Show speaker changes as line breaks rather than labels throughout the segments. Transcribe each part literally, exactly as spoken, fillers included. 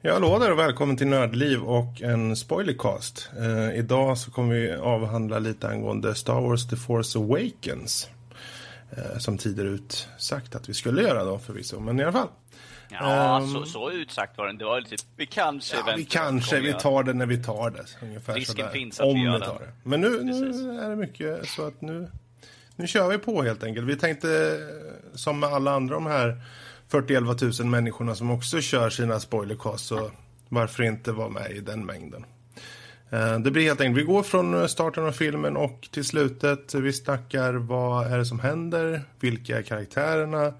Ja, hallå där och välkommen till Nördliv och en spoilercast. Eh, idag så kommer vi avhandla lite angående Star Wars The Force Awakens. Eh, som tidigare ut sagt att vi skulle göra då förvisso, men i alla fall.
Ja,
um,
så, så utsagt var det. Det var lite, vi kanske
ja, vi kanske, vi tar det när vi tar det. Ungefär
risken
sådär,
finns att
om
vi gör
vi tar det. Men nu, nu är det mycket så att nu, nu kör vi på helt enkelt. Vi tänkte, som med alla andra de här fyrtioelva tusen människorna som också kör sina spoilercast, så varför inte vara med i den mängden. Det blir helt enkelt, vi går från starten av filmen och till slutet. Vi snackar vad är det som händer, vilka är karaktärerna,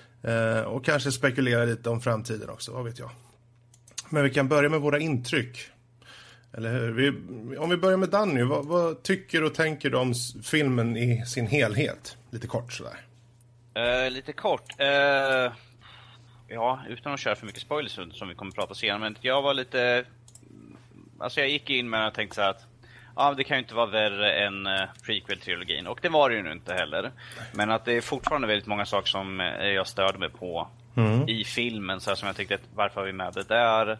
och kanske spekulera lite om framtiden också, vad vet jag. Men vi kan börja med våra intryck. Eller hur? Vi, om vi börjar med Danny, vad, vad tycker och tänker du om filmen i sin helhet? Lite kort sådär.
Uh, lite kort. Uh, ja, utan att köra för mycket spoilers som vi kommer att prata senare. Men jag var lite... Alltså jag gick in med och tänkte så här att ja, det kan ju inte vara värre än uh, prequel-trilogin. Och det var det ju nu inte heller. Men att det är fortfarande väldigt många saker som uh, jag störde mig på mm. i filmen. Så här, som jag tyckte, att, varför har vi med det där?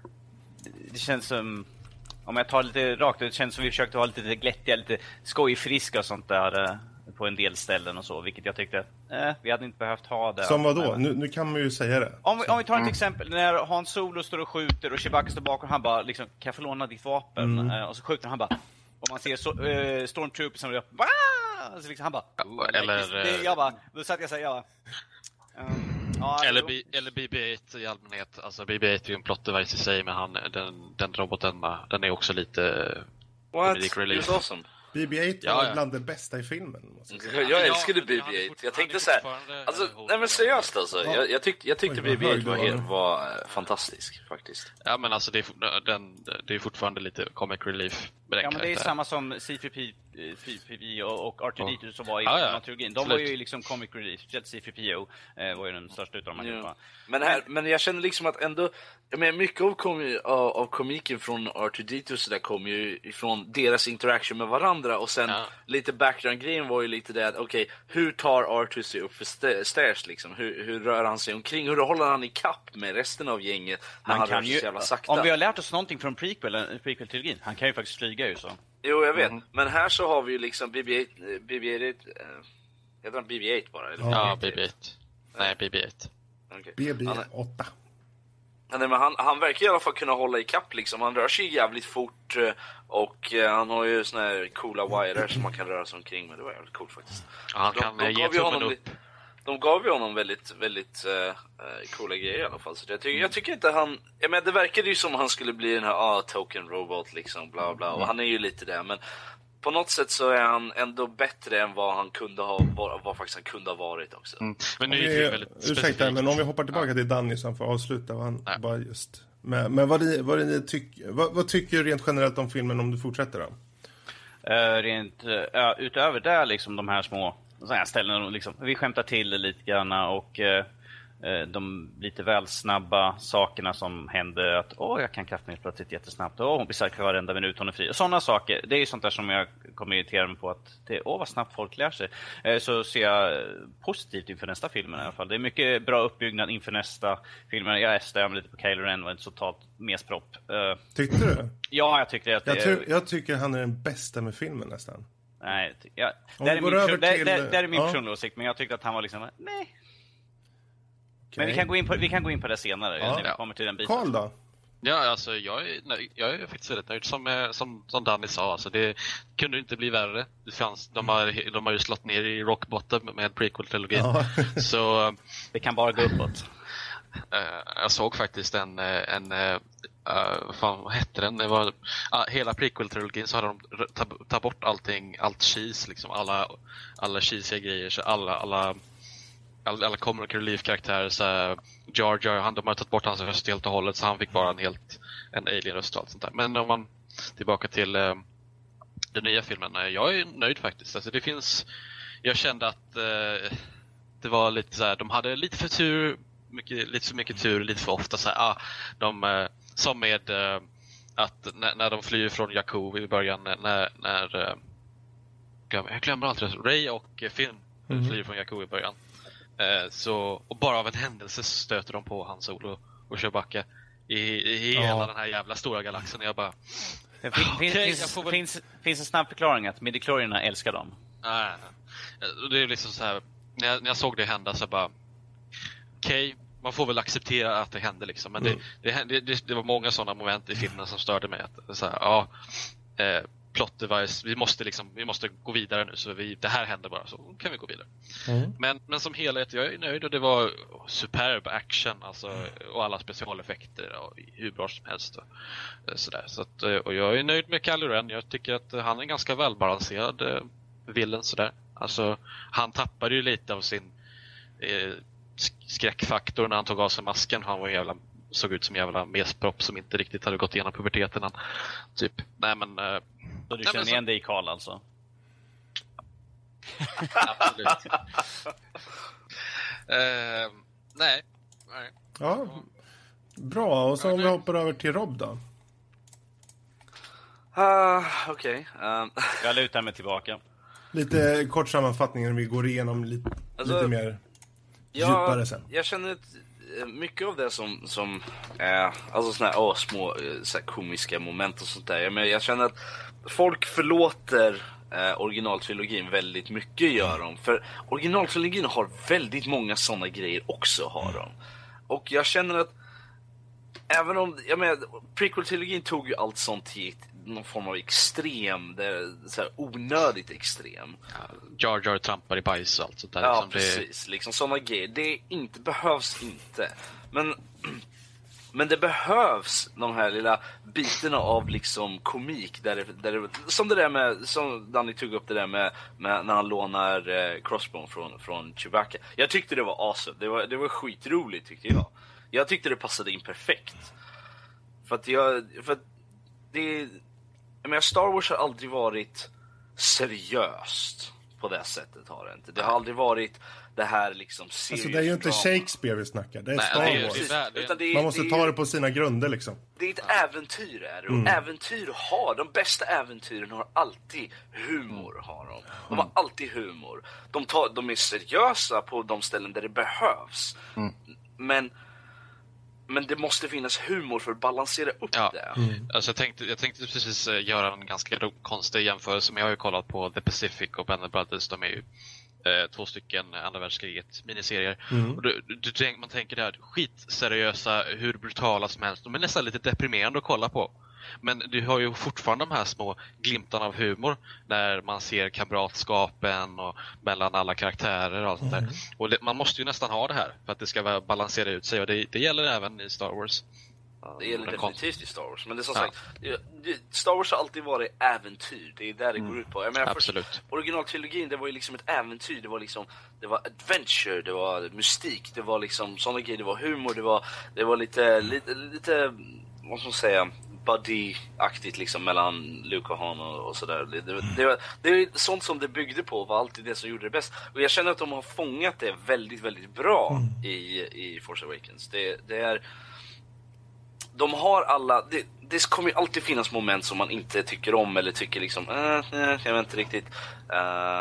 Det känns som... Om jag tar lite rakt, det känns som vi försökte ha lite glättiga, lite skojfriska och sånt där uh, på en del ställen och så. Vilket jag tyckte att eh, vi hade inte behövt ha det.
Som vad då? Nu, nu kan man ju säga det.
Om vi, om vi tar ett mm. exempel. När Han Solo står och skjuter och Chewbacca står bakom. Han bara, liksom, kan jag få låna ditt vapen? Mm. Uh, och så skjuter han bara. Och man ser så, uh, Stormtroopers som bara, alltså, liksom, han bara,
oh, eller
det, jag bara, då satt jag så här, jag bara, um, ja,
eller, B, eller B B åtta i allmänhet. Alltså B B åtta är ju en plot device i sig, men han, den, den roboten, den är också lite
What? It's awesome.
B B åtta
ja,
var
ja.
bland det bästa i filmen.
Jag, jag älskade B B åtta. Jag tänkte så här, alltså, nej men seriöst alltså.
Ja.
Jag, jag, tyck, jag tyckte Oj, B B åtta var, helt, var uh, fantastisk faktiskt.
Ja, men alltså det är, den, det är fortfarande lite comic relief.
Ja, men det är samma som C tre P O och R two D two som var i
ja, ja.
trilogin. De var ju liksom comic relief. Speciellt C tre P O eh, var ju den största utav dem.
Ja. Men, här, men jag känner liksom att ändå, jag menar, mycket av, kom, av, av komiken från R two D two så där kom ju ifrån deras interaktion med varandra. Och sen ja. lite background-grejen var ju lite det att, okej, okay, hur tar R two sig upp för stairs liksom? Hur, hur rör han sig omkring? Hur håller han i kapp med resten av gänget när han, han kan rör sig ju, så jävla sakta?
Om vi har lärt oss någonting från prequel, prequel-trilogin, han kan ju faktiskt flyga ju så.
Jo, jag vet. Mm. Men här så har vi ju liksom B B åtta, B B åtta, äh, heter han B B åtta bara? Eller?
Ja, B B åtta. Nej, B B åtta.
Okay.
B B åtta.
Han, nej, men han, han verkar i alla fall kunna hålla i kapp liksom. Han rör sig jävligt fort och uh, han har ju såna här coola wires som man kan röra sig omkring med. Det var jävligt coolt faktiskt.
Ja, han kan de, de ge tummen upp. Lite,
de gav ju honom väldigt, väldigt uh, coola grejer i alla fall. Så jag, tycker, jag tycker inte han... Jag menar, det verkade ju som han skulle bli den här ah, token robot liksom, bla bla. Och han är ju lite där, men på något sätt så är han ändå bättre än vad han kunde ha, vad, vad faktiskt han kunde ha varit också. Mm.
Men nu är det väldigt
ursäkta, men om vi hoppar tillbaka ja. till Danny som får avsluta vad han ja. bara just... Men, men vad, det, vad, det tyck, vad, vad tycker du rent generellt om filmen om du fortsätter då?
Uh, rent, uh, utöver det liksom de här små så här ställen liksom, vi skämtar till lite grann och uh, de lite väl snabba sakerna som händer att åh, jag kan krafta ner plötsligt jättesnabbt, åh, hon blir säker varenda minut hon är fri. Sådana saker, det är ju sånt där som jag kommer irritera mig på att det, åh vad snabbt folk lär sig. Så ser jag positivt inför nästa film i alla fall. Det är mycket bra uppbyggnad inför nästa film. Jag stämmer lite på Kylo Ren och en totalt mespropp.
Tyckte du?
Ja, jag tyckte att
jag, tror, jag tycker han är den bästa med filmen nästan.
Nej, jag, det är min till... det, det är min personliga åsikt, men jag tyckte att han var liksom, nej. Okay. Men vi kan gå in på vi kan gå in på det senare ja. när vi kommer till den biten.
Carl då?
Ja, alltså jag är nöjd, jag är faktiskt väldigt nöjd som som som Danny sa, alltså det kunde inte bli värre. Det fanns de har de har ju slått ner i rock bottom med prequel-trilogin. Ja. Så
det kan bara gå uppåt.
Uh, jag såg faktiskt en en uh, fan, vad hette den? Det var uh, hela prequel-trilogin så hade de tagit ta bort allting, allt cheese liksom, alla alla cheesiga grejer, så alla alla alla, alla comic relief-karaktärer så uh, Jar Jar, han, de har tagit bort hans röst helt och hållet, så han fick bara en helt en alien-röst och allt sånt där. Men om man tillbaka till uh, den nya filmen, uh, jag är nöjd faktiskt. Alltså det finns, jag kände att uh, det var lite så här, de hade lite för tur, mycket, lite för mycket tur, lite för ofta så här, ah, de uh, som med uh, att när, när de flyr från Jakku i början, när när uh, jag glömmer alltid det, Rey och uh, Finn mm-hmm. flyr från Jakku i början. Uh, så, och bara av en händelse stöter de på Han Solo och Chewbacca. i, i
Ja.
hela den här jävla stora galaxen. Jag bara...
Det fin,
Okej,
fin,
jag
finns,
får väl-
finns, finns en snabb förklaring att midichlorianerna älskar dem.
Nej, nej. Det är liksom så här, när jag, när jag såg det hända så bara okej, okay, man får väl acceptera att det hände liksom. Men
Mm.
det, det, det, det var många sådana moment i filmen som störde mig. Att, så här, ja, eh, plot device, vi måste liksom, vi måste gå vidare nu så vi, det här händer bara, så kan vi gå vidare.
Mm.
Men, men som helhet, jag är nöjd och det var superb action alltså, och alla specialeffekter och hur bra som helst. Och, sådär. Så att, och jag är nöjd med Kylo Ren. Jag tycker att han är en ganska välbalanserad eh, villain sådär. Alltså, han tappade ju lite av sin eh, skräckfaktor när han tog av sig masken. Han var jävla, såg ut som en jävla mespropp som inte riktigt hade gått igenom puberteten. Han, typ, nej men... Eh,
Så du
nej,
känner
men
igen
så,
dig i Karl alltså?
absolut. eh, nej. nej.
Ja, bra. Och så om vi hoppar över till Rob då.
Uh, Okej. Okay. Um,
Jag lutar mig tillbaka.
Lite kort sammanfattning när vi går igenom lite,
Alltså,
lite mer
jag,
djupare sen.
jag känner att mycket av det som, som är alltså såna här, åh, små så här, komiska moment och sånt där. Jag, men, jag känner att folk förlåter eh, originaltrilogin väldigt mycket, gör de. För originaltrilogin har väldigt många såna grejer också, har de. Och jag känner att även om, jag menar, prequel-trilogin tog ju allt sånt till någon form av extrem, det, så här, onödigt extrem.
Ja, Jar Jar trampar i bajs och allt sånt där.
Ja,
liksom,
precis. Det... Liksom sådana grejer. Det inte, behövs inte. Men, men det behövs de här lilla bitarna av liksom komik. Där det, där det, som det där med, som Danny tog upp det där med, med när han lånar eh, Crossbone från, från Chewbacca. Jag tyckte det var awesome. Det var, det var skitroligt, tyckte jag. Jag tyckte det passade in perfekt. För att jag... För att det... Jag menar, Star Wars har aldrig varit seriöst på det sättet, har det inte. Det har aldrig varit det här liksom
Alltså det är ju inte
drama.
Shakespeare vi snackar, det är
Nej,
Star
det är-
Wars.
Precis.
det är- det är-
Utan det är-
Man måste
det är-
ta det på sina grunder liksom.
Det är ett äventyr är det. Och äventyr har, de bästa äventyren har alltid humor, har de. De har alltid humor. De, tar, de är seriösa på de ställen där det behövs. Men Men det måste finnas humor för att balansera upp
Ja.
det.
Alltså jag tänkte, jag tänkte precis eh, göra en ganska ro- konstig jämförelse, men jag har ju kollat på The Pacific och Band of Brothers. De är ju eh, två stycken andra världskriget miniserier. Och du, du, du, tänk- man tänker det här, skitseriösa, hur brutala som helst. De är nästan lite deprimerande att kolla på. Men du har ju fortfarande de här små glimtarna av humor när man ser kamratskapen och mellan alla karaktärer och allt sånt där. Och det, man måste ju nästan ha det här för att det ska vara balansera ut sig, och det, det gäller även i Star Wars.
Det gäller
Den kon-
definitivt i Star Wars. Men det är som
Ja.
sagt, det- det- Star Wars har alltid varit äventyr. Det är där det går ut på. Jag menar, först,
Absolut.
originaltrilogin, det var ju liksom ett äventyr. Det var liksom, det var adventure, det var mystik, det var liksom sådana grejer, det var humor, det var, det var lite, lite, lite, vad ska man säga, buddy-aktigt liksom mellan Luke och Han och, och sådär. Det, det, det, var, det är sånt som det byggde på, var alltid det som gjorde det bäst. Och jag känner att de har fångat det väldigt, väldigt bra i, i Force Awakens. Det, det är... De har alla... Det, det kommer ju alltid finnas moment som man inte tycker om eller tycker liksom... Äh, äh, jag vet inte riktigt. Uh,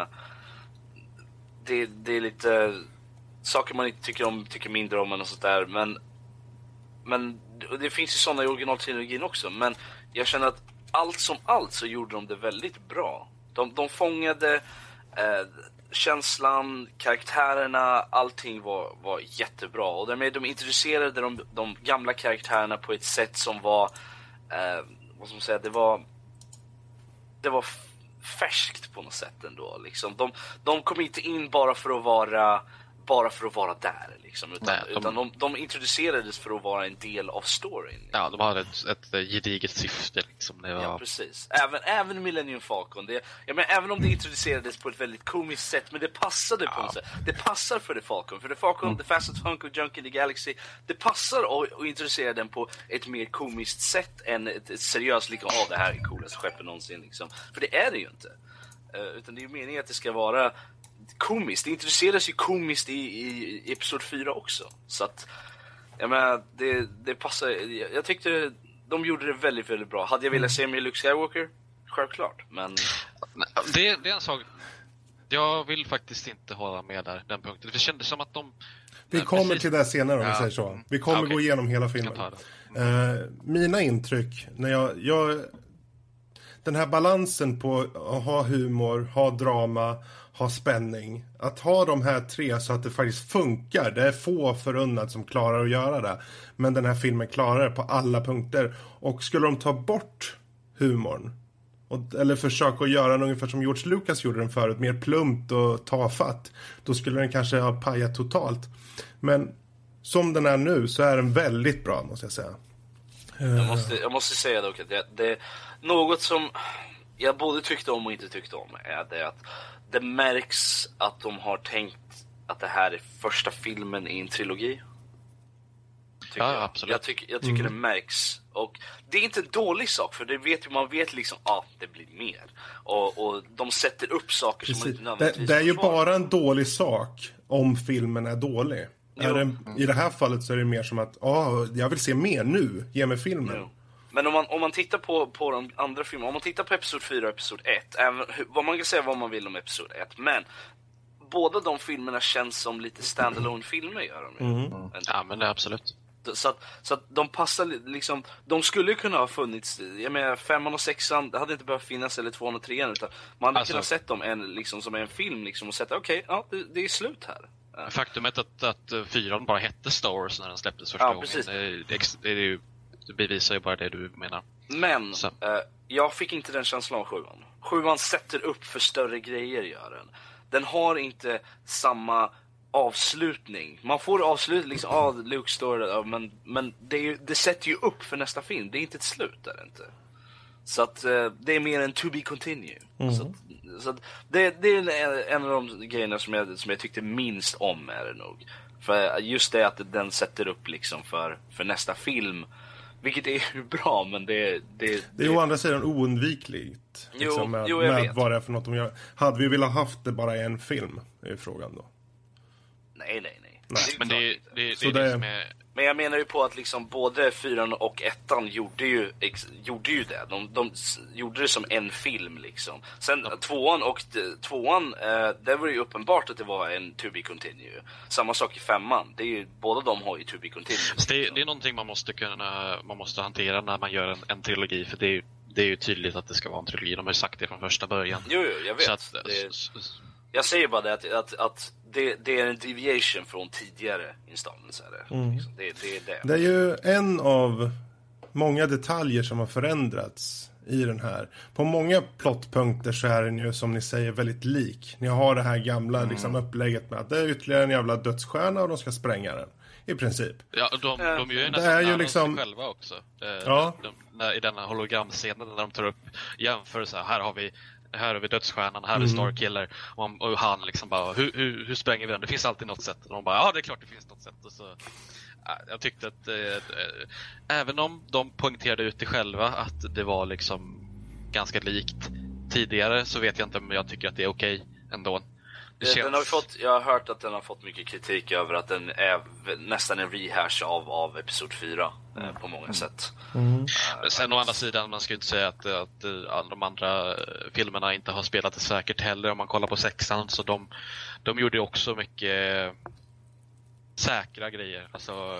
det, det är lite... Saker man inte tycker om, tycker mindre om och sånt där. Men... Men det finns ju sådana i originaltrilogin också. Men jag känner att allt som allt så gjorde de det väldigt bra. De, de fångade... Uh, känslan, karaktärerna, allting var, var jättebra. Och därmed de introducerade de, de gamla karaktärerna på ett sätt som var eh, vad ska man säga, det var det var f- färskt på något sätt ändå liksom. De, de kom inte in bara för att vara bara för att vara där liksom, utan,
Nej, de-
utan de, de introducerades för att vara en del av storyn.
Ja, de hade ett, ett gediget syfte liksom. Det var...
Ja, precis. Även, även Millennium Falcon. Det, jag menar, även om det introducerades på ett väldigt komiskt sätt, men det passade på något sätt. Det passar för The Falcon. För The Falcon, mm. The Fastest Hunk of Junk in the Galaxy, det passar att, att introducera den på ett mer komiskt sätt än ett, ett seriöst, liksom, av det här är coolaste skeppet någonsin. Liksom. För det är det ju inte. Uh, utan det är ju meningen att det ska vara komiskt. Det introduceras ju komiskt i, i, i episod fyra också. Så att, jag menar, det, det passar. Jag, jag tyckte de gjorde det väldigt, väldigt bra. Hade jag velat se med Luke Skywalker? Självklart, men...
Det, det är en sak. Jag vill faktiskt inte hålla med där, den punkten. Det kändes som att de...
Vi
ja,
kommer
precis.
till det senare om
Ja.
vi säger så. Vi kommer
Ja, okej.
gå igenom hela
Jag ska
filmen.
ta det.
Eh, mina intryck, när jag, jag... Den här balansen på att ha humor, ha drama, ha spänning. Att ha de här tre så att det faktiskt funkar. Det är få förunnat som klarar att göra det. Men den här filmen klarar det på alla punkter. Och skulle de ta bort humorn, och, eller försöka att göra den ungefär som George Lucas gjorde den förut, mer plumpt och tafatt, då skulle den kanske ha pajat totalt. Men som den är nu så är den väldigt bra, måste jag säga.
Jag måste, jag måste säga dock att det, det är något som jag både tyckte om och inte tyckte om, är det att det märks att de har tänkt att det här är första filmen i en trilogi.
Ja,
jag.
absolut.
Jag, tyck, jag tycker
Mm.
det märks. Och det är inte en dålig sak, för det vet ju, man vet liksom att ah, det blir mer. Och, och de sätter upp saker som man inte
Det,
nödvändigtvis
det är ju
försvarar.
bara en dålig sak om filmen är dålig.
Jo.
Är det, I det här fallet så är det mer som att ah, jag vill se mer nu, ge mig filmen.
Jo. Men om man, om man tittar på, på de andra filmerna, om man tittar på episod fyra och episod ett, även, vad man kan säga vad man vill om episod ett, men båda de filmerna känns som lite standalone-filmer, gör de ju.
Mm.
Ja, men det är absolut.
Så att, så att de passar liksom, de skulle kunna ha funnits, jag menar femman och sexan, det hade inte behövt finnas, eller tvåan och trean, utan man hade
Alltså-
kunnat sett dem en, liksom, som en film liksom, och sett, okej, okay, ja, det, det är slut här. Ja.
Faktumet att, att uh, fyran bara hette Star Wars när den släpptes första
Ja,
gången,
precis.
det, det, det, är ju, det bevisar ju bara det du menar.
Men
Så.
eh, jag fick inte den känslan av sjuan. Sjuan sätter upp för större grejer, gör den. Den har inte samma avslutning. Man får avslut liksom, ja, ah, Luke står där, ja, men, men det, är ju, det sätter ju upp för nästa film. Det är inte ett slut där, inte. Så att eh, det är mer en to be continue.
Mm.
Så, att, så att det, det är en av de grejerna som jag, som jag tyckte minst om, är det nog. För just det att den sätter upp liksom för, för nästa film. Vilket är ju bra, men det, det,
Det är å andra sidan oundvikligt.
Jo,
Liksom, med,
jo, jag
med
vet.
vad det är för något de gör. Hade vi velat haft det bara i en film, är ju frågan då.
Nej, nej, nej.
Nej,
Det är
Men
klart
det,
inte.
det, det,
Så
det är
det-
det som är...
Men jag menar ju på att liksom både fyran och ettan gjorde ju, ex, gjorde ju det. De, de s- gjorde det som en film liksom. Sen tvåan och d- tvåan, eh, det var ju uppenbart att det var en to be continue. Samma sak i femman. Det är ju, båda de har ju to be continue.
Så det, det är någonting man måste kunna man måste hantera när man gör en, en trilogi, för det är, ju, det är ju tydligt att det ska vara en trilogi. De har ju sagt det från första början.
Jo, jo, jag vet.
Så att,
det,
s- s-
jag säger bara det att, att, att det, det är en deviation från tidigare instanser.
Mm.
Liksom. Det, det är det.
Det är ju en av många detaljer som har förändrats i den här. På många plottpunkter så är den ju, som ni säger, väldigt lik. Ni har det här gamla
Mm.
liksom, upplägget med att det är ytterligare en jävla dödsstjärna och de ska spränga den. I princip.
ja, de, de gör ju
Det
nästan
är ju
narr av
liksom-
sig själva också. Eh,
Ja.
de, när, I denna hologramscenen när de tar upp jämförelser. Här har vi här har vi dödsstjärnan, här har vi Starkiller. Och, man- och han liksom bara, hur, hur, hur spränger vi den? Det finns alltid något sätt. Och de bara, ja det är klart det finns något sätt. Och så, ja, jag tyckte att eh, eh, även om de poängterade ut det själva att det var liksom ganska likt tidigare, så vet jag inte om jag tycker att det är okej ändå. Det
Den,
känns...
den har ju fått, jag har hört att den har fått mycket kritik över att den är v- nästan en rehash av, av episod fyra eh, på många sätt.
Mm.
Men sen å andra sidan, man ska ju inte säga att, att eh, alla de andra eh, filmerna inte har spelat det säkert heller. Om man kollar på sexan, så de, de gjorde ju också mycket säkra grejer. Alltså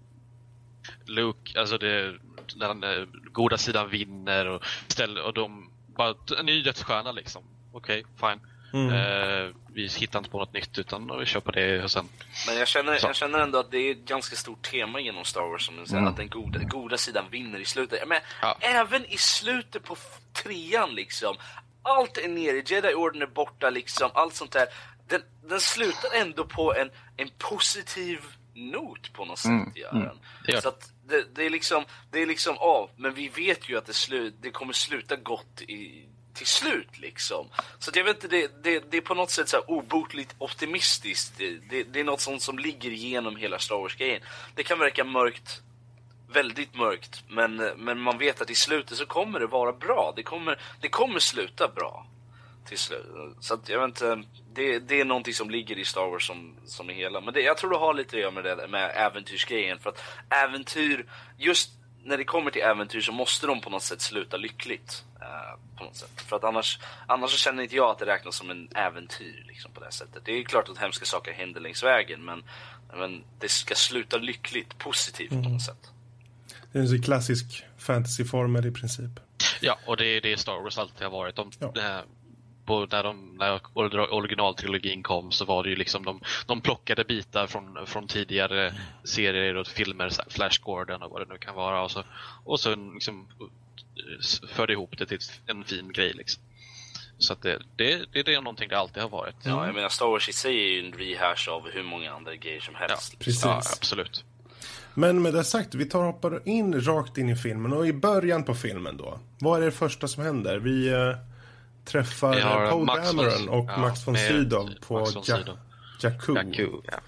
Luke, alltså det, den eh, goda sidan vinner och, ställ, och de bara, en ny dödsstjärna liksom. Okej, okay, fine.
Mm.
Eh, vi hittar inte på något nytt, utan vi kör på det och sen...
Men jag känner,
Så.
jag känner ändå att det är ett ganska stort tema genom Star Wars, som du säger,
Mm.
att den goda, goda sidan vinner i slutet. Men
Ja.
även i slutet på f- trean liksom, allt är nere, Jedi Orden är borta liksom, allt sånt där. Den, den slutar ändå på en, en positiv not på något sätt,
Mm.
gör
Mm.
den.
Det gör
Så att det, det är liksom, det är liksom, ja, men vi vet ju att det, slu, det kommer sluta gott i, till slut liksom. Så att jag vet inte, det, det, det är på något sätt så här obotligt optimistiskt. Det, det, det är något sånt som ligger igenom hela Star Wars-grejen. Det kan verka mörkt, väldigt mörkt, men, men man vet att i slutet så kommer det vara bra. Det kommer, det kommer sluta bra till slut. Så att jag vet inte, det, det är någonting som ligger i Star Wars som, som är hela. Men det, jag tror det har lite att göra med det, med äventyrsgrejen. För att äventyr, just när det kommer till äventyr så måste de på något sätt sluta lyckligt. Uh, på något sätt. För att annars, annars så känner inte jag att det räknas som en äventyr liksom, på det sättet. Det är klart att hemska saker händer längs vägen, men, men det ska sluta lyckligt, positivt på något sätt.
Det är en klassisk fantasyformel i princip.
Ja, och det är det Star Wars alltid har varit. De,
Ja.
äh, på, när, de, när originaltrilogin kom så var det ju liksom de, de plockade bitar från, från tidigare serier och filmer, Flash Gordon och vad det nu kan vara, och så, och så liksom förde ihop det till en fin grej liksom. Så att det, det, det, det är någonting det alltid har varit.
Ja, jag menar Star Wars i sig är ju en rehash av hur många andra grejer som helst.
Ja,
precis.
Ja, absolut.
Men med det sagt, vi tar och hoppar in rakt in i filmen. Och i början på filmen då, vad är det första som händer? Vi äh, träffar
Vi har
Poe
Max von-
Dameron och
ja,
Max von
med
Sydow på
Max von
ja-
Sydow.
Jakku.
Jakku, ja.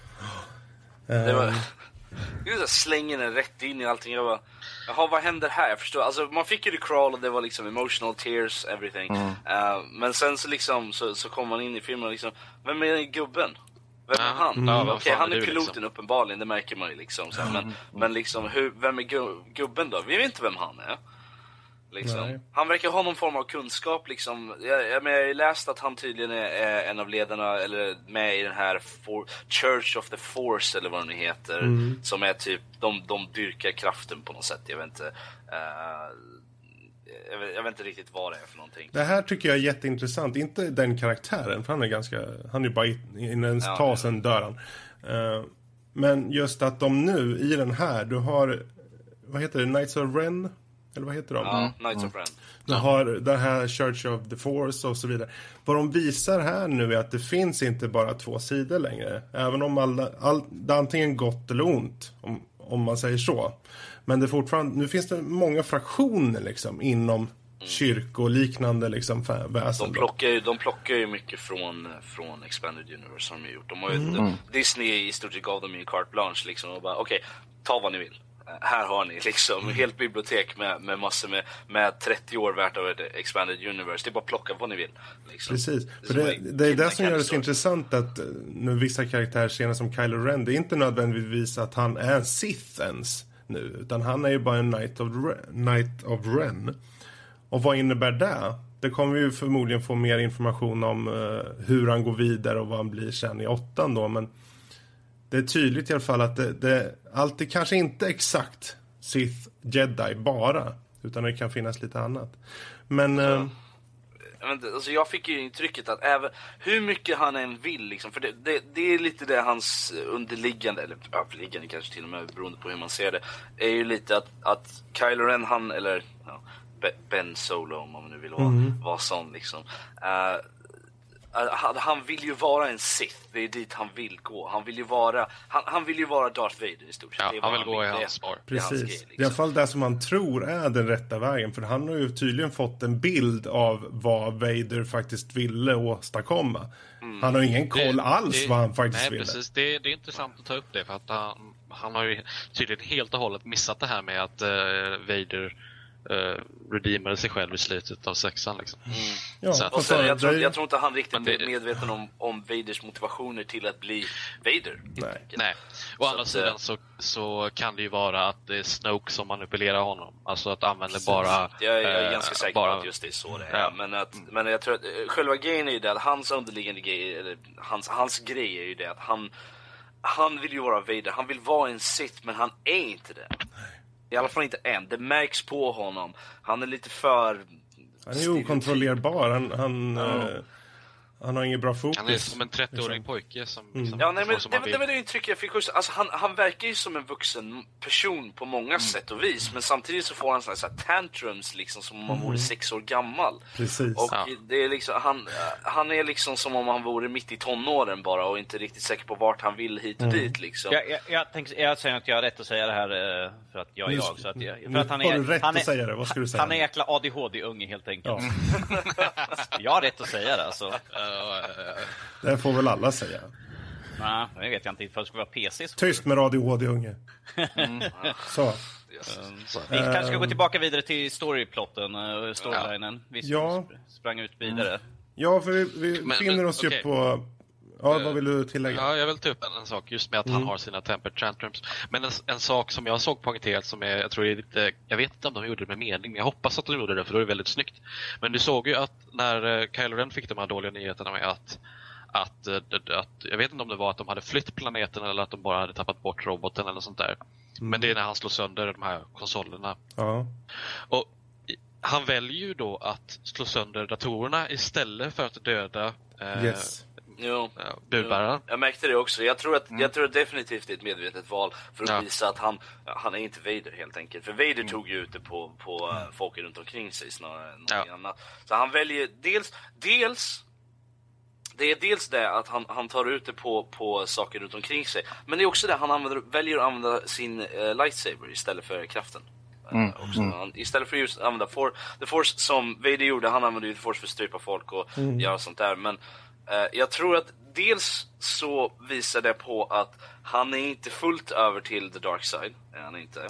Det var...
Ehm,
Jag slänger den rätt in i allting. Jag bara, jaha, vad händer här? Jag förstår. Alltså, man fick ju The Crawl och det var liksom emotional tears, everything.
Mm.
Uh, men sen så liksom så, så kom man in i filmen och liksom, vem är gubben? Vem är
Ja,
han?
mm. Ja, vad
Okej,
fan
han
är
är
du,
piloten
liksom?
uppenbarligen, det märker man ju liksom. Så här, men, men liksom, hur, vem är gu- gubben då? Vi vet inte vem han är. Liksom.
Nej.
Han verkar ha någon form av kunskap liksom. jag, jag, men jag har ju läst att han tydligen är, är en av ledarna eller med i den här for, Church of the Force eller vad den nu heter,
Mm.
som är typ, de, de dyrkar kraften på något sätt. Jag vet inte uh, jag, vet, jag vet inte riktigt vad det är för någonting.
Det här tycker jag är jätteintressant. Inte den karaktären, för han är ganska... Han är bara innan ens
Ja,
ta
ja.
sen dör han. Eh, men just att de nu, i den här, du har... Vad heter det? Knights of Ren? Eller vad heter de?
Ja, Knights of Ren.
Du har det här Church of the Force och så vidare. Vad de visar här nu är att det finns inte bara två sidor längre. Även om alla, all, det är antingen gott eller ont, om, om man säger så. Men det är fortfarande, nu finns det många fraktioner liksom inom kyrkoliknande liksom väsen.
De plockar, ju, de plockar ju mycket från, från Expanded Universe som de har gjort. De har ju, de, Disney i stort sett gav dem ju en carte blanche liksom, och bara okej, okay, ta vad ni vill. Här har ni liksom helt bibliotek med, med massor med, med trettio år värt av ett Expanded Universe. Det är bara plocka vad ni vill. Liksom.
Precis,
Det är
för
som
det,
en
det är det
Kidney
som gör det så
Cancer.
intressant att eh, nu vissa karaktärer som Kylo Ren, det är inte nödvändigtvis att han är en Sith ens nu, utan han är ju bara en Knight of, Re- Knight of Ren. Och vad innebär det? Det kommer vi ju förmodligen få mer information om eh, hur han går vidare och vad han blir sen i åttan då, men det är tydligt i alla fall att det, det alltid kanske inte exakt Sith Jedi bara, utan det kan finnas lite annat. Men eh,
Jag, vet inte, alltså jag fick ju intrycket att även hur mycket han än vill liksom, för det, det, det är lite det hans underliggande, eller överliggande kanske till och med beroende på hur man ser det, är ju lite att, att Kylo Ren, han, eller ja, Ben Solo om man nu vill vara,
Mm.
vara sån liksom, uh, han, han vill ju vara en Sith. Det är dit han vill gå. Han vill ju vara han, han vill ju vara Darth Vader i stort sett.
Ja,
Det är
han
vad
vill gå i
det-
hans spår.
det är hans
precis.
grej,
I alla
liksom.
fall det som han tror är den rätta vägen. För han har ju tydligen fått en bild av vad Vader faktiskt ville åstadkomma.
Mm.
Han har ingen koll
Det-
alls
det-
vad han faktiskt
nej,
ville.
precis. Det, det är intressant att ta upp det, för att han, han har ju tydligen helt och hållet missat det här med att uh, Vader uh, redeemade sig själv i slutet av sexan liksom.
Ja,
Så att-
Och
fast
sen,
det-
jag, tror,
det-
jag tror inte han riktigt
Men det-
är medveten om, om Vaders motivationer till att bli Vader.
Nej.
Nej. Å andra
att,
sidan
eh,
så, så kan det ju vara att det är Snoke som manipulerar honom. Alltså att använda bara...
Jag, jag är
eh,
ganska säker
bara,
på att just det är så det är.
Ja.
Men, att, men jag tror att eh, själva grejen är ju det att hans underliggande grej, eller hans, hans grej är ju det att han, han vill ju vara Vader. Han vill vara en Sith, men han är inte det. I alla fall inte än. Det märks på honom. Han är lite för...
Han är ju okontrollerbar. Han, han, eh, han har inget bra fokus.
Han är som en trettioårig
liksom.
pojke som,
Mm.
som
Ja, nej,
får
men
som
det,
han
det
vill.
var det intryck jag fick också. Alltså, han, han verkar ju som en vuxen person på många
Mm.
sätt och vis. Men samtidigt så får han såna här tantrums liksom, som om man vore sex år gammal.
Precis.
Och
Ja.
det är liksom, han, han är liksom som om han vore mitt i tonåren bara och inte riktigt säker på vart han vill hit och dit liksom.
Jag, jag, jag, tänker, jag säger att jag har rätt att säga det här eh, för att jag är
Nu-
jag. Så att jag för
nu
att han
har
är,
du rätt
han är,
att säga det. Vad ska du säga?
Han är jäkla A D H D-unge helt enkelt.
Ja,
Jag har rätt att säga det alltså.
det får väl alla säga.
Nej, det vet jag inte ifall det skulle vara P C. Så.
Tyst med A D H D-unge. Så.
Um, vi kanske ska gå tillbaka vidare till storyplotten och storylinen. Vi
Ja.
sprang ut vidare.
Ja, för vi, vi
Men-
finner
men,
oss ju
okej.
på... Ja, vad vill du tillägga?
Ja, jag vill ta upp en, en sak just med att han har sina temper tantrums. Men en, en sak som jag såg poängterat som är, jag tror är lite, jag vet inte om de gjorde det med mening, men jag hoppas att de gjorde det, för då är det väldigt snyggt. Men du såg ju att när eh, Kylo Ren fick de här dåliga nyheterna med att, att, eh, att, att jag vet inte om det var att de hade flytt planeten eller att de bara hade tappat bort roboten eller sånt där. Mm. Men det är när han slår sönder de här konsolerna.
Ja.
Och han väljer ju då att slå sönder datorerna istället för att döda eh,
Yes.
Jo,
budbäraren.
jag märkte det också. Jag tror att
Mm.
jag tror definitivt det är ett medvetet val för att
Ja.
visa att han han är inte Vader helt enkelt. För Vader mm. tog ju ut det på på mm. folk runt omkring sig snarare än något
ja.
annat. Så han väljer dels dels det är dels det att han, han tar ut det på, på saker runt omkring sig. Men det är också det han använder, väljer att använda sin uh, lightsaber istället för kraften. Mm. Uh, också. Han, istället för att använda for, the force som Vader gjorde, han använde ju the force för att strypa folk och mm. göra sånt där. Men uh, jag tror att dels så visar det på att han är inte fullt över till the dark side. Är han inte.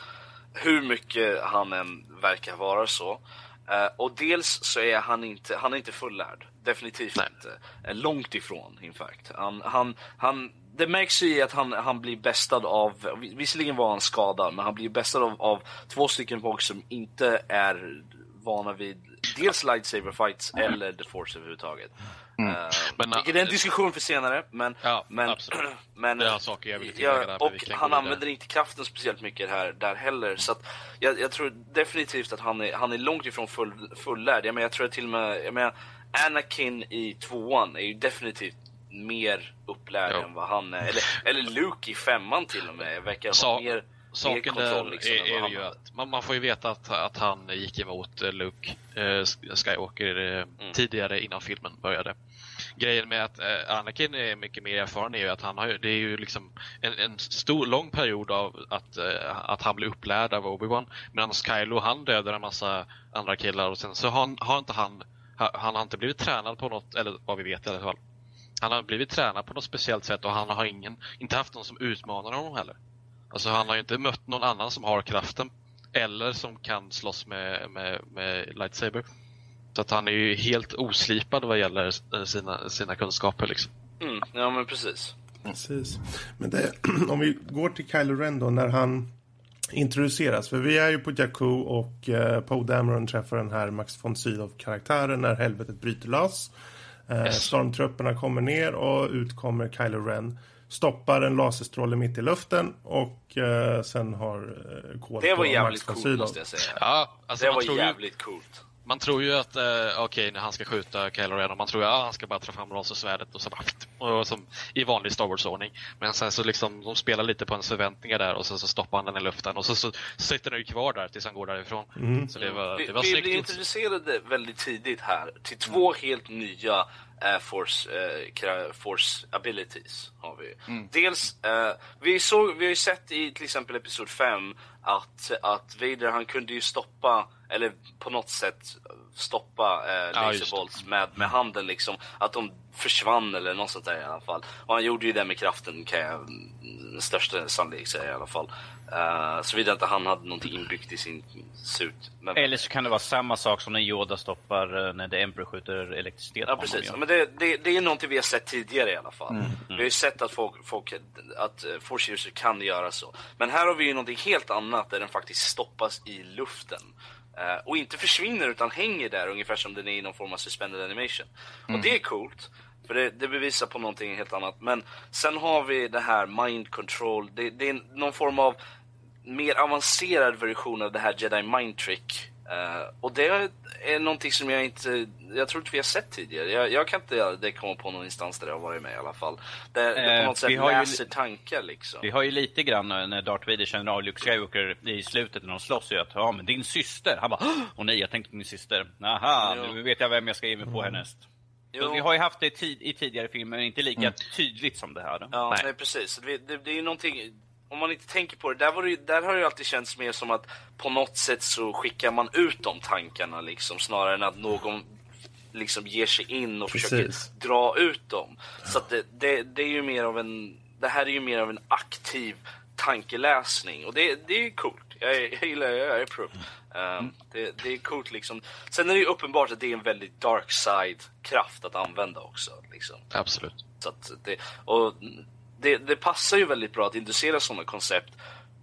Hur mycket han än verkar vara så. Uh, och dels så är han inte han är inte fullärd. Definitivt Nej. inte. Uh, långt ifrån, in fact. Han, han, han, det märks ju i att han, han blir bästad av, visserligen var han skadad, men han blir bästad av, av två stycken folk som inte är vana vid dels lightsaber fights eller the force överhuvudtaget. Mm. Uh, men, det är en diskussion för senare, men,
ja,
men, men
det är saker jag vill
ja,
där,
och han använder inte kraften speciellt mycket här där heller, så att jag, jag tror definitivt att han är, han är långt ifrån full, fullärd. Jag, men, jag tror till och med jag menar, Anakin i tvåan är ju definitivt mer upplärd jo. än vad han är, eller, eller Luke i femman till och med verkar ha
så...
mer
Saken där liksom, är, är ju att man, man får ju veta att, att han gick emot Luke eh, Skywalker eh, mm. tidigare innan filmen började. Grejen med att eh, Anakin är mycket mer erfaren är ju att han har, det är ju liksom en, en stor, lång period av att, eh, att han blir upplärd av Obi-Wan. Medan Kylo, han dödar en massa andra killar och sen så har, har inte han, han har inte blivit tränad på något, eller vad vi vet i alla fall. Han har blivit tränad på något speciellt sätt och han har ingen, inte haft någon som utmanar honom heller. Alltså han har ju inte mött någon annan som har kraften eller som kan slåss med, med, med lightsaber. Så att han är ju helt oslipad vad gäller sina, sina kunskaper liksom.
Mm, ja men precis.
Precis. Men det, om vi går till Kylo Ren då, när han introduceras. För vi är ju på Jakku och uh, Poe Dameron träffar den här Max von Sydow-karaktären när helvetet bryter loss. Uh, yes. Stormtrupperna kommer ner och ut kommer Kylo Ren. Stoppar en laserstråle mitt i luften och uh, sen har uh, kol
det var
på
jävligt
Max
coolt måste jag säga.
Ja, alltså
det
man
var
tror
jävligt
ju,
coolt.
Man tror ju att uh, okej okay, när han ska skjuta Kylo Ren och man tror att ah, han ska bara dra fram lasersvärdet och så bara, och som i vanlig Star Wars-ordning. Men sen så liksom de spelar lite på en förväntningar där och sen så stoppar han den i luften och så, så, så sitter den ju kvar där tills han går därifrån. Mm. Så det var, det var
vi,
snyggt.
Vi blir introducerade väldigt tidigt här till två mm. helt nya Air Force, uh, Force abilities har vi. Mm. Dels, uh, vi, såg, vi har ju sett i till exempel episod fem att, att Vader han kunde ju stoppa, eller på något sätt stoppa uh, laserbolts ja, med, med handen liksom. Att de försvann eller något sånt där i alla fall. Och han gjorde ju det med kraften kan jag den största sannolikhet säga i alla fall. Uh, så vidare inte han hade någonting inbyggt i sin suit. Men...
Eller så kan det vara samma sak som när Yoda stoppar uh, när The Emperor skjuter elektricitet.
Ja, precis. Ja. Men det, det, det är någonting vi har sett tidigare i alla fall. Mm. Mm. Vi har ju sett att folk, folk att uh, Force user kan göra så. Men här har vi ju någonting helt annat där den faktiskt stoppas i luften. Uh, och inte försvinner utan hänger där ungefär som den är i någon form av suspended animation. Mm. Och det är coolt. För det, det bevisar på någonting helt annat. Men sen har vi det här mind control. Det, det är någon form av mer avancerad version av det här Jedi mind trick. Uh, och det är någonting som jag inte jag tror inte vi har sett tidigare. Jag, jag kan inte det komma på någon instans där det har varit med i alla fall. Det, uh, det på något sätt läser tankar liksom.
Vi har ju lite grann när Darth Vader känner av Luke Skywalker i slutet när de slåss ju att ja men din syster. Han bara åh nej jag tänkte på min syster. Aha, jo. Nu vet jag vem jag ska ge mig på mm. härnäst. Så vi har ju haft det tid, i tidigare filmer men inte lika mm. tydligt som det här.
Ja, nej, nej precis. Det, det, det är ju någonting. Om man inte tänker på det, där, var det, där har det ju alltid känts mer som att på något sätt så skickar man ut de tankarna liksom, snarare än att någon liksom ger sig in och Precis. försöker dra ut dem. Så att det, det, det är ju mer av en, det här är ju mer av en aktiv tankeläsning och det, det är coolt. Jag, är, jag gillar jag är pro. Um, det, det är coolt liksom. Sen är det ju uppenbart att det är en väldigt dark side kraft att använda också liksom.
Absolut.
Så att det, och Det, det passar ju väldigt bra att introducera sådana koncept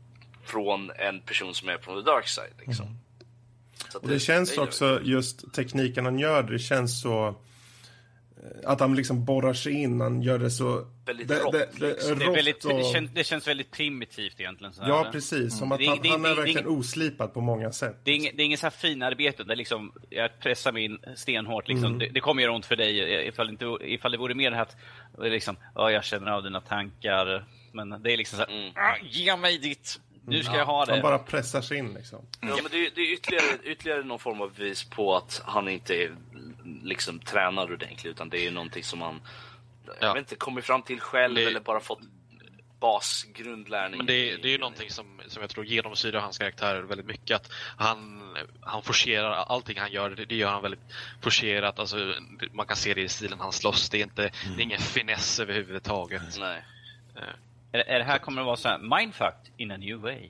från en person som är från the dark side liksom. Mm.
Så och det, det känns det också just tekniken han gör, det känns så att han liksom borrar sig in, han gör det så
väldigt
det,
rått,
det, det,
Det, är
rått
väldigt,
och...
det, känns, det känns väldigt primitivt egentligen. Så här,
Ja,
eller?
precis. Som att
Det-
han,
det-
han är
det-
verkligen
det-
oslipad på många sätt.
Det är inget, det är inget så här finarbete där liksom, jag pressar mig in stenhårt. Liksom.
Mm.
Det, det kommer göra ont för dig ifall, inte, ifall det vore mer att liksom, ja, jag känner av dina tankar. Men det är liksom så här,
Mm.
ah, ge mig ditt! Nu ska
Ja,
jag ha det.
Han bara pressar sig in liksom.
Ja, men det, är- det är ytterligare, ytterligare någon form av bevis på att han inte är liksom tränad ordentligt, utan det är någonting som han
Ja.
jag vet inte, kommit fram till själv
Det-
eller bara fått basgrundlärning.
Men det, är- det är ju någonting som, som jag tror genomsyrar hans karaktär väldigt mycket. Att han, han forcerar allting han gör, det, det gör han väldigt forcerat. Alltså, man kan se det i stilen han slåss. Det är, inte, det är ingen finess överhuvudtaget.
Nej.
Är, är det här kommer att vara så här, mindfucked in a new way?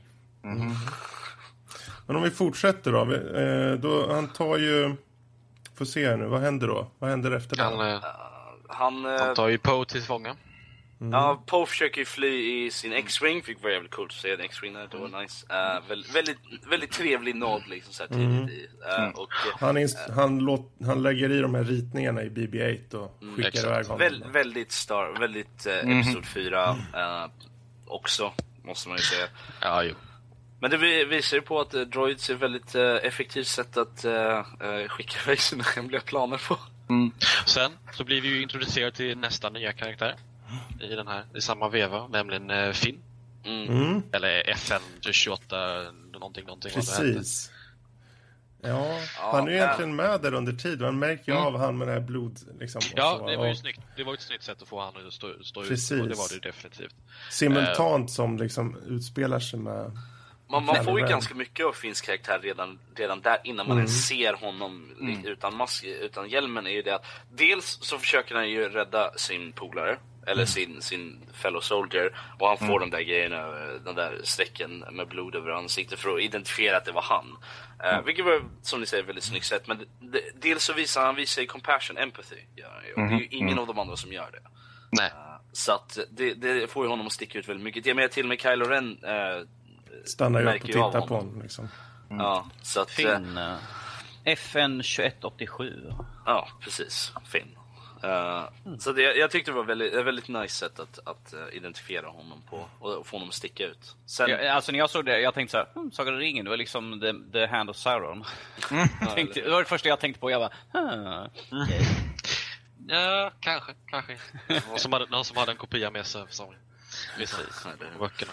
Men om vi fortsätter då. Vi, eh, då han tar ju... Får se här nu, vad händer då? Vad händer efter det?
Han, eh,
Han, eh,
han tar ju Poe till fånga.
ja, Poe försöker ju fly i sin X-Wing, fick vara jävligt coolt att se en X-Wing där, det var nice. Uh, väldigt, väldigt, väldigt trevlig nod liksom så här tidigt i. Uh, och, eh,
Han, inst- han, låt, han lägger i de här ritningarna i B B åtta och skickar
exakt.
iväg honom.
väl, väldigt star, väldigt uh, Episod fyra uh, också, måste man ju säga.
Ja, jo.
Men det vi- visar ju på att uh, droids är ett väldigt uh, effektivt sätt att uh, uh, skicka iväg sina hemliga planer på.
Sen så blir vi ju introducerade till nästa nya karaktär i den här, i samma veva, nämligen eh, Finn.
Mm,
Eller F N tjugoåtta, någonting, någonting. vad det hette.
precis. Ja, han är ju
ja.
egentligen med där under tid. Man märker ju av han med det här blod liksom. och
Ja,
så.
det var ju
Och
snyggt. Det var ju ett snyggt sätt att få han att stå, stå ut.
Precis.
Och det var det ju definitivt.
simultant som liksom utspelar sig med...
Man, man får ju
Kylo Ren.
ganska mycket av Finns karaktär redan, redan där innan man ens ser honom li- utan mask, utan hjälmen är ju det att dels så försöker han ju rädda sin polare eller sin, sin fellow soldier och han får de där grejerna, den där strecken med blod över ansiktet för att identifiera att det var han. Uh, vilket var, som ni säger, väldigt snyggt sätt. Men det, dels så visar han visar compassion, empathy. Ja, och det är ju ingen av de andra som gör det.
Nej.
Så att det, det får ju honom att sticka ut väldigt mycket. Det med till och med Kylo Ren uh,
Stannar ju upp och
märker ju av
tittar på
honom.
honom liksom.
Ja, så att... eh,
Finn. eh, F N tjugoett åttiosju.
Ja, precis. Finn. Uh, Så det, jag tyckte det var väldigt, ett väldigt nice sätt att, att uh, identifiera honom på och få honom att sticka ut. Sen,
Ja, alltså när jag såg det, jag tänkte så här, hm, Sagan om ringen, det var liksom the, the Hand of Sauron. tänkte, det var det första jag tänkte på, jag bara, huh, okej.
Ja, kanske, kanske. Någon som hade, någon som hade en kopia med sig som
Precis.
böckerna.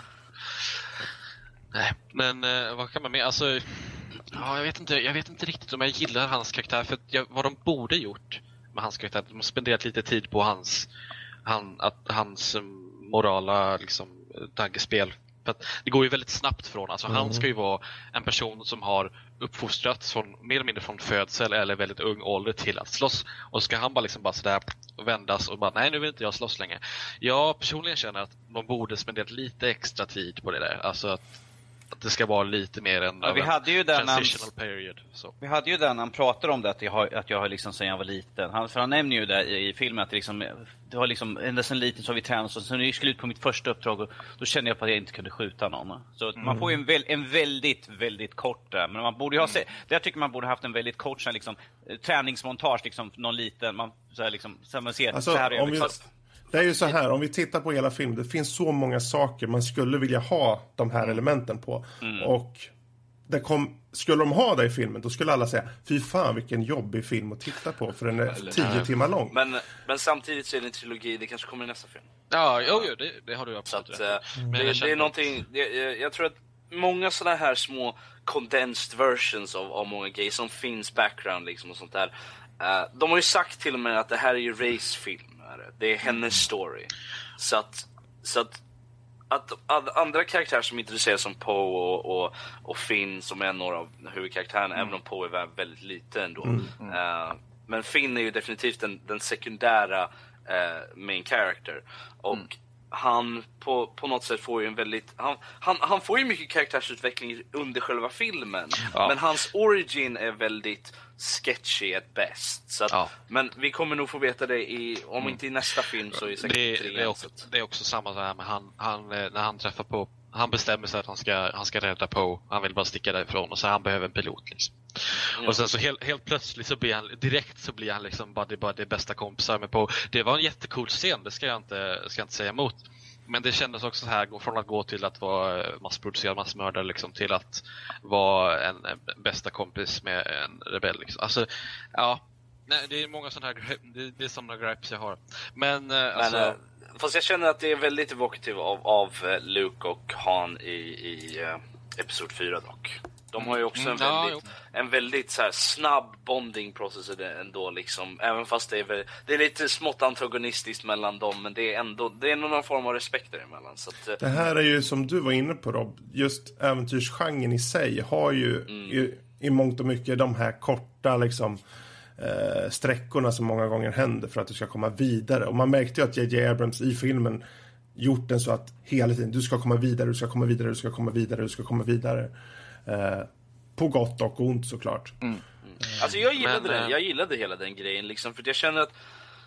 Nej, men eh, vad kan man med? Alltså, ja, jag vet inte, jag vet inte riktigt om jag gillar hans karaktär, för att jag, vad de borde gjort med hans karaktär, de har spenderat lite tid på hans han, att, hans um, morala liksom, tankespel. För att det går ju väldigt snabbt från, alltså han ska ju vara en person som har uppfostrats från, mer eller mindre från födsel eller väldigt ung ålder till att slåss. Och ska han bara liksom bara sådär vändas och bara, nej nu vill inte jag slåss längre. Jag personligen känner att de borde spendera lite extra tid på det där. Alltså att, att det ska vara lite mer än
Ja, vi
en
hade ju den
transitional period. Så.
Vi hade ju den, han pratade om det, att jag har, att jag har liksom sen jag var liten. Han, för han nämner ju det i, i filmen att det liksom, det var liksom ända sen liten så har vi tränat och sen när jag skulle ut på mitt första uppdrag och då kände jag på att jag inte kunde skjuta någon. Så mm. man får ju en, väl, en väldigt, väldigt kort där. Men man borde ju ha sett, det jag tycker man borde haft en väldigt kort sån liksom, träningsmontage, liksom någon liten, man så här liksom, så man ser,
Alltså,
så här är
om vi,
jag,
det är ju så här, om vi tittar på hela filmen, det finns så många saker man skulle vilja ha de här elementen på. Och det kom, skulle de ha det i filmen, då skulle alla säga, fy fan vilken jobbig film att titta på, för den är tio timmar lång.
Men, men samtidigt så är det en trilogi, det kanske kommer i nästa film.
Ja, jo, jo det, det har du
Så
absolut
att,
rätt.
eh,
Men
det,
jag
det
känner
är
att-
någonting, det, jag, jag tror att många sådana här små condensed versions av, av många grejer som finns background liksom och sånt där. eh, de har ju sagt till och med att det här är ju Rey's-film. är det. Det är hennes story. Så att, så att Att, att andra karaktärer som introduceras som Poe och, och, och Finn som är några av huvudkaraktärerna, även om Poe är väldigt liten ändå. Uh, men Finn är ju definitivt den, den sekundära uh, main character. Och mm. han på, på något sätt får ju en väldigt... Han, han, han får ju mycket karaktärsutveckling under själva filmen.
Ja.
Men hans origin är väldigt sketchy at best. Så att,
Ja.
Men vi kommer nog få veta det i, om mm. inte i nästa film så i säkert
det,
tre.
det, är också, det är också samma så här med han, han när han träffar på, han bestämmer sig att han ska, han ska rädda Poe, han vill bara sticka därifrån och så han behöver en pilot liksom. Och sen så helt, helt plötsligt så blir han direkt så blir han liksom buddy buddy bästa kompisar med Poe. Det var en jättecool scen, det ska jag inte ska jag inte säga emot. Men det kändes också så här från att gå till att vara massproducerad massmördare liksom till att vara en, en bästa kompis med en rebell liksom. Alltså ja, nej, det är många sådana här det, det är sådana gripes jag har. Men, Men alltså äh,
fast jag känner att det är väldigt evokativt av, av Luke och Han i, i uh, episod fyra dock. De har ju också en
mm,
väldigt, ja, en väldigt så här snabb bonding-process ändå liksom. Även fast det är, väl, det är lite smått antagonistiskt mellan dem. Men det är ändå det är någon form av respekt däremellan. Så att,
det här är ju som du var inne på Rob. Just äventyrsgenren i sig har ju mm. i, i mångt och mycket de här korta liksom eh, sträckorna som många gånger händer för att du ska komma vidare. Och man märkte ju att J J Abrams i filmen gjort den så att hela tiden du ska komma vidare, du ska komma vidare, du ska komma vidare, du ska komma vidare. Eh, på gott och ont såklart. Mm.
Mm. Alltså jag gillade Men, den, jag gillade hela den grejen liksom, för jag känner att,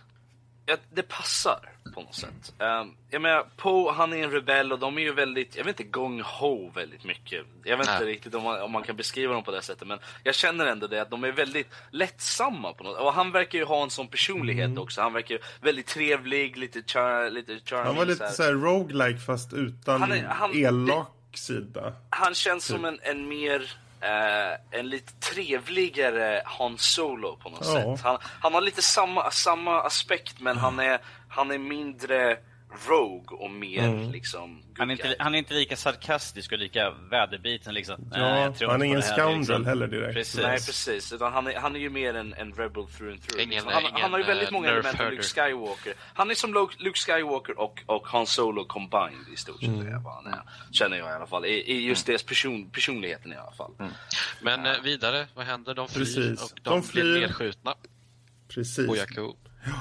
att det passar på något sätt. Um, jag menar, Poe, han är en rebell och de är ju väldigt, jag vet inte, gong-ho väldigt mycket. Jag vet inte Nej. riktigt om man, om man kan beskriva dem på det sättet, men jag känner ändå det att de är väldigt lättsamma på något. Och han verkar ju ha en sån personlighet mm. också. Han verkar ju väldigt trevlig, lite char, lite charming.
Han var lite så här roguelike fast utan han är, han, elak sida.
Han känns som en, en mer eh, en lite trevligare Han Solo på något ja. sätt. Han, han har lite samma, samma aspekt, men han är, han är mindre rogue och mer mm. liksom
han är, inte, han är inte lika sarkastisk och lika väderbiten liksom.
Ja, Nej, jag tror han är ingen scoundrel liksom. heller direkt.
Precis. Nej, precis. Utan han, är, han är ju mer en, en rebel through and through. Ingen, liksom. han, ingen, han har ju väldigt uh, många element av Luke Skywalker. Han är som Luke Skywalker och, och Han Solo combined i stort sett. Mm. Känner jag i alla fall. I, i just mm. deras person, personligheten i alla fall. Mm.
Men uh, vidare, vad händer? De flyr
precis.
och de, de flyr. blir nedskjutna.
Precis.
På Jakku.
Ja.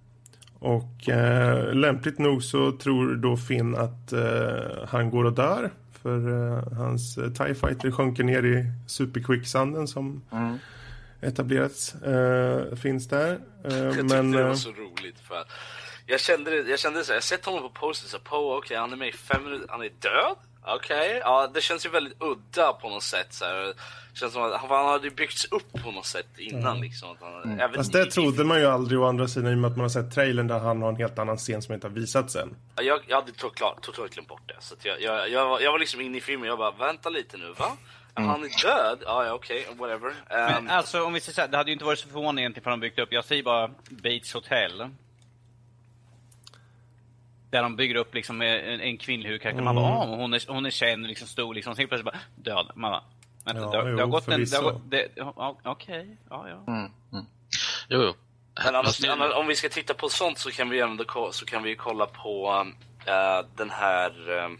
Och eh, lämpligt nog så tror då Finn att eh, han går och dör. För eh, hans eh, TIE Fighter sjunker ner i superquicksanden som mm. etablerats. Eh, finns där. Eh,
jag
men,
tyckte det var så roligt för jag kände det, jag kände så jag sett honom på posten så på okej, okay, han är med i fem minuter, han är död. Okej, okay. Ja, det känns ju väldigt udda på något sätt så här. Känns som att han, han hade byggts upp på något sätt innan mm. liksom att han,
mm. även Fast det i, trodde man ju aldrig å andra sidan i och med att man har sett trailern där han har en helt annan scen som inte har visats än.
Jag, jag hade totalt, totalt glömt bort det så att jag, jag, jag, var, jag var liksom inne i filmen och jag bara, vänta lite nu, va? Mm. Han är död? Ja, ja okej, okay, whatever. Um,
Men alltså om vi säger så här, det hade ju inte varit så förvånande egentligen för de byggt upp, jag säger bara Bates Hotel. Där de bygger upp liksom en, en kvinnlig huvudkaraktär. Mm. Man bara, oh, hon är, hon är känd, liksom stor, liksom. Sen plötsligt bara, död. Man bara, men ja, det, jo, det har gått en... Det har gått, det, ja, okej, okay. ja, ja. Mm. Mm.
Jo, jo.
Men annars, annars, om vi ska titta på sånt så kan vi ändå så kan vi kolla på uh, den här uh,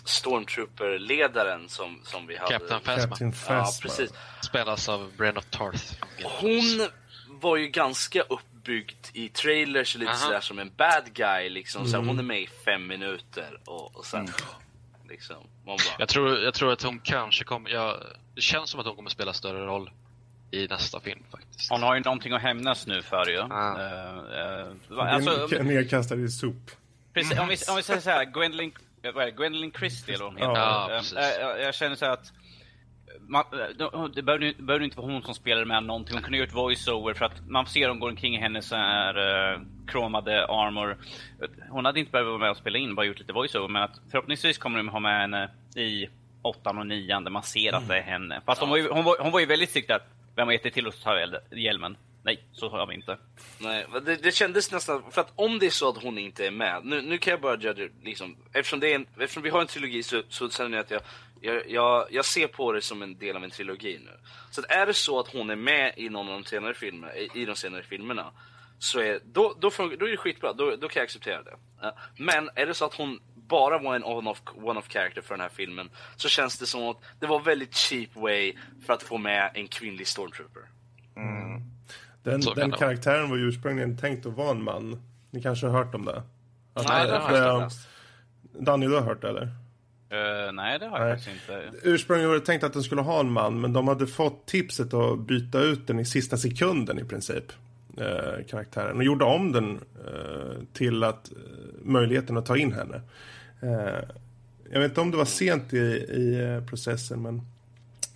Stormtrooper-ledaren som, som vi hade.
Captain Phasma.
Captain Phasma.
Ja, precis.
Spelas av Brienne of Tarth.
Hon var ju ganska uppbyggt i trailers lite sådär som en bad guy liksom. Mm. Så hon är med i fem minuter och, och sen mm. liksom, man bara...
jag, tror, jag tror att hon kanske kommer jag, det känns som att hon kommer spela större roll i nästa film faktiskt.
Hon har ju någonting att hämnas nu för ju.
Ah.
Uh, uh, alltså,
nedkastad i sop.
Precis, om vi, om vi säger så här, Gwendolyn, vad är det, Gwendolyn Christie eller vad hon heter.
Ja,
uh, uh, jag känner så här att man, det behöver, behöver inte vara hon som spelar med någonting. Hon kunde gjort voice-over för att man ser hon går omkring i hennes så här uh, kromade armor. Hon hade inte behövt vara med och spela in, bara gjort lite voice-over. Men att förhoppningsvis kommer de ha med henne i åttan och nian där man ser att det är henne. Fast hon var ju, hon var, hon var ju väldigt strikt att vem har gett dig till att ta hjälmen? Nej, så har vi inte.
Nej, det, det kändes nästan... För att om det är så att hon inte är med... Nu, nu kan jag bara göra det liksom... Eftersom, det är en, eftersom vi har en trilogi så, så känner jag att jag, jag, jag, jag ser på det som en del av en trilogi nu. Så att är det så att hon är med i någon av de senare filmerna, i, i de senare filmerna, så är, då, då, då, då är det skitbra. Då, då kan jag acceptera det. Men är det så att hon bara var en one-off one of character för den här filmen, så känns det som att det var väldigt cheap way för att få med en kvinnlig Stormtrooper.
Mm. Den, den karaktären var ursprungligen tänkt att vara en man. Ni kanske har hört om det? Att
nej, det har jag inte.
Danny, du har hört det, eller?
Uh, nej, det har jag nej. faktiskt inte.
Ursprungligen var det tänkt att den skulle ha en man, men de hade fått tipset att byta ut den i sista sekunden i princip. Uh, karaktären. Och gjorde om den uh, till att uh, möjligheten att ta in henne. Uh, jag vet inte om det var sent i, i uh, processen, men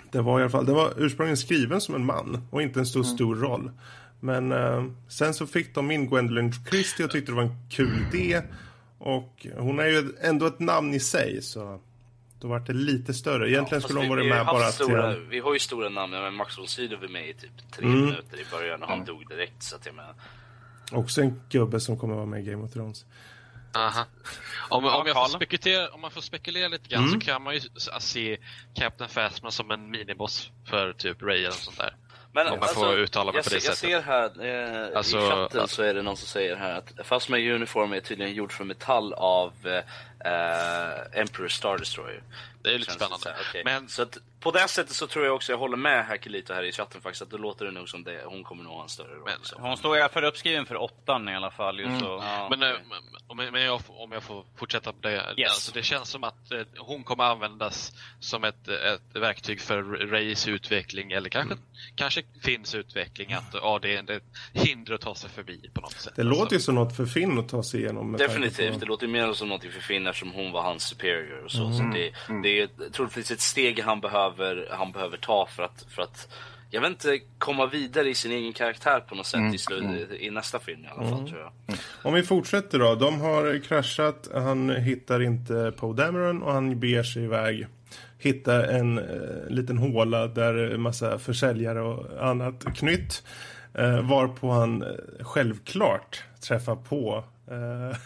Det var i alla fall, det var ursprungligen skriven som en man och inte en stor, mm. stor roll. Men eh, sen så fick de in Gwendolyn Christie och tyckte det var en kul idé. Och hon är ju ändå ett namn i sig, så då var det lite större. Egentligen ja, skulle hon vara med bara
stora,
till...
Vi har ju stora namn, men Max von Sydow var med i typ tre mm. minuter i början och han mm. dog direkt, så att jag menar...
Också en gubbe som kommer vara med i Game of Thrones.
Aha. Om, om, jag får spekulera, om man får spekulera lite grann mm. så kan man ju se Captain Phasma som en miniboss för typ Rey eller sånt där.
Men,
om man
alltså,
får uttala mig
jag,
på det
jag
sättet.
ser här, eh, alltså, i chatten att... så är det någon som säger här att Phasma uniform är tydligen gjord för metall av eh, Emperor Star Destroyer.
Det är lite spännande.
Så, här, okay.
Men
så att, på det sättet så tror jag också, jag håller med Hakilito här i chatten faktiskt, att då låter det nog som det, hon kommer nog ha en större roll.
Men, hon står i alla fall uppskriven för åttan i alla fall. Just mm. så.
Ja, men okay. om, men jag, om jag får fortsätta på det. Yes. Alltså, det känns som att eh, hon kommer användas som ett, ett verktyg för Reys utveckling. Eller kanske, mm. kanske finns utveckling. Att ja, det är ett hinder att ta sig förbi på något sätt.
Det alltså. låter ju som något för Finn att ta sig igenom.
Definitivt, på... det låter mer som något för Finn eftersom hon var hans superior. Och så. Mm. Så det, det är troligtvis ett steg han behöver, han behöver ta för att, för att jag vet inte, komma vidare i sin egen karaktär på något sätt mm. i, slu- i nästa film i alla fall, mm. tror jag.
Mm. Om vi fortsätter då, de har kraschat, han hittar inte Poe Dameron och han beger sig iväg. Hittar en eh, liten håla där en massa försäljare och annat knytt. Eh, varpå han eh, självklart träffar på eh,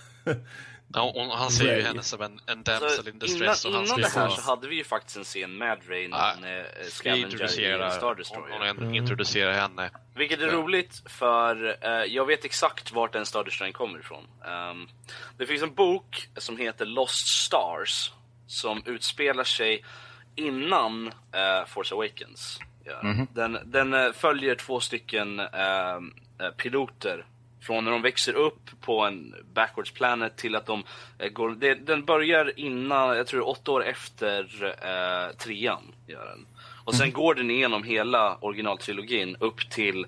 Ja, och han ser Ray. ju henne som en, en damsel alltså, in distress.
Innan, innan det här så hade vi ju faktiskt en scen med Ray när hon äh, scavenger i Star Destroyer.
Hon, hon mm. introducerar henne.
Vilket är roligt, för uh, jag vet exakt vart den Star Destroyer kommer ifrån. Um, det finns en bok som heter Lost Stars som utspelar sig innan uh, Force Awakens. Ja. Mm-hmm. Den, den uh, följer två stycken uh, uh, piloter från när de växer upp på en backwards planet till att de eh, går... Det, den börjar innan, jag tror åtta år efter eh, trean. Gör den. Och sen mm. går den igenom hela originaltrilogin upp till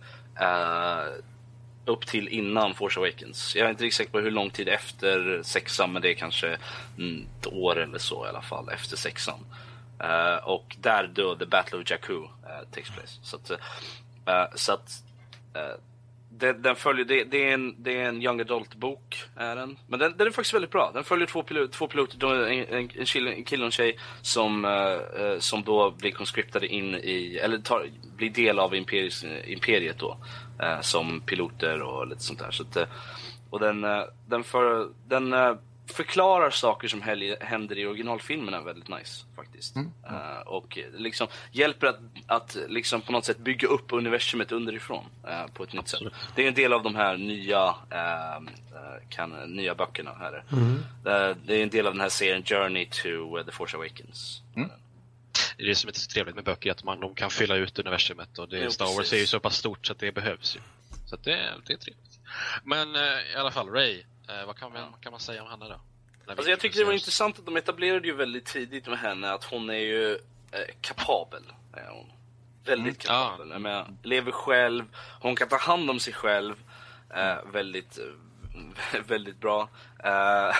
eh, upp till innan Force Awakens. Jag är inte riktigt säker på hur lång tid efter sexan, men det är kanske mm, ett år eller så i alla fall efter sexan. Eh, och där då The Battle of Jakku eh, takes place. Så att... Eh, så att eh, Den, den följer, det, det, är en, det är en young adult-bok, är den. Men den, den är faktiskt väldigt bra. Den följer två, pilot, två piloter, en, en, en kille och en tjej som, uh, som då blir conscriptade in i, eller tar, blir del av imperiet, imperiet då, uh, som piloter och lite sånt där. Så att, uh, och den, uh, den, för, den uh, förklarar saker som händer i originalfilmerna väldigt nice faktiskt. Mm. Uh, och liksom hjälper att, att liksom på något sätt bygga upp universumet underifrån uh, på ett nytt Absolut. sätt. Det är en del av de här nya uh, kan, nya böckerna här. Mm. Uh, det är en del av den här serien Journey to uh, the Force Awakens. Mm.
Det är det som är så trevligt med böcker, att man de kan fylla ut universumet, och det, jo, Star Wars precis. är ju så pass stort så att det behövs ju. Så att det, det är trevligt. Men uh, i alla fall Rey. Eh, vad, kan man, vad kan man säga om henne då?
Alltså jag tycker det var intressant att de etablerade ju väldigt tidigt med henne att hon är ju eh, kapabel. Är hon. Väldigt mm. kapabel. Ja. Jag menar, lever själv, hon kan ta hand om sig själv. Eh, väldigt, väldigt bra. Eh,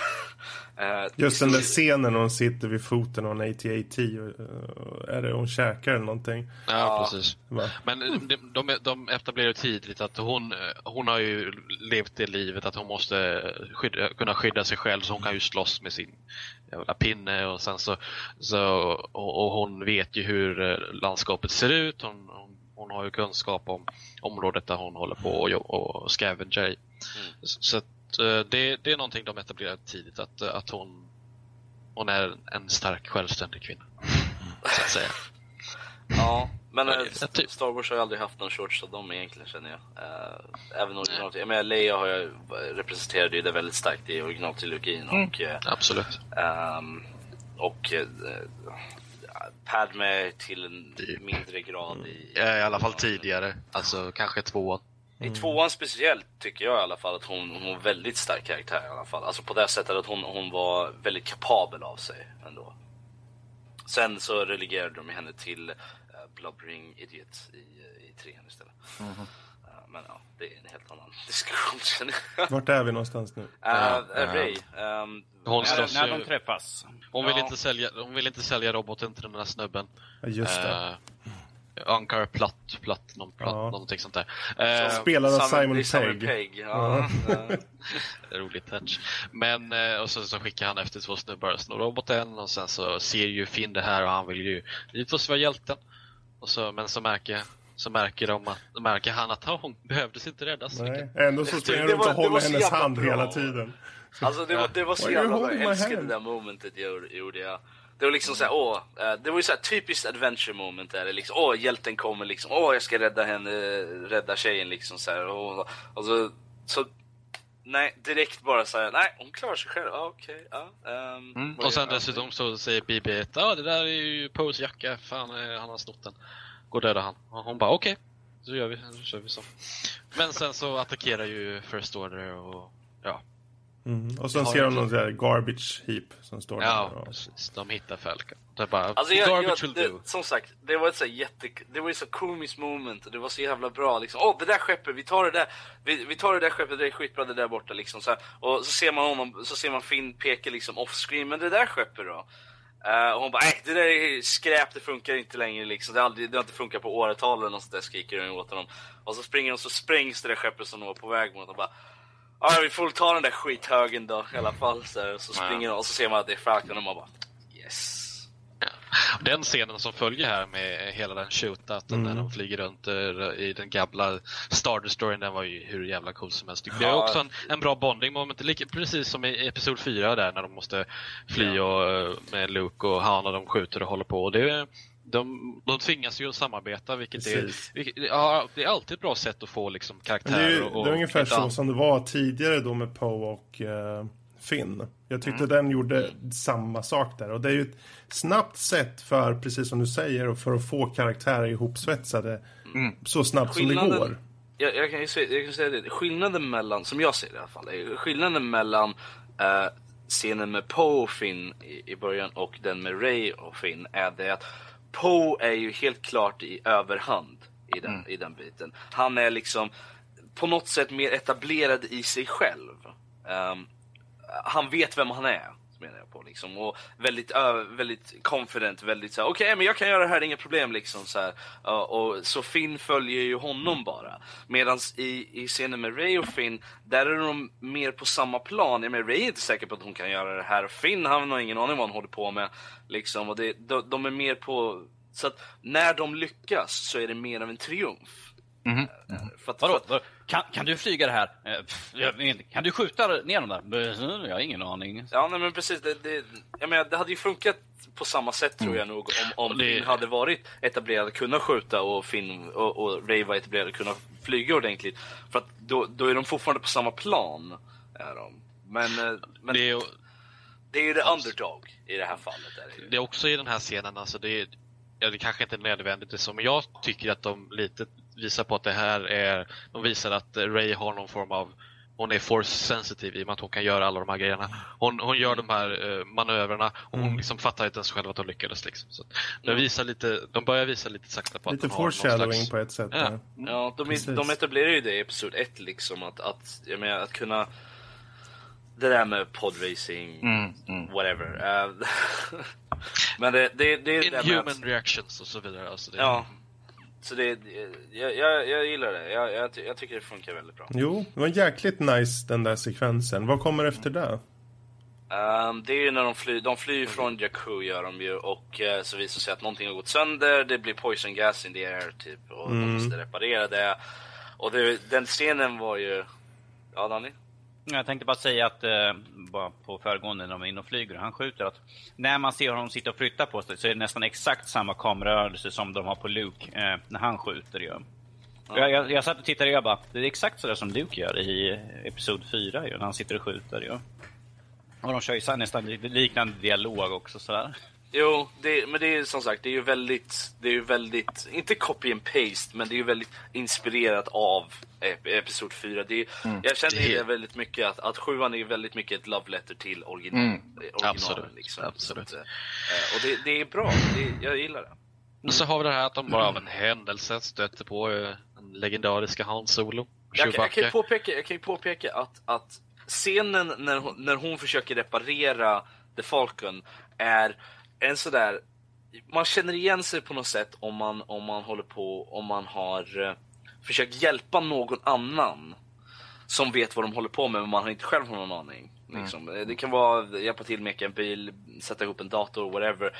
Just den där scenen när hon sitter vid foten av en A T A T. Är det hon käkar eller någonting?
Ja, ja. precis. Va? Men de, de, de etablerar tidigt att hon, hon har ju levt det livet att hon måste skydda, kunna skydda sig själv, så hon kan ju slåss med sin jävla pinne, och sen så, så och, och hon vet ju hur landskapet ser ut. Hon, hon, hon har ju kunskap om området där hon håller på och, och scavenger. Mm. Så, så Det, det är någonting de etablerar tidigt, att, att hon, hon är en stark, självständig kvinna, så att säga.
Ja, men äh, Star Wars har ju aldrig haft någon shorts av dem egentligen, känner jag. Äh, även originalt. Jag menar, Leia har jag representerade ju det väldigt starkt i originaltrilogin.
Mm.
Och, äh,
absolut.
Ähm, och äh, Padme till en mindre grad i...
Ja, i alla fall tidigare. Alltså kanske tvåan.
I tvåan speciellt tycker jag i alla fall att hon, hon var väldigt stark karaktär i alla fall. Alltså på det sättet att hon, hon var väldigt kapabel av sig ändå. Sen så relegerade de henne till uh, Blubbering Idiot i, i trean istället. Mm-hmm. men ja, det är en helt annan diskussion.
Vart är vi någonstans nu?
Uh, ja, Ray. Um,
hon
när, när de träffas.
Hon vill,
ja.
inte sälja, hon vill inte sälja roboten till den där snubben.
Ja, just det.
Uh, Ankar platt, platt, någon platt,
ja.
någonting sånt där. Uh,
Spelad av Simon, Simon Pegg.
Pegg. Ja. Ja.
Roligt touch. Men, och så, så skickar han efter två snubbar och snor roboten. Och sen så ser ju Finn det här och han vill ju givetvis vara hjälten. Och så, men så märker, så märker, de att, märker han att hon behövdes inte räddas.
Nej, ändå så springer runt och håller hennes hand bra. Hela tiden.
Alltså det var, det var så jävla bra. Jag älskade det där momentet jag gjorde. Jag. Det var liksom såhär, åh, det var ju såhär typiskt adventure moment där det liksom, åh, hjälten kommer liksom, åh, jag ska rädda henne, rädda tjejen liksom såhär, och, och så, så, nej, direkt bara såhär, nej, hon klarar sig själv, ah, okej, okay, ja. Ah, um,
mm. Och sen dessutom så säger B B att, ja, det där är ju Poes jacka, fan, han har snott den. Går döda han. Och hon bara, okej, okay, så gör vi, så kör vi så. Men sen så attackerar ju First Order och, ja.
Mm. Och sen ser de någon sån här garbage heap som står
ja,
där. Ja,
precis. De hittar Falcon. Det är bara,
alltså jag,
garbage
jag,
will
det,
do.
som sagt, det var ett så jätte, det var ett så komiskt moment och det var så jävla bra liksom. Åh, det där skeppet, vi tar det där, vi, vi tar det där skeppet, det är skitbra det där borta liksom så här. Och så ser man honom, så ser man Finn peka liksom off-screen, men det där skeppet då. Uh, och hon bara, nej, det där är skräp, det funkar inte längre liksom. Det har, aldrig, det har inte funkat på åratal eller något sånt där, skriker hon åt honom. Och så springer de, så sprängs det där skeppet som de var på väg mot och bara, ja, vi får ta den där skithögen då i alla fall. Så, här, så springer de och så ser man att det är Falcon och man bara, yes.
Ja. Den scenen som följer här med hela den shootouten mm. när de flyger runt i den gamla Star Destroyern, den var ju hur jävla cool som helst. Det är ja. också en, en bra bonding moment, precis som i episod fyra där när de måste fly och, med Luke och Han och de skjuter och håller på. Och det är, de, de tvingas ju att samarbeta, vilket är, vilket, ja, det är alltid ett bra sätt att få liksom karaktärer.
Det är, ju,
och,
det är ungefär så
an...
som det var tidigare då med Poe och uh, Finn. Jag tyckte mm. den gjorde mm. samma sak där. Och det är ju ett snabbt sätt för, precis som du säger, för att få karaktärer ihopsvetsade mm. så snabbt som det går.
Jag, jag, kan ju säga, jag kan säga det. Skillnaden mellan, som jag ser det i alla fall, är skillnaden mellan uh, scenen med Poe och Finn i, i början och den med Ray och Finn är det att Poe är ju helt klart i överhand i den, mm. i den biten. Han är liksom på något sätt mer etablerad i sig själv. Um, han vet vem han är, menar jag på liksom, och väldigt ö, väldigt confident, väldigt så här, okej, okay, men jag kan göra det här, inga problem liksom så här. Uh, och så Finn följer ju honom bara. Medans i i scenen med Ray och Finn, där är de mer på samma plan. Jag menar, Ray är inte säker på att hon kan göra det här, och Finn han har ingen aning vad han håller på med liksom, och det, de, de är mer på, så att när de lyckas så är det mer av en triumf.
Mm. För att, Vadå? För att, kan, kan du flyga det här? Kan du skjuta ner dem där? Jag har ingen aning.
Ja, nej, men precis. Det, det, jag menar, det hade ju funkat på samma sätt, tror jag nog, om, om det... Finn hade varit etablerad att kunna skjuta och Finn och, och Ray var etablerad att kunna flyga ordentligt. För att då, då är de fortfarande på samma plan. Är de. Men, men det, är, det är ju the underdog i det här fallet. Är det, ju.
Det är också i den här scenen, alltså det är, ja, det kanske inte är nödvändigt det så, men jag tycker att de lite visar på att det här är, de visar att Ray har någon form av, hon är force sensitive i och med att hon kan göra alla de här grejerna. Hon, hon gör de här uh, manövrerna och hon liksom fattar inte ens själv att hon lyckades liksom. Så de visar lite, de börjar visa lite sakta på
lite
att de har
foreshadowing
slags...
på ett sätt.
Ja, ja. ja de, de etablerar ju det i episod ett liksom, att, att, jag menar, att kunna det där med podracing, mm, mm. whatever. Uh, men det, det, det är det
human att... reactions och så vidare. Alltså det...
Ja, så det, jag, jag, jag gillar det. Jag, jag, jag tycker det funkar väldigt bra.
Jo, det var jäkligt nice den där sekvensen. Vad kommer efter det?
Um, det är ju när de flyr, de flyr från Jakku, gör de ju, och uh, så visar sig att någonting har gått sönder. Det blir poison gas in the air typ, och mm. de måste reparera det. Och det, den scenen var ju, ja, Danny?
Jag tänkte bara säga att eh, bara på föregående när de är inne och flyger, han skjuter, att när man ser honom sitta och flytta på sig så är det nästan exakt samma kamerarörelse som de har på Luke eh, när han skjuter. Ja. Ja. Jag, jag, jag satt och tittade och jag bara, det är exakt så där som Luke gör i episod fyra, ja, när han sitter och skjuter. Ja. Och de kör ju nästan liknande dialog också sådär.
Jo, det, men det är som sagt, det är ju väldigt, det är ju väldigt, inte copy and paste, men det är ju väldigt inspirerat av episod fyra. Det är, mm, jag känner det, det väldigt mycket att, att sjuan är väldigt mycket ett love letter till original, mm, originalen.
Absolut,
liksom.
absolut.
Så att, och det, det är bra, det, jag gillar det.
Och så har vi det här att de bara av en händelse stöter på en den legendariska Han Solo.
Jag, jag, kan ju påpeka, jag kan ju påpeka att, att scenen när hon, när hon försöker reparera The Falcon är en sådär... Man känner igen sig på något sätt om man, om man håller på, om man har uh, försökt hjälpa någon annan som vet vad de håller på med, men man har inte själv någon aning. Liksom. Mm. Det kan vara hjälpa till med en bil, sätta ihop en dator, whatever.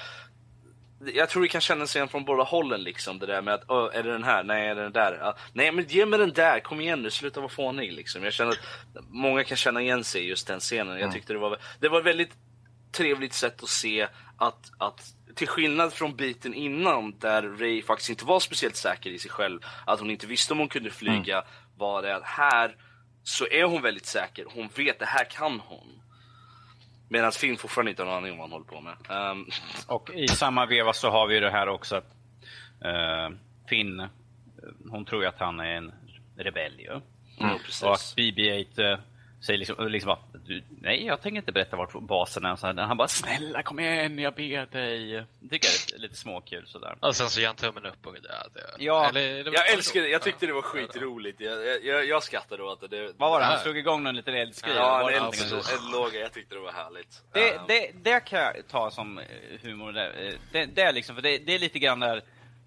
Jag tror vi kan känna sig igen från båda hållen liksom, det där med att, är det den här? Nej, är det den där? Uh, nej, men ge mig den där, kom igen nu, sluta vara fånig liksom. Jag känner att många kan känna igen sig i just den scenen. Mm. Jag tyckte det var, det var ett väldigt trevligt sätt att se att, att till skillnad från biten innan, där Rey faktiskt inte var speciellt säker i sig själv, att hon inte visste om hon kunde flyga, mm. var det att här så är hon väldigt säker. Hon vet, det här kan hon. Medan Finn fortfarande inte har någon aning om vad han håller på med. Um...
Och i samma veva så har vi det här också att uh, Finn, hon tror ju att han är en rebell ju.
Mm,
och att B B åtta uh, säger liksom, liksom att nej, jag tänker inte berätta vart basen är. Så han bara, snälla kom igen, jag ber dig. Det tycker jag är lite småkul sådär.
Och sen så ger han tummen upp. Och det, det,
ja,
eller, det
jag älskar det. Jag tyckte det var skitroligt. Jag, jag, jag skattade då att det...
Vad var det? Han slog igång någon liten eldskriv.
Ja, en eldlåga. Jag tyckte det var härligt.
Det, det, det kan jag ta som humor. Det, det, det är liksom, för det, det är lite grann där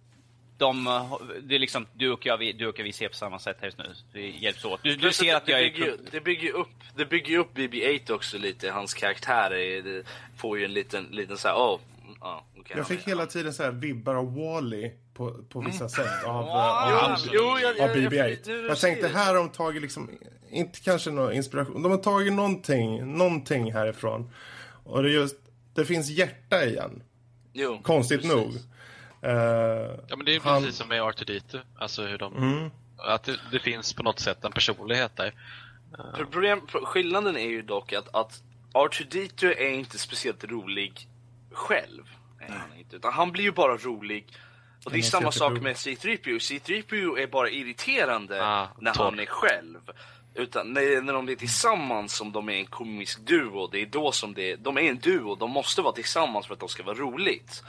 de, det är liksom, du och jag, vi, du och jag, vi ser på samma sätt här just nu. Vi hjälps åt. Du, du ser att
det,
jag
det bygger, är... Det bygger upp, det bygger upp B B åtta också lite. Hans karaktär är, det får ju en liten, liten så här, oh, oh okay,
jag fick
ja.
hela tiden så här vibbar av Wall-E på, på vissa mm. sätt av,
wow.
av, av,
jo, jag, jag,
av B B åtta.
Jag, jag,
jag tänkte, här har de tagit liksom, inte kanske någon inspiration. De har tagit någonting, någonting härifrån. Och det är just, det finns hjärta igen.
Jo,
konstigt
precis.
nog. Uh,
ja, men det är
han...
precis som med R two D two. Alltså hur de...
Mm.
Att det, det finns på något sätt en personlighet där.
Uh. Problem, skillnaden är ju dock att, att R two D two är inte speciellt rolig själv. Är han inte, utan han blir ju bara rolig. Och det är samma sak med C three P O. C three P O är bara irriterande ah, när torr. han är själv. Utan när, när de är tillsammans som de är en komisk duo, det är då som det är, de är en duo, de måste vara tillsammans för att de ska vara roligt.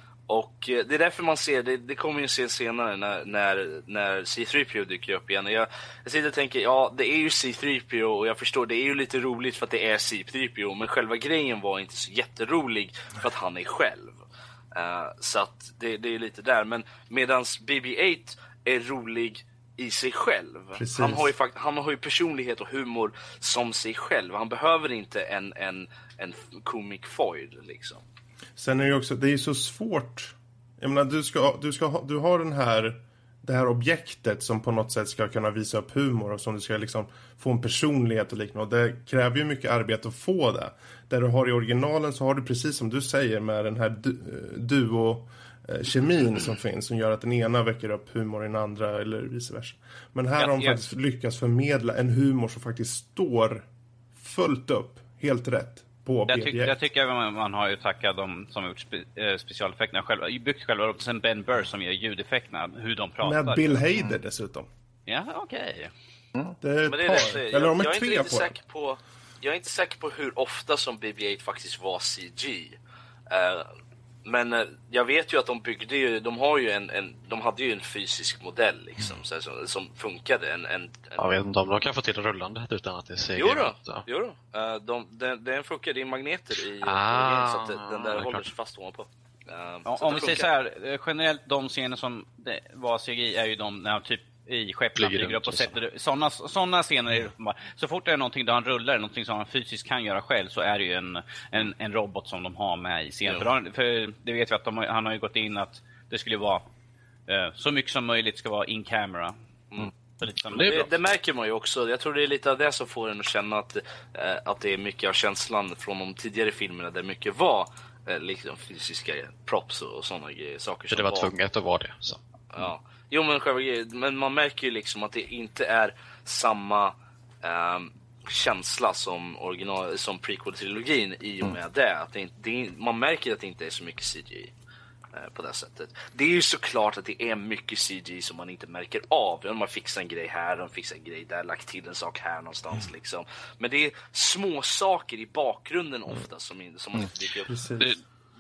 Och eh, det är därför man ser, det, det kommer ju se senare när, när, när C three P O dyker upp igen. Och jag, jag sitter och tänker, ja det är ju C three P O och jag förstår, det är ju lite roligt för att det är C three P O, men själva grejen var inte så jätterolig för att han är själv. Uh, så att det, det är lite där, men medans B B åtta är rolig i sig själv. Han har, ju fakt- han har ju personlighet och humor som sig själv. Han behöver inte en, en, en comic foil liksom.
Sen är det ju också, det är ju så svårt. Jag menar, du ska, du ska ha, du har den här, det här objektet som på något sätt ska kunna visa upp humor och som du ska liksom få en personlighet och liknande. Och det kräver ju mycket arbete att få det. Där du har i originalen så har du precis som du säger med den här du- duo kemin som finns som gör att den ena väcker upp humor i den andra eller vice versa. Men här ja, har de ja. faktiskt lyckats förmedla en humor som faktiskt står fullt upp, helt rätt på
jag, tyck, jag tycker man, man har ju tackat de som har gjort spe, äh, specialeffekterna själva, byggt själva upp, sen Ben Burr som gör ljudeffekterna, hur de pratar.
Med Bill Hader mm. dessutom.
Ja, okej. Okay.
Mm. Det är ett
Men det är
par.
det,
eller
jag,
de är
jag är
tre
inte
på,
riktigt säker på Jag är inte säker på hur ofta som B B åtta faktiskt var C G. Uh, Men eh, jag vet ju att de byggde ju, de har ju en, en de hade ju en fysisk modell liksom så här, som, som funkade en, en, en
jag vet inte om de kan få till rullande utan att det ser
Jo då, ja. jo då. Uh, de, den, den funkar, det är magneter i ah, så att det, den där håller sig fast ovanpå. Uh,
ja, om vi säger så här, generellt de scener som det var C G I är ju de när typ i skeppen flyger upp och sätter sådana såna scener är bara, så fort det är någonting där han rullar, någonting som han fysiskt kan göra själv, så är det ju en, en, en robot som de har med i scenen. För, de, för det vet vi att de, han har ju gått in att det skulle vara eh, så mycket som möjligt ska vara in camera. Mm. Så lite som
det, det, det märker man ju också. Jag tror det är lite av det som får en att känna att, eh, att det är mycket av känslan från de tidigare filmerna där mycket var eh, liksom fysiska props och sådana saker.
Så det var, var tvunget att vara det. Så.
Ja. Jo, men, själva, men man märker ju liksom att det inte är samma eh, känsla som original, som prequel-trilogin i och med mm. det. Att det, det. Man märker att det inte är så mycket C G I eh, på det sättet. Det är ju såklart att det är mycket C G I som man inte märker av. De har fixat en grej här, de fixar en grej där, lagt till en sak här någonstans mm. liksom. Men det är små saker i bakgrunden ofta som, som man inte dyker upp.
Det,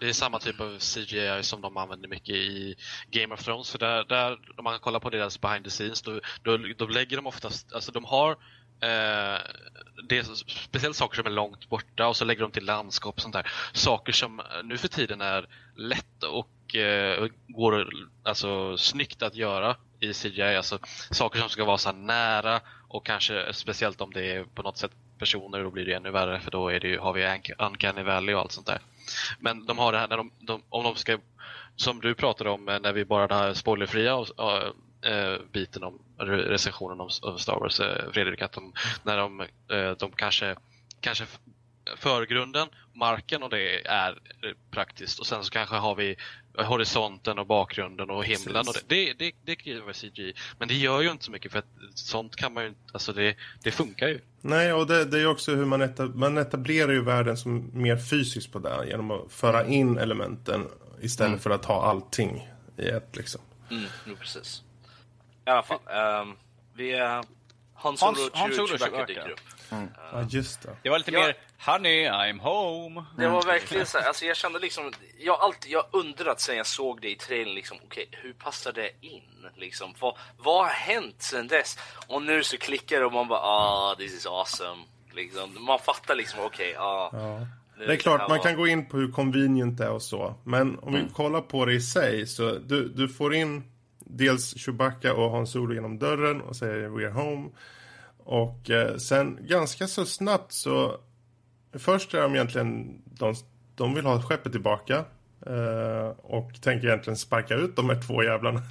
det är samma typ av C G I som de använder mycket i Game of Thrones. För där, där om man kollar på deras behind the scenes, då, då, då lägger de oftast, alltså de har eh, det är speciellt saker som är långt borta och så lägger de till landskap och sånt där. Saker som nu för tiden är lätt och eh, går alltså snyggt att göra i C G I. Alltså saker som ska vara så här nära och kanske speciellt om det är på något sätt personer, då blir det ännu värre för då är det ju, har vi Uncanny Valley och allt sånt där. Men de har det här när de, de, om de ska, som du pratade om när vi bara den här spoilerfria och, och, äh, biten om recensionen om, om Star Wars, äh, Fredrik, att de, när de, äh, de kanske, kanske förgrunden, marken och det är praktiskt och sen så kanske har vi horisonten och bakgrunden och himlen och det, det, det, det kräver C G I. Men det gör ju inte så mycket för att sånt kan man ju inte, alltså det, det funkar ju.
Nej, och det, det är också hur man, etab- man etablerar ju världen som mer fysiskt på det genom att föra in elementen istället mm. för att ha allting i ett liksom.
Mm, jo, precis. I alla fall, um, vi är Han Solo och Chewbacca dyker upp.
Mm. Ja, just det.
Det var lite ja. mer Honey, I'm home.
Det var verkligen så här, alltså jag kände liksom jag alltid jag undrat sen jag såg det i trailern liksom, okej, okay, hur passar det in liksom? Vad vad har hänt sen dess? Och nu så klickar det och man bara ah, this is awesome. Liksom man fattar liksom okej, okay, ah.
Ja. Det är klart man kan gå in på hur convenient det är och så, men om mm. vi kollar på det i sig så du du får in dels Chewbacca och Han Solo genom dörren och säger we're home. Och eh, sen ganska så snabbt så först är de egentligen de, de vill ha skeppet tillbaka eh, och tänker egentligen sparka ut de här två jävlarna.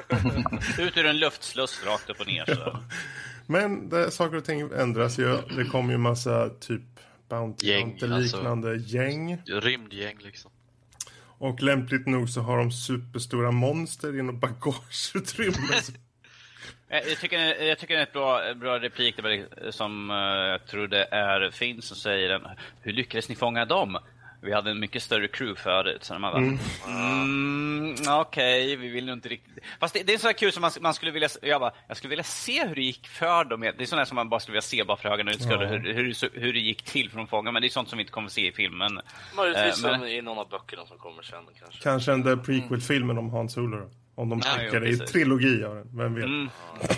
Ut ur en luftsluss rakt upp och ner så.
Ja. Men det, saker och ting ändras ju. Det kommer ju massa typ bounty-liknande alltså, gäng.
Rymdgäng liksom.
Och lämpligt nog så har de superstora monster inom bagageutrymmet.
Jag tycker, jag tycker det är ett bra, bra replik som uh, jag tror det är Finn som säger den. Hur lyckades ni fånga dem? Vi hade en mycket större crew förut. Så man bara, mm. mm, okej, okay, vi vill nog inte riktigt. Fast det, det är så här kul som man, man skulle vilja, jag bara, jag skulle vilja se hur det gick för dem. Det är sånt som man bara skulle vilja se bara för ögonen ut, ja. hur, hur, hur det gick till för de fångar. Men det är sånt som vi inte kommer se i filmen.
Möjligtvis uh, men... i någon av böckerna som kommer sen kanske.
Kanske en prequel-filmen om Han Solo. Om de skickar det i trilogi av den, vem vet. Mm.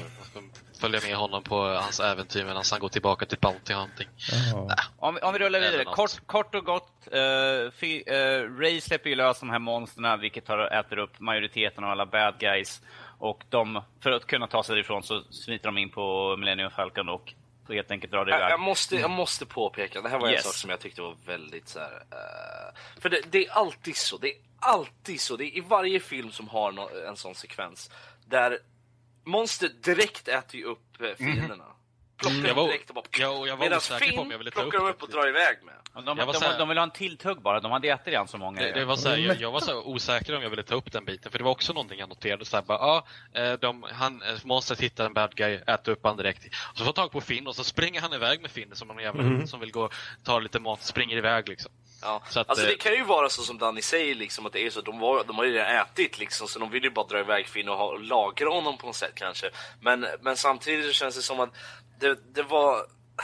Följa med honom på hans äventyr medan han går tillbaka till Bounty Hunting.
Nah. Om, om vi rullar vidare, kort, kort och gott uh, fi, uh, Rey släpper ju lös de här monsterna, vilket tar, äter upp majoriteten av alla bad guys. Och de, för att kunna ta sig därifrån så smiter de in på Millennium Falcon och helt enkelt drar det iväg.
Jag, jag, måste, jag måste påpeka, det här var en yes. sak som jag tyckte var väldigt så här, uh, för det, det är alltid så, det är alltid så, det är i varje film som har no, en sån sekvens där monster direkt äter ju upp eh, fienderna. Mm. Plockar mm,
var,
direkt och bara...
Jag, jag var osäker på om jag ville ta upp
plockar de upp och drar iväg med.
De, de, de, de vill ha en tilltugg bara, de hade ätit igen så många.
Det, det var så här, jag, jag var så osäker om jag ville ta upp den biten, för det var också någonting jag noterade. Så här, bara, ja, de, han, monstret hittar en bad guy, äter upp han direkt. Och så får tag på Finn och så springer han iväg med Finn som någon jävla mm. som vill gå ta lite mat, springer iväg liksom.
Ja. Så att, alltså det kan ju vara så som Danny säger liksom, att det är så de, var, de har ju redan ätit liksom, så de vill ju bara dra iväg Finn och, ha, och lagra honom på något sätt kanske. Men, men samtidigt så känns det som att det, det var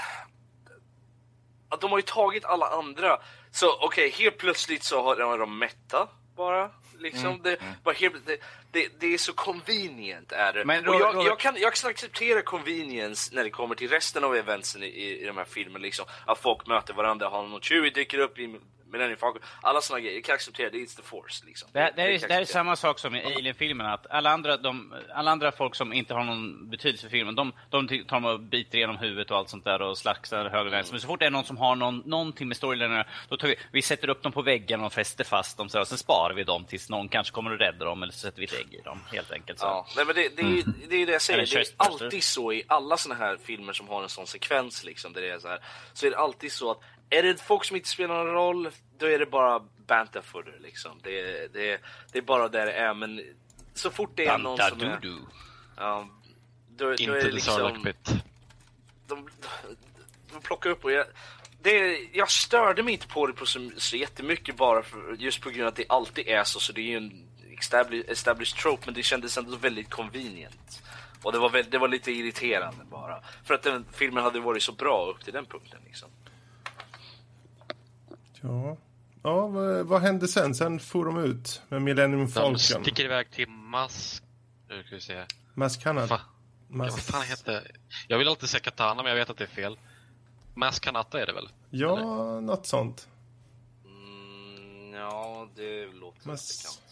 att de har ju tagit alla andra. Så okej, okay, helt plötsligt så har, har de mätta bara liksom. Mm. Det, bara helt, det, det, det är så convenient är det. Men, och jag, jag, kan, jag kan acceptera convenience när det kommer till resten av eventsen i, i, i de här filmerna liksom. Att folk möter varandra, Han och Chewie dyker upp i Millennium Falcon, alla såna grejer, jag kan acceptera det, it's the force liksom.
Det, det, det, är, det är samma sak som i Alien-filmen, att alla andra, de, alla andra folk som inte har någon betydelse för filmen, de, de tar och biter igenom huvudet och allt sånt där och slagsar höger och vänster. Men så fort det är någon som har någon, någonting med storylinen, då tar vi, vi sätter upp dem på väggen och fäster fast dem så här, och sen sparar vi dem tills någon kanske kommer att rädda dem, eller så sätter vi ett ägg i dem, helt enkelt så.
Ja, nej, men det, det, är, det är det jag säger, det är alltid så i alla såna här filmer som har en sån sekvens liksom, där det är så här, så är det alltid så att är det folk som inte spelar någon roll, då är det bara banter för det liksom. Det, det, det är bara där det är, men så fort det är någon som är... Ja, då, då är det liksom... De, de plockar upp och jag... Det, jag störde mig inte på det på så, så jättemycket bara för, just på grund av att det alltid är så, så det är ju en established, established trope, men det kändes ändå väldigt convenient. Och det var, väl, det var lite irriterande bara. För att den filmen hade varit så bra upp till den punkten liksom.
Ja, Ja, vad, vad hände sen? Sen får de ut med Millennium Falcon.
De sticker iväg till Mas... Nu ska vi se.
Mas Kanata.
Fa...
Mas...
Ja, vad fan heter... Jag vill alltid säga Katana, men jag vet att det är fel. Mas Kanata är det väl?
Ja,
eller?
Något sånt.
Mm, ja, det låter
Mas...
bekant.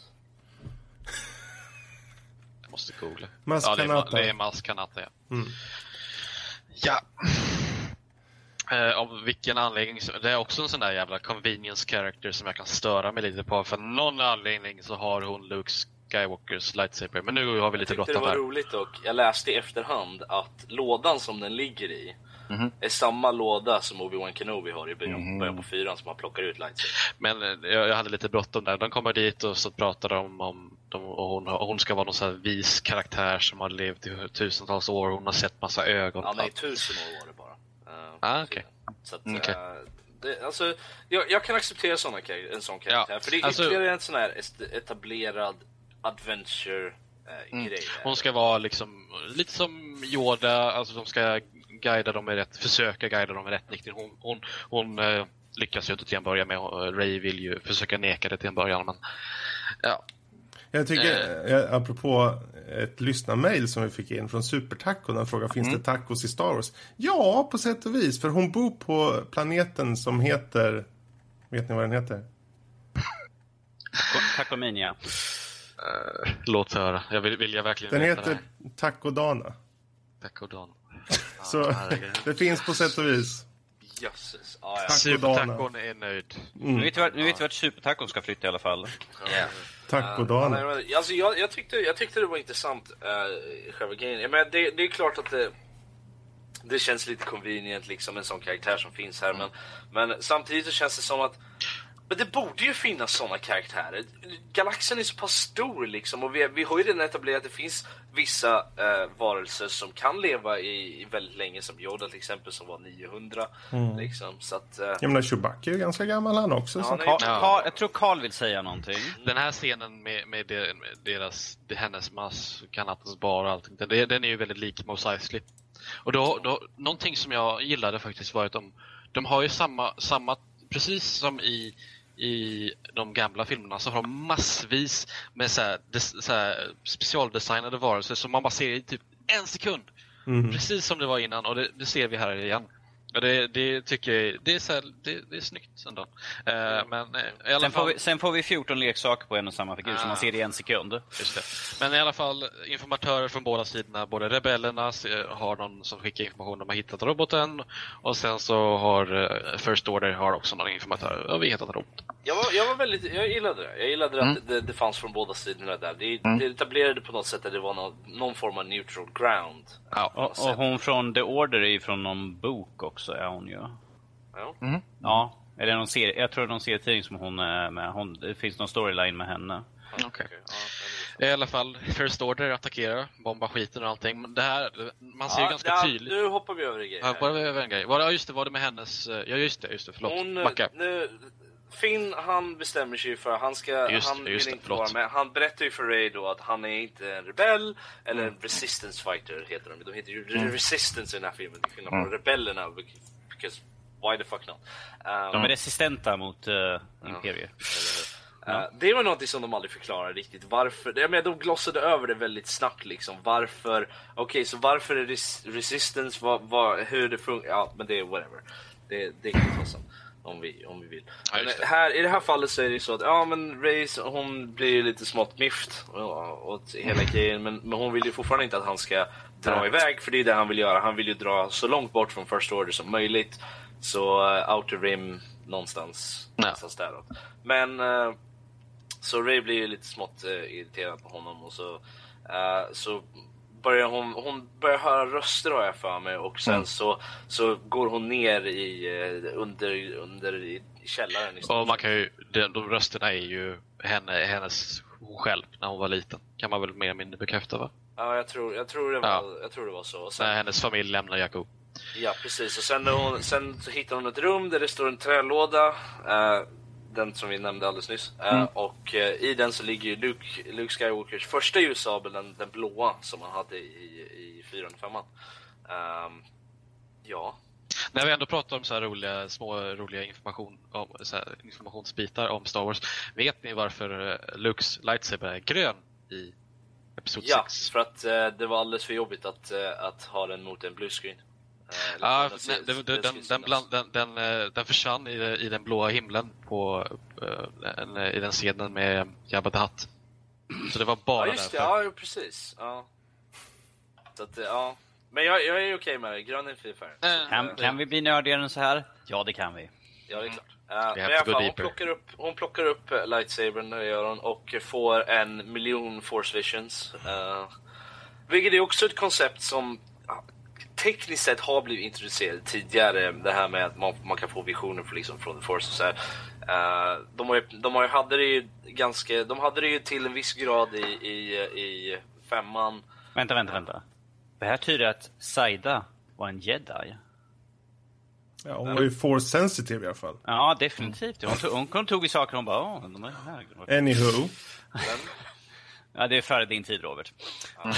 Jag måste googla.
Mas
ja, det
Kanata.
är, det är Mas Kanata, ja.
Mm.
Ja. Eh, av vilken anledning, det är också en sån där jävla convenience character som jag kan störa mig lite på. För någon anledning så har hon Luke Skywalkers lightsaber. Men nu har vi lite bråttom här.
Jag tyckte det var roligt och jag läste i efterhand att lådan som den ligger i mm-hmm. är samma låda som Obi-Wan Kenobi har i början, mm-hmm. början på fyran som man plockar ut lightsaber.
Men eh, jag, jag hade lite bråttom där. De kommer dit och så pratar de om de, och hon, och hon ska vara någon sån här vis karaktär som har levt i tusentals år. Hon har sett massa ögon.
Ja, nej, tusen år var det bara. Uh,
ah, okej. Okay.
Så att,
okay.
uh, det, alltså, jag, jag kan acceptera såna, en sån karaktär.
Ja,
för det är
alltså,
ytterligare en sån här etablerad adventure-grej. Uh,
mm. Hon ska vara liksom lite som Yoda. Alltså de ska guida dem i rätt, försöka guida dem i rätt riktning. Hon, hon, hon uh, lyckas ju inte till en början med. Ray vill ju försöka neka det till en början. Men ja.
Jag tycker, eh. apropå ett lyssnarmail som vi fick in från Supertaco, den frågar, finns mm. det tacos i Star Wars? Ja, på sätt och vis, för hon bor på planeten som heter, vet ni vad den heter?
Tacomania.
Uh, låt höra, jag vill, vill jag verkligen
den
veta
heter Tacodana.
Tacodana.
Så ah, det finns på sätt och vis.
Jösses. Ah, ja.
Supertacon är nöjd.
Mm. Nu vet vi vart, nu vet vi vart Supertacon ska flytta i alla fall.
Yeah.
Tacodana.
Uh, alltså jag, jag, tyckte, jag tyckte det var intressant uh, själva grejen. Men det, det är klart att det, det känns lite convenient liksom, en sån karaktär som finns här. Mm. Men, men samtidigt så känns det som att men det borde ju finnas såna karaktärer. Galaxen är så pass stor liksom, och vi, vi har ju redan etablerat att det finns vissa uh, varelser som kan leva i, i väldigt länge, som Yoda till exempel som var niohundra mm. liksom, så att uh,
jag menar, Chewbacca är ju ganska gammal han också.
Ja, Carl, Carl, jag tror Carl vill säga någonting.
Den här scenen med, med, de, med deras det, hennes mass, Kanatas bar och allting, den, den är ju väldigt lik Mos Eisley. Och då, då, någonting som jag gillade faktiskt var att de, de har ju samma, samma precis som i i de gamla filmerna så har de massvis med så här, des, så här specialdesignade varelser som man bara ser i typ en sekund. Mm. Precis som det var innan, och det, det ser vi här igen. Och det, det tycker jag det är, så här, det, det är snyggt ändå. Uh, men, uh, i alla
sen,
fall...
får vi, sen får vi fjorton leksaker på en och samma figur ah. som man ser i en sekund.
Just det. Men i alla fall informatörer från båda sidorna, både rebellerna har någon som skickar information, de har hittat roboten, och sen så har uh, First Order har också någon informatör, och vi har hittat roboten.
Jag var, jag var väldigt, jag gillade det. Jag gillade mm. att det, det fanns från båda sidorna där. Det, mm. det etablerade på något sätt att det var någon, någon form av neutral ground.
Ja, och, och hon från The Order är ju från någon bok också, är hon ju.
Ja.
Mm. Ja, eller någon serie, jag tror det är någon serietidning som hon är med. Hon, det finns någon storyline med henne.
Okej. Okay. Ja, i alla fall, First Order attackerar, bombar skiten och allting. Men det här, man ser
ja,
ju ganska
ja,
tydligt.
Nu hoppar vi över en grej.
Ja, bara vi över en grej. Var, ja, just det, var det med hennes... Ja, just det, just det, förlåt.
Hon, nu, Finn, han bestämmer sig för han ska,
just,
han
just
vill
det,
inte vara med. Han berättar ju för Ray då att han är inte en rebell eller en resistance fighter heter de. De heter ju mm. resistance i den här filmen. Det finns mm. rebellerna, because why the fuck not? Um,
de är resistenta mot uh, Imperiet.
Ja. Uh, det var något som de aldrig förklarar riktigt. Varför? Jag menar, de glossade över det väldigt snabbt liksom. Varför? Okej, okay, så varför är res resistance? Vad, vad, hur det funkar? Ja, men det är whatever. Det, det kan ta sen. Om vi, om vi vill.
Ja,
men här, i det här fallet så är det så att ja, men Reyes, hon blir lite smått mift åt hela grejen, men, men hon vill ju fortfarande inte att han ska dra ja. iväg, för det är det han vill göra. Han vill ju dra så långt bort från First Order som möjligt. Så uh, Outer Rim någonstans, ja. någonstans däråt. Men uh, så Rey blir ju lite smått uh, irriterad på honom, och så uh, så börjar hon, hon börjar höra röster, har jag för mig, och sen mm. så, så går hon ner i under, under i källaren.
Och man kan ju, de, de rösterna är ju henne, hennes hon själv när hon var liten. Kan man väl mer eller mindre bekräfta, va?
Ja, jag tror, jag tror, det, var, ja. jag tror det var så. Och sen,
när hennes familj lämnar Jakub.
Ja, precis. Och sen, hon, sen så hittar hon ett rum där det står en trälåda. Uh, den som vi nämnde alldeles nyss. Mm. Uh, och uh, i den så ligger ju Luke, Luke Skywalkers första ljussabel, den, den blåa som han hade i, i fyran femman. Um, ja.
När vi ändå pratar om så här roliga, små roliga information om, så här, informationsbitar om Star Wars. Vet ni varför Lukes lightsaber är grön i episod
ja,
sex?
Ja, för att uh, det var alldeles för jobbigt att, uh, att ha den mot en bluescreen. Uh,
ja, nej, den, den, den, den, bland, den, den, den försvann i, i den blåa himlen på, uh, en, i den scenen med Jabba the Hutt. Så det var bara
ja, just det,
därför.
ja, precis. Ja. Så att, ja. Men jag, jag är okej med det. Grön är en fin färg.
Äh, kan, kan vi bli nördigare än så här? Ja, det kan vi.
Ja, det är klart. Uh, men i alla fall, hon plockar upp, hon plockar upp lightsabern, det gör hon, och får en miljon force visions. Uh, vilket är också ett koncept som uh, tekniskt sett har blivit introducerat tidigare. Det här med att man, man kan få visioner för, liksom, från the force och så här. Uh, de, har ju, de har ju, hade det ju ganska, de hade det ju till en viss grad i, i, i femman.
Vänta, vänta, vänta. Det här tyder att Saida var en jedi.
Ja, hon var ju force sensitive i alla fall.
Ja, definitivt. Hon tog, hon tog i saker och hon bara, åh, de är här.
Anywho.
Ja, det är före din tid, Robert.
uh,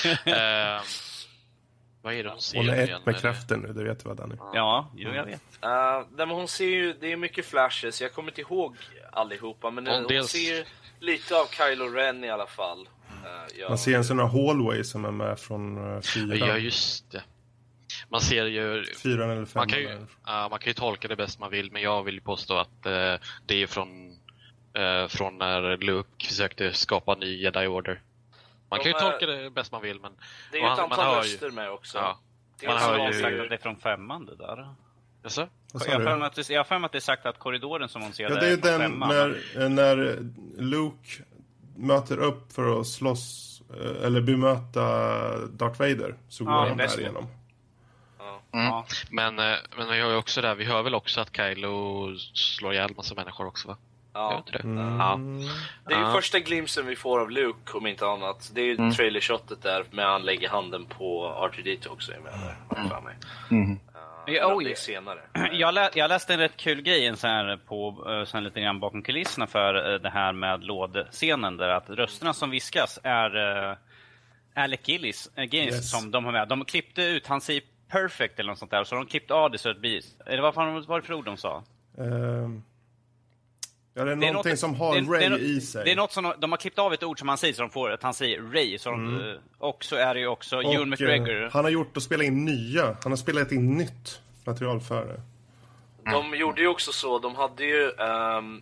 vad är det hon ser?
Hon är ett med kraften nu, det vet du vad, Danny.
Ja, jo, jag vet.
Uh, men hon ser ju, det är mycket flashes. Jag kommer inte ihåg allihopa, men hon, hon ser ju lite av Kylo Ren i alla fall. Uh, ja.
Man ser en sån här hallway som är med från uh, fyran.
Ja, just det. Man ser ju...
Fyran eller fem.
Man kan ju, uh, man kan ju tolka det bäst man vill, men jag vill påstå att uh, det är från, uh, från när Luke försökte skapa ny Jedi Order. Man De kan ju är... tolka det bäst man vill, men...
Det är ju ett antal röster med också.
Ja.
Det är man har ju sagt att det är från femman, det där.
Jaså?
Jag har för mig att det, jag har för mig att det är sagt att korridoren som hon ser
ja, det är ju den när, när Luke möter upp för att slåss eller bemöta Darth Vader, så går
ja,
han där igenom.
Mm. Ja. Men, men vi har ju också där, vi hör väl också att Kylo slår ihjäl massa människor också, va?
Ja.
Det?
Mm.
ja.
Det är ju
ja.
första glimpsen vi får av Luke, om inte annat. Det är ju mm. trailershotet där med han lägger handen på R two D two också, jag menar. Mm. Mm.
Ja, oj. Senare. Jag, lä jag läste en rätt kul grej en så här på så här lite grann bakom kulisserna för det här med lådscenen, där att rösterna som viskas är uh, Alec Gillis, uh, Gillis yes. som de har med. De klippte ut, han säger perfect eller något sånt där, så de klippte av det så att det blir... Eller vad fan var det för ord de sa?
Um... Ja, det är,
det är
någonting
något,
som har
det,
Ray
det är,
i sig.
Det är något som de, de har klippt av ett ord som han säger, så de får att han säger Ray. Så de, mm. Och så är det ju också och, Ewan McGregor.
Han har gjort att spela in nya. Han har spelat in nytt material för det.
De mm. gjorde ju också så. De hade ju um,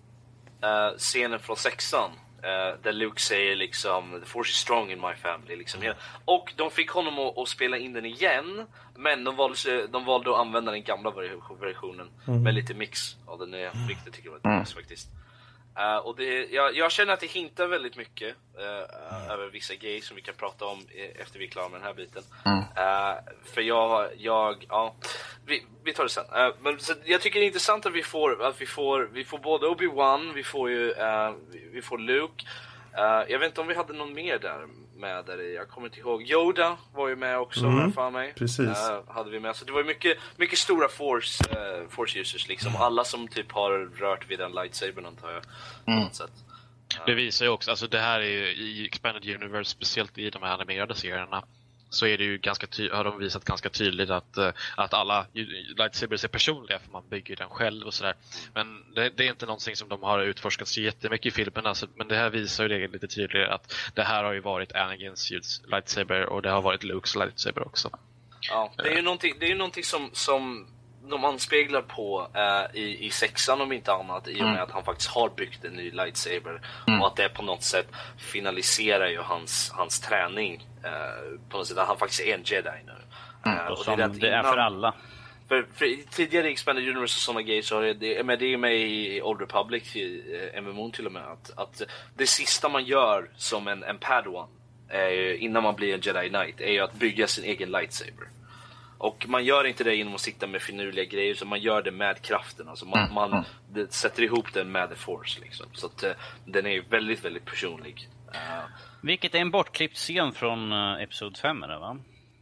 uh, scenen från sexan. Uh, där Luke säger liksom the force is strong in my family liksom. Mm. Och de fick honom att, att spela in den igen. Men de valde, de valde att använda den gamla versionen mm. med lite mix av den nya. Vilket jag tycker var mm. faktiskt. Uh, och det, jag, jag känner att det hintar väldigt mycket uh, mm. över vissa grejer som vi kan prata om efter vi är klara med den här biten. Mm. Uh, för jag, jag ja, vi, vi tar det sen. Uh, men så jag tycker det är intressant att vi får, att vi får, vi får både Obi-Wan, vi får ju, uh, vi, vi får Luke. Uh, jag vet inte om vi hade någon mer där med där i. Jag kommer inte ihåg. Yoda var ju med också, mm. för mig.
Precis.
Uh, hade vi med. Så det var ju mycket, mycket stora force, uh, force users liksom. Mm. Alla som typ har rört vid den lightsaber, antar jag. På
mm.
något sätt. Uh.
Det visar ju också, alltså det här är ju i Expanded Universe, speciellt i de här animerade serierna, så är det ju ganska ty- har de visat ganska tydligt att, uh, att alla lightsabers är personliga, för man bygger den själv och sådär. Men det, det är inte någonting som de har utforskat så jättemycket i filmen, alltså, men det här visar ju det lite tydligare, att det här har ju varit Anagins lightsaber och det har varit Lukes lightsaber också.
Ja, det är ju någonting, det är ju någonting som, som de anspeglar på uh, i, i sexan om inte annat, i och med mm. att han faktiskt har byggt en ny lightsaber mm. och att det på något sätt finaliserar ju hans, hans träning uh, på något sätt, att han faktiskt är en jedi nu.
Uh, mm. och, och det, är, det är för alla.
För, för tidigare i Expanded Universe och sådana grejer så har det, det, men det är med i Old Republic, i uh, M M O till och med, att, att det sista man gör som en, en Padawan är, innan man blir en Jedi Knight, är ju att bygga sin egen lightsaber. Och man gör inte det genom att sitta med finurliga grejer, så man gör det med kraften. Alltså man, man det, sätter ihop den med the force liksom. Så att uh, den är väldigt, väldigt personlig. Uh,
Vilket är en bortklippt scen från uh, episod fem, är det, va? Uh,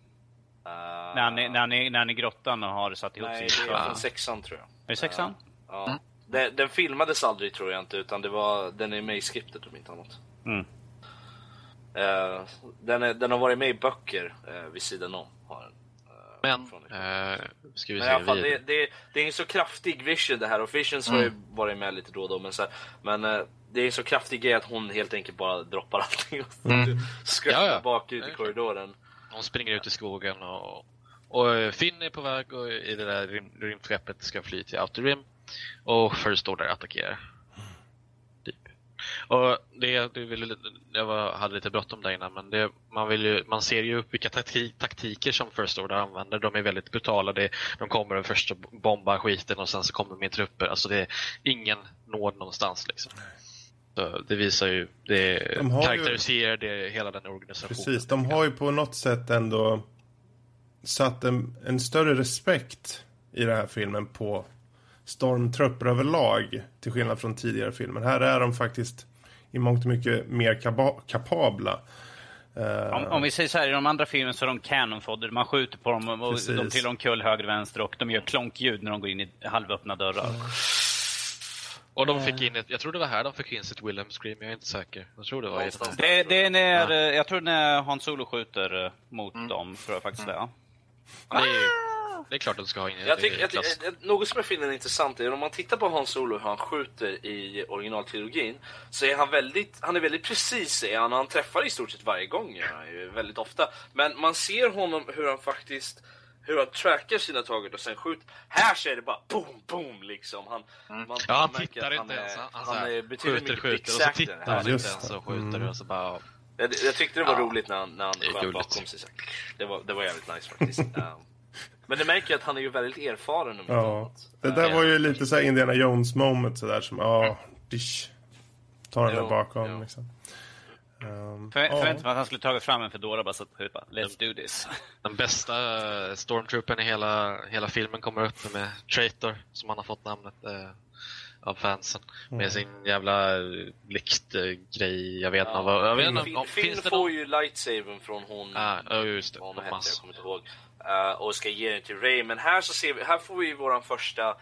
när, ni, när, ni, när ni grottan och har satt ihop
nej,
sin...
Nej, det är från sexan, tror jag.
Är det sexan? Uh,
ja. Mm. Den, den filmades aldrig, tror jag inte, utan det var, den är med i skriptet om inte annat. Mm. Uh, den, är, den har varit med i böcker uh, vid sidan om, har den.
Men, eh, ska vi
men
se
i alla fall,
vidare.
det, det, det är en så kraftig vision det här. Och Visions mm. har ju varit med lite då och då. Men, så här, men eh, det är en så kraftig grej att hon helt enkelt bara droppar allting och mm. skrattar ja, ja. bak ut i korridoren.
Hon springer ut i skogen och, och Finn är på väg och i det där rym, rymdskeppet ska fly till Outer Rim. Och First Order attackerar. Typ. Och det, det vill, jag var, hade lite bråttom där innan, men det, man, vill ju, man ser ju vilka taktik, taktiker som First Order använder. De är väldigt brutala. Det, de kommer först att bomba skiten och sen så kommer de med trupper. Alltså det är ingen nåd någonstans liksom. Så det visar ju, det de karaktäriserar ju, det, hela den organisationen.
Precis, de har ju på något sätt ändå satt en, en större respekt i den här filmen på stormtrupper överlag, till skillnad från tidigare filmer. Här är de faktiskt i mångt och mycket mer kaba- kapabla.
Om, om vi säger så här, i de andra filmerna så är de canonfodder. Man skjuter på dem och Precis. de trillar omkull höger vänster och de gör klonkljud när de går in i halvöppna dörrar. Mm.
Och de fick in ett, jag tror det var här de fick in sitt Wilhelm Scream, jag är inte säker. Jag tror det var
det, det, det är när, ja. jag tror när Han Solo skjuter mot mm. dem, tror jag faktiskt mm. det.
Ja. Det, är, det är klart att de ska ha in
jag tycker, jag, jag, något som jag finner intressant är om man tittar på Han Solo hur han skjuter i originaltrilogin, så är han väldigt, han är väldigt precis är han, han träffar i stort sett varje gång, ja, väldigt ofta. Men man ser honom hur han faktiskt hur han trackar sina taget och sen skjuter. Här så är det bara boom, boom liksom. Han,
mm. man, ja, han tittar inte ens. Han, han, han är skjuter, skjuter och så tittar han inte ens och skjuter mm. och så bara...
Jag, jag tyckte det var ja. roligt när han, när han sköt bakom sig. Det var, det var jävligt nice faktiskt. um, men det märker att han är ju väldigt erfaren. Om
ja. Det där uh, var ju lite så här Indiana Jones moment sådär som, ja, oh, dish. Tar den där bakom jo. liksom.
Um, För, ja. Förväntade mig att han skulle tagit fram en Fedora bara så att skjuta. Let's do this.
Den bästa stormtroopen i hela, hela filmen kommer upp med Traitor, som han har fått namnet eh, av fansen. Mm. Med sin jävla bliktgrej. Jag vet inte
ja.
vad. Jag vet inte
om Finn får någon... ju lightsabern från hon.
Ja, ah, just det.
Hon hette, jag kommer inte ihåg. Uh, och ska ge den till Rey. Men här så ser vi, här får vi våran första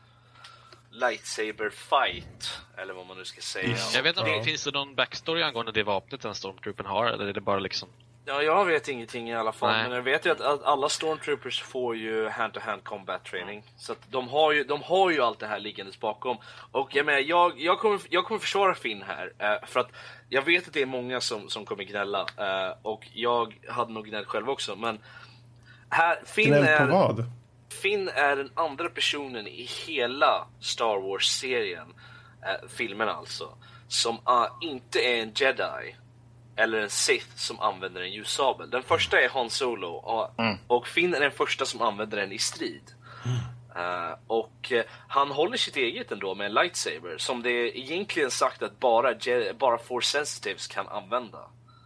lightsaber fight, eller vad man nu ska säga. Mm.
Jag vet inte, ja. finns det någon backstory angående det vapnet den stormtroopen har, eller är det bara liksom...
Ja, jag vet ingenting i alla fall. Nej. Men jag vet ju att alla stormtroopers får ju hand-to-hand combat training. Mm. Så att de har ju, de har ju allt det här liggandes bakom. Och jag menar, jag, jag, kommer, jag kommer försvara Finn här. Eh, för att jag vet att det är många som, som kommer gnälla. Eh, och jag hade nog gnällt själv också. Men här, Finn
Gnäll på
är...
vad?
Finn är den andra personen i hela Star Wars-serien, äh, filmen alltså, som uh, inte är en Jedi eller en Sith som använder en ljussabel. Den första är Han Solo och, mm. och Finn är den första som använder den i strid. Mm. Uh, och uh, han håller sitt eget ändå med en lightsaber som det är egentligen sagt att bara, Je- bara Force Sensitives kan använda.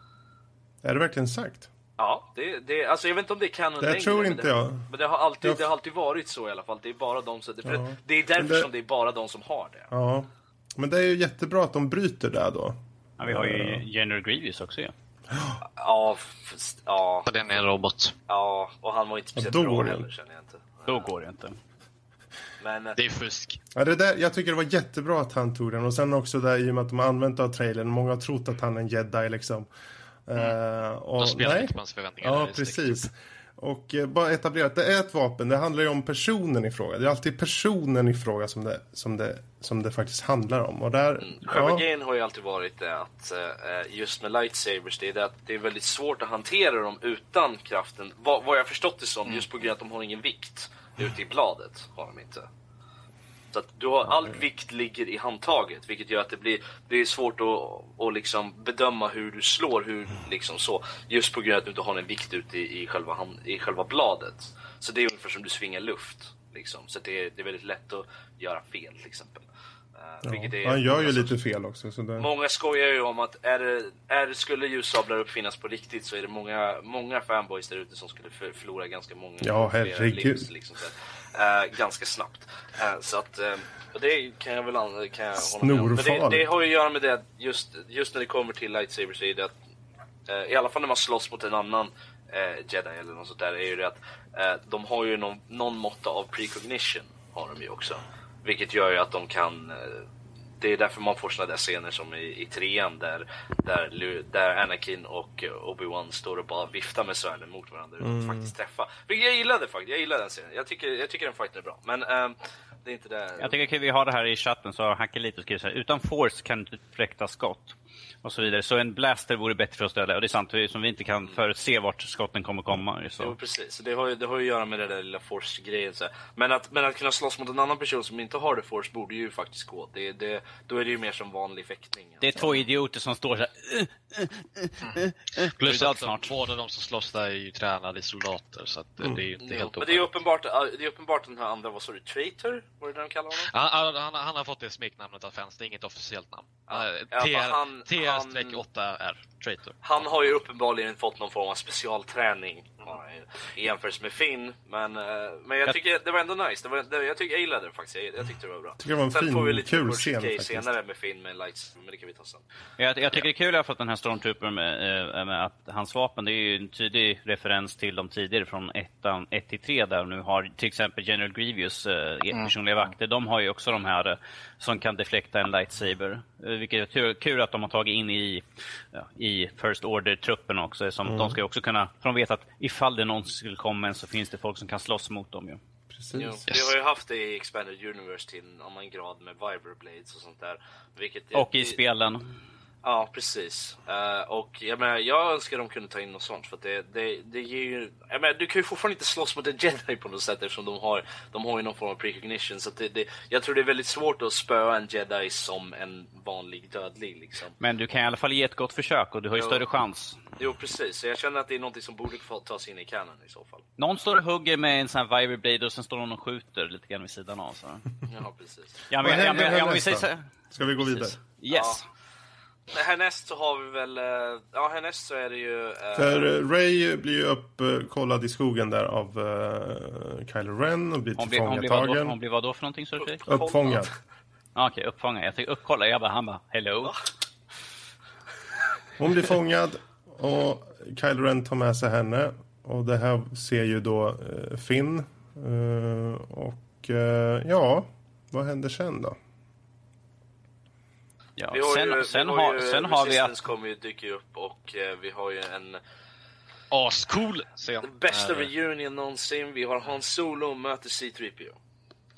Är det verkligen sagt?
Ja, det, det, alltså jag vet inte om det är kanon
det
längre.
Tror
men
inte
det,
jag.
Men det har, alltid, jag... det har alltid varit så i alla fall. Det är bara de som, för ja. Det är därför det... som det är bara de som har det.
Ja, men det är ju jättebra att de bryter där då.
Ja, vi har ju General Grievous också, ja.
Ja, fast, ja.
Och den är en robot.
Ja, och han var inte speciellt
ja,
bra heller, känner jag inte.
Då går det inte.
Men,
det är fusk.
Ja, det där, jag tycker det var jättebra att han tog den. Och sen också där i och med att de har använt av trailern. Många har trott att han är en Jedi liksom. Mm. Uh, och,
de spelar inte på hans förväntningar.
Ja, precis. Och uh, bara etablerat, det är ett vapen. Det handlar ju om personen i fråga. Det är alltid personen i fråga som det, som det, som det faktiskt handlar om. Och där,
mm. Själva ja. grejen har ju alltid varit det att uh, just med lightsabers, det är det att det är väldigt svårt att hantera dem utan kraften. Vad, vad jag förstått det som, mm. just på grund av att de har ingen vikt ute i bladet, har de inte. Så att du har, all vikt ligger i handtaget, vilket gör att det blir, det är svårt att, att liksom bedöma hur du slår, hur liksom så, just på grund av att du inte har en vikt ute i, i, själva, hand, i själva bladet. Så det är ungefär som du svingar luft liksom. Så det är, det är väldigt lätt att göra fel till exempel.
Ja, är, han gör ju lite sorts, fel också så det...
Många skojar ju om att är det, är det, skulle ljussablar uppfinnas på riktigt, så är det många, många fanboys där ute som skulle för, förlora ganska många
ja, herregud.
Liksom, så uh, ganska snabbt. Uh, så att uh, och det kan jag väl kan jag hålla med om. Men det, det har ju att göra med det just, just när det kommer till lightsabers, så är det att uh, i alla fall när man slåss mot en annan uh, Jedi eller något sånt där, är ju det att uh, de har ju någon, någon måtta av precognition har de ju också. Vilket gör ju att de kan uh, det är därför man får såna där scener som i, i trean där, där, där Anakin och Obi-Wan står och bara viftar med svärden mot varandra utan mm. faktiskt träffa. Jag gillade faktiskt, jag gillade den scenen. Jag tycker, jag tycker den fighten är bra. Men ähm, det är inte det.
Jag tycker att vi har det här i chatten så har Hackelito skrivit så här: utan force kan du inte fläkta skott. Och så vidare. Så en blaster vore bättre för att stödja. Och det är sant, som vi inte kan förutse vart skotten kommer komma. Så.
Jo, precis. Det har, ju, det har ju att göra med det där lilla force-grejen. Men att, men att kunna slåss mot en annan person som inte har det force borde ju faktiskt gå. Det, det, då är det ju mer som vanlig fäktning.
Det är två idioter som står så här. Uh, uh, uh, uh.
Plus att de, båda de som slåss där är ju tränade soldater. Så att mm. det är ju inte
jo,
helt
men det är uppenbart, det är uppenbart den här andra, vad sa du, traitor? Vad är det de kallar honom?
Han, han, han har fått det smeknamnet av fans. Det är inget officiellt namn.
Ja,
T R åtta är traitor.
Han har ju uppenbarligen fått någon form av specialträning i jämförelse med Finn, men, men jag tycker det var ändå nice. Det var, det, jag tycker jag gillade det faktiskt. Jag, jag tyckte det var bra.
Det var en
sen
fin,
får vi lite
kul scen
senare med Finn med lights, men det kan vi ta sen.
Jag, jag tycker det är kul att jag fått den här Stormtrooper med, med att hans vapen, det är ju en tydlig referens till de tidigare från ett till tre där nu har till exempel General Grievous eh, personliga vakter. De har ju också de här eh, som kan deflekta en lightsaber. Eh, vilket är kul att de har tagit in i, ja, i First Order-truppen också. Som mm. De ska ju också kunna, för de vet att ifall det någon skulle komma så finns det folk som kan slåss mot dem ju.
Precis.
Jo, yes. Vi har ju haft det i Expanded Universe till om en grad med Viper Blades och sånt där. Vilket
och
det,
i spelen.
Ja, precis. Uh, och jag menar, jag önskar de kunde ta in något sånt för att det, det, det ger ju... Jag menar, du kan ju fortfarande inte slåss mot en Jedi på något sätt eftersom de har, de har ju någon form av precognition. Så att det, det, jag tror det är väldigt svårt att spöa en Jedi som en vanlig dödlig liksom.
Men du kan i alla fall ge ett gott försök och du har ju
jo.
större chans.
Jo, precis. Så jag känner att det är något som borde få tas in i canon i så fall.
Någon står och hugger med en sån här Viper Blade och sen står någon och skjuter lite grann vid sidan av. Så.
Ja, precis.
Ja, men, ja, men, ja, men vi säger så...
Ska vi gå vidare?
Precis. Yes.
Ja. Härnäst så har vi väl, ja härnäst så är det ju... Uh...
För Ray blir ju uppkollad i skogen där av uh, Kylo Ren och blir tillfångatagen.
Hon blir vad då för någonting så
Upp, Uppfångad.
Okej, okay, uppfångad. Jag tänkte uppkolla, jag bara, han bara, hello.
Hon blir fångad och Kylo Ren tar med sig henne. Och det här ser ju då uh, Finn. Uh, och uh, ja, vad händer sen då?
Ja,
vi har
sen,
ju,
sen,
vi har,
har,
ju,
sen har vi att...
kommer ju dyka upp och eh, vi har ju en...
Ascool scen.
Den bästa äh, reunion någonsin. Vi har Han Solo och möter C tre P O.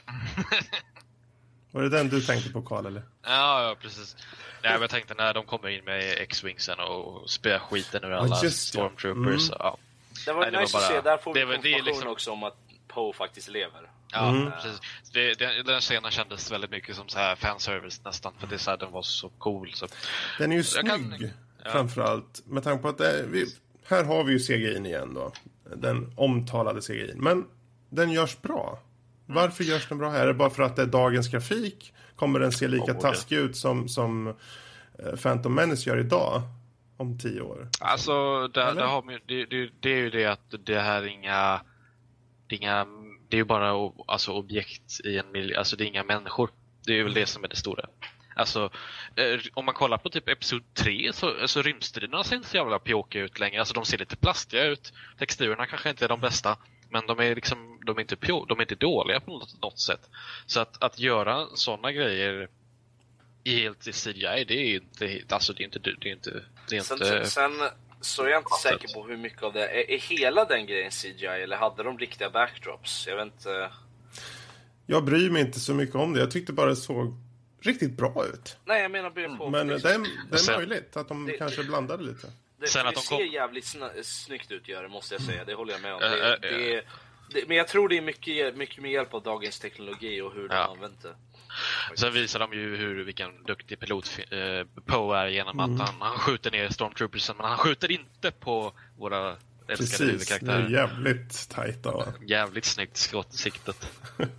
Var det den du tänkte på, Carl, eller?
Ja, ja precis. Nej, men jag tänkte när de kommer in med X-Wingsen och spär skiten ur alla
oh,
Stormtroopers.
Mm.
Ja.
Det var
Nej,
nice det var bara... att se. Där får vi
det,
information
det liksom...
också om att Poe faktiskt lever.
Ja,
mm.
precis. Det, det, den scenen kändes väldigt mycket som så här fanservice nästan. För det så här, den var så cool. Så.
Den är ju snygg,
kan... ja.
framförallt. Med tanke på att det, vi, här har vi ju C G I igen då. Den omtalade C G I. Men den görs bra. Varför görs den bra här? Är det bara för att det är dagens grafik? Kommer den se lika oh, taskig ut som, som Phantom Menace gör idag? Om tio år?
Alltså, det, det, har, det, det, det är ju det att det här är inga... Det är, inga, det är ju bara alltså, objekt i en miljö. Alltså det är inga människor. Det är väl det som är det stora. Alltså, eh, om man kollar på typ episod tre så alltså, rymdstriderna ser inte så jävla pjåkiga ut längre. Alltså de ser lite plastiga ut. Texturerna kanske inte är de bästa. Men de är liksom, de är inte, pjå, de är inte dåliga på något, något sätt. Så att, att göra sådana grejer i helt i C G I, det är inte, alltså det är inte, det är inte, det är
sen,
inte...
Sen så är jag inte säker på hur mycket av det är, är hela den grejen C G I eller hade de riktiga backdrops? Jag vet inte.
Jag bryr mig inte så mycket om det. Jag tyckte bara det såg riktigt bra ut.
Nej, jag menar bara på.
Men
liksom.
det är, det är
sen,
möjligt att de
det,
kanske
det,
blandade lite.
Det,
sen
det
att de
ser
kom...
jävligt sn- snyggt ut gör det, måste jag säga. Det håller jag med om.
Uh,
det,
uh,
det,
uh.
det, men jag tror det är mycket, mycket med hjälp av dagens teknologi och hur de
ja.
har använt det.
Sen visar de ju hur vilken duktig pilot eh, Poe är genom
mm.
att han, han skjuter ner Stormtroopersen, men han skjuter inte på våra älskade huvudkaraktärer.
Precis, det är jävligt tajt va?
Jävligt snyggt skott i siktet.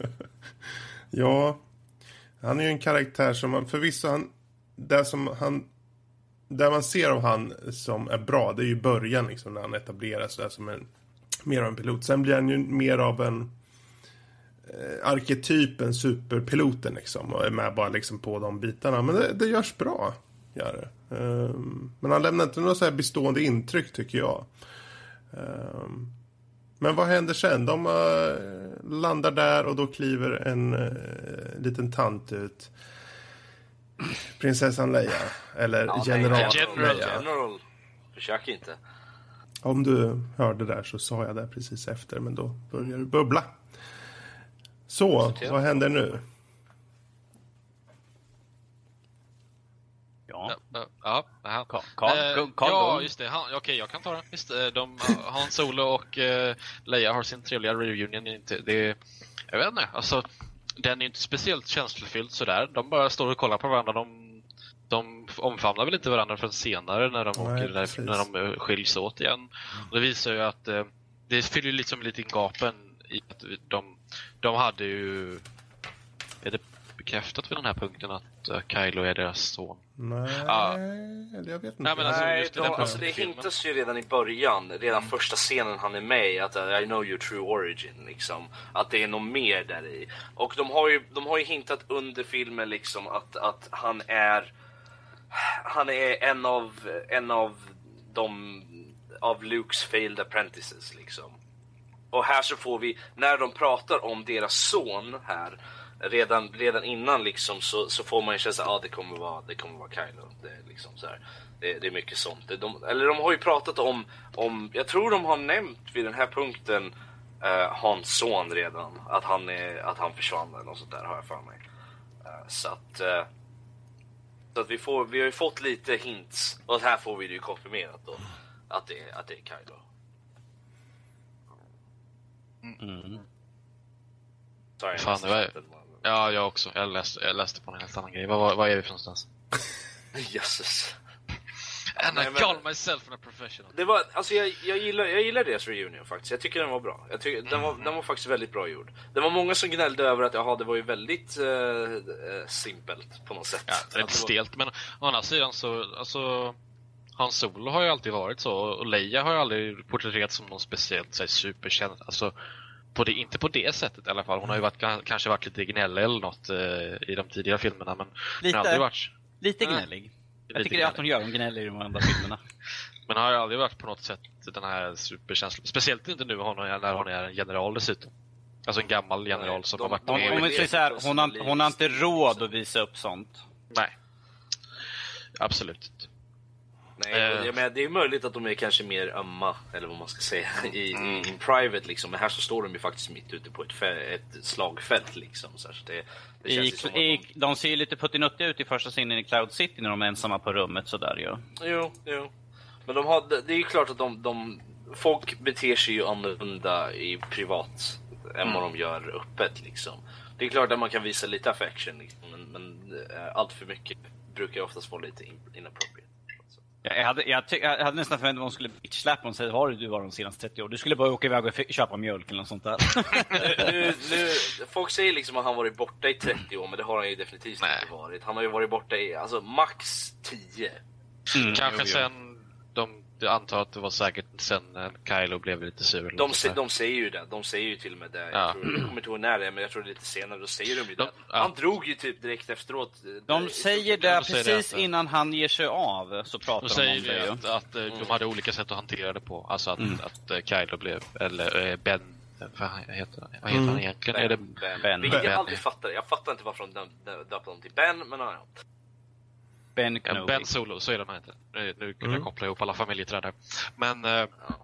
Ja, han är ju en karaktär som förvisso han, det som han där man ser av han som är bra, det är ju början liksom, när han etableras där som en mer av en pilot. Sen blir han ju mer av en eh, arketypen superpiloten liksom, och är med bara liksom på de bitarna. Men det, det görs bra, gör det. Um, men han lämnar inte något så här bestående intryck, tycker jag. Um, men vad händer sen? De uh, landar där och då kliver en uh, liten tant ut. prinsessan Leia. Eller
Ja,
general,
nej,
General.
Leia.
General. Försök inte.
Om du hörde där så sa jag det precis efter, men då börjar du bubbla. Så, vad händer nu?
Ja.
Ja, ja, ja.
Carl, Carl,
Eh,
Carl
ja,
Gong.
just det. Han, okej, jag kan ta det. Visst, eh, de, Han Solo och uh, Leia har sin trevliga reunion. Inte, det, jag vet inte, alltså den är inte speciellt känslofylld sådär. De bara står och kollar på varandra. De, de omfamnar väl inte varandra förrän senare när de,
Nej,
åker därifrån, när de uh, skiljs åt igen. Och det visar ju att uh, det fyller ju liksom lite gapen i att de, de hade ju... Är det bekräftat vid den här punkten att uh, Kylo är deras son?
Nej,
Ja.
eller jag vet inte.
Nej, men alltså,
Nej,
just i
de,
den
alltså det
filmen.
hintas ju redan i början, redan första scenen han är med i, att uh, I know your true origin, liksom. Att det är något mer där i. Och de har ju, de har ju hintat under filmen liksom att, att han är han är en av en av de av Lukes failed apprentices liksom. Och här så får vi, när de pratar om deras son här, redan redan innan liksom, så, så får man ju känna att ah, det kommer vara det kommer vara Kylo. Det är liksom så här. Det, det är mycket sånt. Det, de, eller de har ju pratat om om jag tror de har nämnt vid den här punkten uh, Hans son redan, att han är att han försvann eller något sånt där, har jag för mig. Uh, så att uh, så att vi får vi har ju fått lite hints, och här får vi det ju konfirmerat då att det att det är Kylo.
Mm.
Sorry,
Fan, det var... Ja, jag också. Jag läste, jag läste på en helt annan grej. Vad, vad är vi för någonstans?
Jesus.
And
Nej,
I
men-
call myself a professional.
Det var, alltså jag, jag, gillar, jag gillar deras reunion faktiskt. Jag tycker den var bra. Jag tycker, den, var, den var faktiskt väldigt bra gjord. Det var många som gnällde över att jaha, det var ju väldigt uh, simpelt på något sätt.
Ja, det är
Att
lite
var-
stelt, men å andra sidan så... Alltså, Han Solo har ju alltid varit så, och Leia har ju aldrig porträtterats som någon speciellt så här, superkänd. Alltså, på det, inte på det sättet i alla fall. Hon har ju varit, kanske varit lite gnällig eller något eh, i de tidigare filmerna, men
Lite.
har aldrig varit...
Lite
Mm.
gnällig. Jag
Lite
tycker det är att hon gör, hon gnäller i de andra filmerna.
Men har ju aldrig varit på något sätt den här superkänslan. Speciellt inte nu hon, när hon är en general dessutom. Alltså en gammal general
Nej,
som
de-
har varit
Hon,
med.
hon, vill säga så här, hon, har, hon har inte råd att visa upp sånt.
Nej. Absolut inte.
Nej,
Eh.
jag menar, det är möjligt att de är kanske mer ömma, eller vad man ska säga, i, i in private liksom. Men här så står de ju faktiskt mitt ute på ett, fä- ett slagfält liksom. Så här, så det, det känns
I,
ju som att
i,
de...
de ser ju lite puttinuttiga ut i första scenen i Cloud City när de är ensamma på rummet sådär ju.
Jo, jo. Men de har, det är ju klart att de, de... Folk beter sig ju annorlunda i privat än vad de gör öppet liksom. Det är klart att man kan visa lite affection liksom, men, men äh, allt för mycket brukar oftast vara lite in, inappropriate.
Jag hade, jag, ty- jag hade nästan förväntat mig att hon skulle bitchsläppa och säga var du var de senaste trettio år. Du skulle bara åka iväg och f- köpa mjölk eller något sånt där.
nu, nu, folk säger liksom att han varit borta i trettio år, men det har han ju definitivt
Nej.
inte varit. Han har ju varit borta i alltså max tio.
Mm,
Kanske
jo, jo.
sen de, jag antar att det var säkert sen när Kylo blev lite sur eller
De,
något
se,
sånt där.
de säger ju det. De säger ju till och med det.
Ja.
Jag, tror, jag kommer inte ihåg när det är, men jag tror det är lite senare. Då säger de ju
De-
det.
ja.
Han drog ju typ direkt efteråt.
De säger det
de säger det
precis
att-
innan han ger sig av, så pratar
De
de
säger
om det
ju
ju.
att, att eh, de hade olika sätt att hantera det på. Alltså att,
Mm.
att eh, Kylo blev, eller eh, Ben, eh, vad heter han, vad heter
Mm.
han egentligen? Är det
Ben.
Ben.
Vilket
Ben.
jag aldrig fattar. Jag fattar inte varför de dö- dö- döpte honom till Ben, men ja.
Ben
Ja,
Kenobi.
Ben Solo, så är det han heter. Nu, nu kunde
Mm.
jag koppla ihop alla familjeträd här. Men... Eh,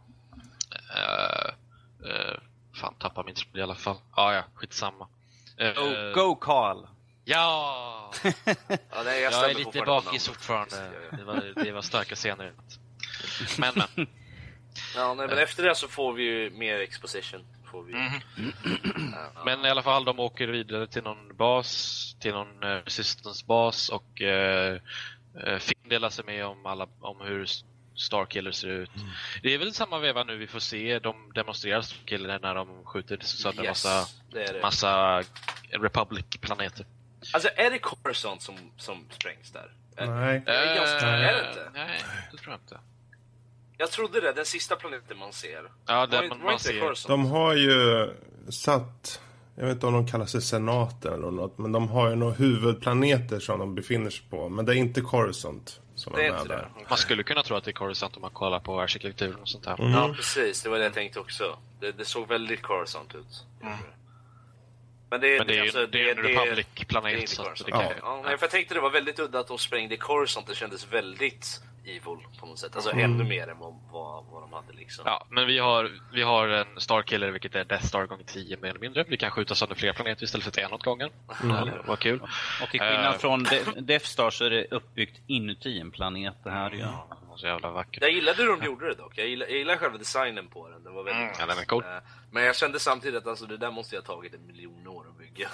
eh, eh, fan, tappar min tråd i alla fall. Ah, ja, skitsamma. Eh,
Go, go Carl!
Ja!
ja nej, jag,
Jag är
stämmer
lite
fortfarande på
bakis
namnet.
fortfarande.
Ja, ja.
Det var, det var starka scener. Men, men.
Ja, nej, men efter det så får vi ju mer exposition. Får vi.
Mhm.
Ja,
Men i alla fall, de åker vidare till någon bas, till någon uh, Resistance-bas, och uh, uh, Finn delar sig med om, alla, om hur Starkiller ser ut.
Mm.
Det är väl samma veva nu vi får se, de demonstrerar Starkiller när de skjuter sönder en
yes,
massa,
det är det.
massa Republic-planeter.
Alltså, är det Coruscant som, som sprängs där? Är-
Nej.
Det är ganska,
Eh,
är det inte?
Nej, det tror jag inte.
Jag trodde det, den sista planeten man ser.
Ja,
Var,
det,
var
man, man
inte
ser.
Coruscant?
De har ju satt, jag vet inte om de kallar sig senaten eller något, men de har ju några huvudplaneter som de befinner sig på. Men det är inte Coruscant som
Det
är
är
med
inte
där.
det.
Man skulle kunna tro att det är Coruscant om man kollar på arkitekturen och sånt där.
Mm.
Ja, precis. Det var det jag tänkte också. Det, det såg väldigt Coruscant ut.
Mm.
Men det,
Men det är
alltså,
ju det är en Republic-planet. Så det
ja.
kan,
ja, ja. Jag tänkte det var väldigt udda att de sprängde Coruscant. Det kändes väldigt evil på något sätt. Alltså mm. ännu mer än vad, vad, vad de hade liksom.
Ja, men vi har, vi har en Starkiller, vilket är Death Star gånger tio mer eller mindre. Vi kan skjuta sönder fler planeter istället för en åt gången. Mm. Vad kul.
Och till skillnad uh, från De- Death Star så är det uppbyggt inuti en planet det här. Ja.
Så jävla vackert.
Jag gillade hur de gjorde det dock. Jag gillar, jag gillar själva designen på den. Den var väldigt
mm, ja, den är cool.
uh, Men jag kände samtidigt att alltså, det där måste jag ha tagit en miljon år att bygga.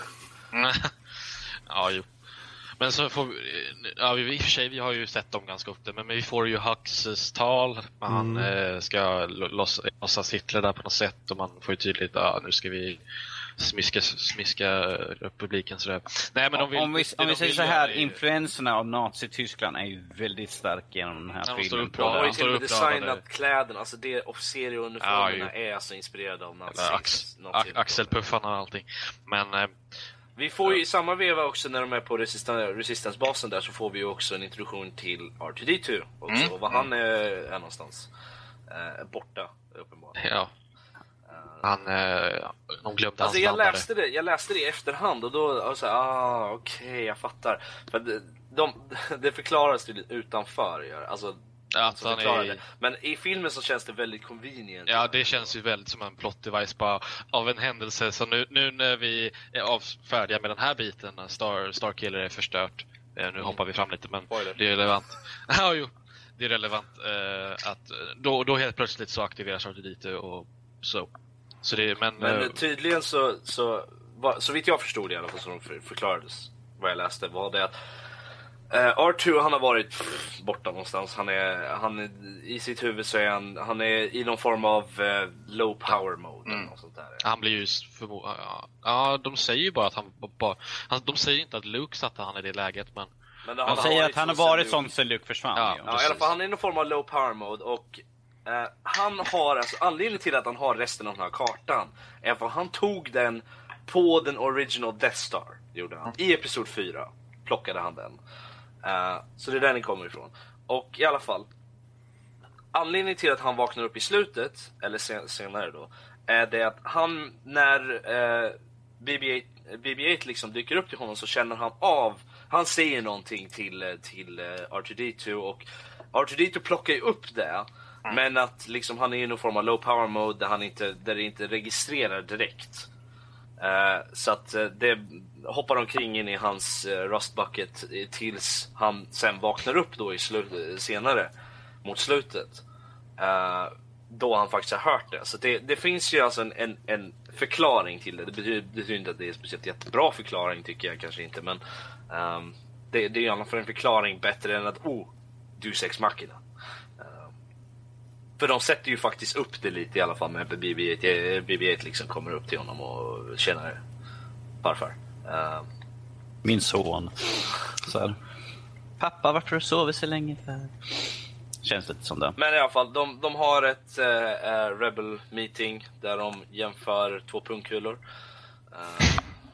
Ja, jo. Men så får vi, ja, vi, i och för sig, vi har ju sett dem ganska ofta, men vi får ju Hux tal. Han mm. eh, ska loss, låtsas Hitler där på något sätt, och man får ju tydligt, ja, nu ska vi smiska, smiska republiken sådär. Nej, men de vill,
om vi, om vi
de
säger så här, är... influenserna av Nazi-Tyskland är ju väldigt stark genom den här
ja,
filmen.
De har ju till och med designat kläderna, alltså det officerieuniformerna
ja,
är alltså inspirerade av Nazi.
Ax, Nazi axelpuffarna och allting. Men... Eh,
vi får ju i samma veva också när de är på Resistance-basen där, så får vi ju också en introduktion till R two D two också, mm. och vad han är, är någonstans eh, borta uppenbarligen.
Ja. Han eh, de glömde
alltså jag läste det, jag läste det i efterhand och då alltså, ah okej, okay, jag fattar. För de, de det förklaras ju utanför, alltså
att han är...
det. Men i filmen så känns det väldigt convenient.
Ja, det känns ju väldigt som en plot device bara av en händelse. Så nu, nu när vi är av, färdiga med den här biten, när Star, Starkiller är förstört, eh, nu mm. hoppar vi fram lite, men Spoiler. Det är relevant. Ja, jo, det är relevant eh, att då, då helt plötsligt så aktiveras R two D two och så. Så det, men
men
eh,
tydligen så, så, så vitt jag förstod det i alla fall, som de förklarades vad jag läste, var det att Uh, R two, han har varit pff, borta någonstans. Han är, han är, i sitt huvud så är han, han är i någon form av uh, low power mode mm. eller sånt där.
Han blir ju förmo- ja, ja, de säger ju bara att han bara, han, de säger inte att Luke satte han i det läget, men,
men de säger att han har varit sån sen Luke försvann.
Ja, ja. Ja, i alla fall han är i någon form av low power mode, och uh, han har alltså, anledningen till att han har resten av den här kartan är för han tog den på den original Death Star, gjorde han. I episod fyra plockade han den. Uh, så det är där ni kommer ifrån. Och i alla fall, anledningen till att han vaknar upp i slutet, eller sen, senare då, är det att han, när uh, B B eight liksom dyker upp till honom, så känner han av, han säger någonting till, till uh, R two D two, och R two D two plockar ju upp det, mm. men att liksom han är i någon form av low power mode där, han inte, där det inte registrerar direkt. Uh, så att uh, det hoppar omkring in i hans uh, rust bucket tills han sen vaknar upp då i slu- senare mot slutet, uh, då han faktiskt har hört det. Så det, det finns ju alltså en, en, en förklaring till det. Det betyder, det betyder inte att det är en speciellt jättebra förklaring, tycker jag kanske inte, men um, det, det är i alla fall en förklaring bättre än att oh, du sex machina. För de sätter ju faktiskt upp det lite i alla fall med B B eight. B B eight liksom kommer upp till honom och känner farfar. Uh,
Min son. Så här. Pappa, varför du sover så länge för? Känns lite som det.
Men i alla fall, de, de har ett uh, Rebel meeting där de jämför två pungkulor. Uh,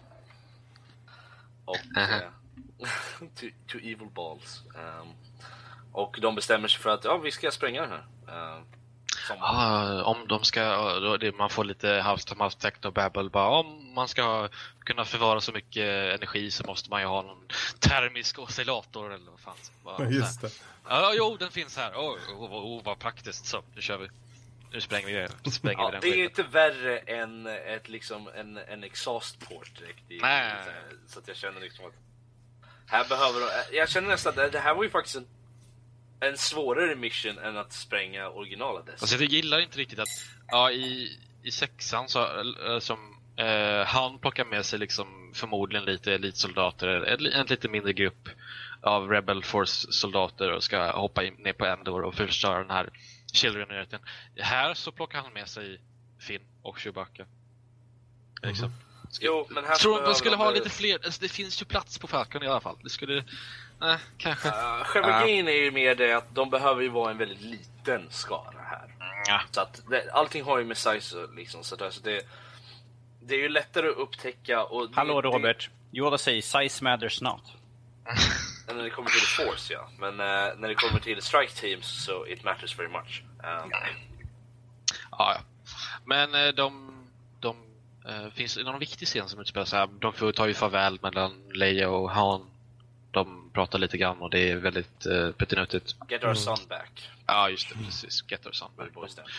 och uh, to, to evil balls. Um, och de bestämmer sig för att ja, vi ska spränga den här. Uh,
ah, om de ska, då det, man får lite halvt technobabble bara, om man ska kunna förvara så mycket energi så måste man ju ha någon termisk oscillator eller vad fan.
Ja, just det.
Ja, jo, den finns här. Åh, oh, oh, oh, vad praktiskt, så nu kör vi. Nu spränger vi det. Spränger
ja,
vi den
det är ju inte värre än ett, liksom, en, en exhaust port direkt i,
Nej.
så att jag känner liksom att här behöver de, jag känner nästan att det här var ju faktiskt en en svårare mission än att spränga originala Death.
Alltså jag gillar inte riktigt att ja, i, i sexan så äh, som äh, han plockar med sig liksom förmodligen lite elitsoldater, en, en lite mindre grupp av Rebel Force soldater och ska hoppa in, ner på Endor och förstöra den här Children-uniten. Här så plockar han med sig Finn och Chewbacca. Mm. Liksom.
Jo, men här
tror man skulle ha lite fler, alltså det finns ju plats på Falcon i alla fall. Det skulle nej, kanske.
Uh, själva uh. grejen är ju mer det att de behöver ju vara en väldigt liten skara här.
Uh.
Så att det, allting har ju med size liksom, så, där, så det, det är ju lättare att upptäcka och det,
hallå Robert, Yoda säger size matters not.
När det kommer till the Force, ja. Men uh, när det kommer till strike teams så so it matters very much. Um,
ja, ja. Men uh, de de Uh, finns det någon viktig scen som utspelar sig här? De får ta ju farväl mellan Leia och Han. De pratar lite grann och det är väldigt uh, pettinuttigt.
Get our son back.
Ja, just det. Precis. Get our son back.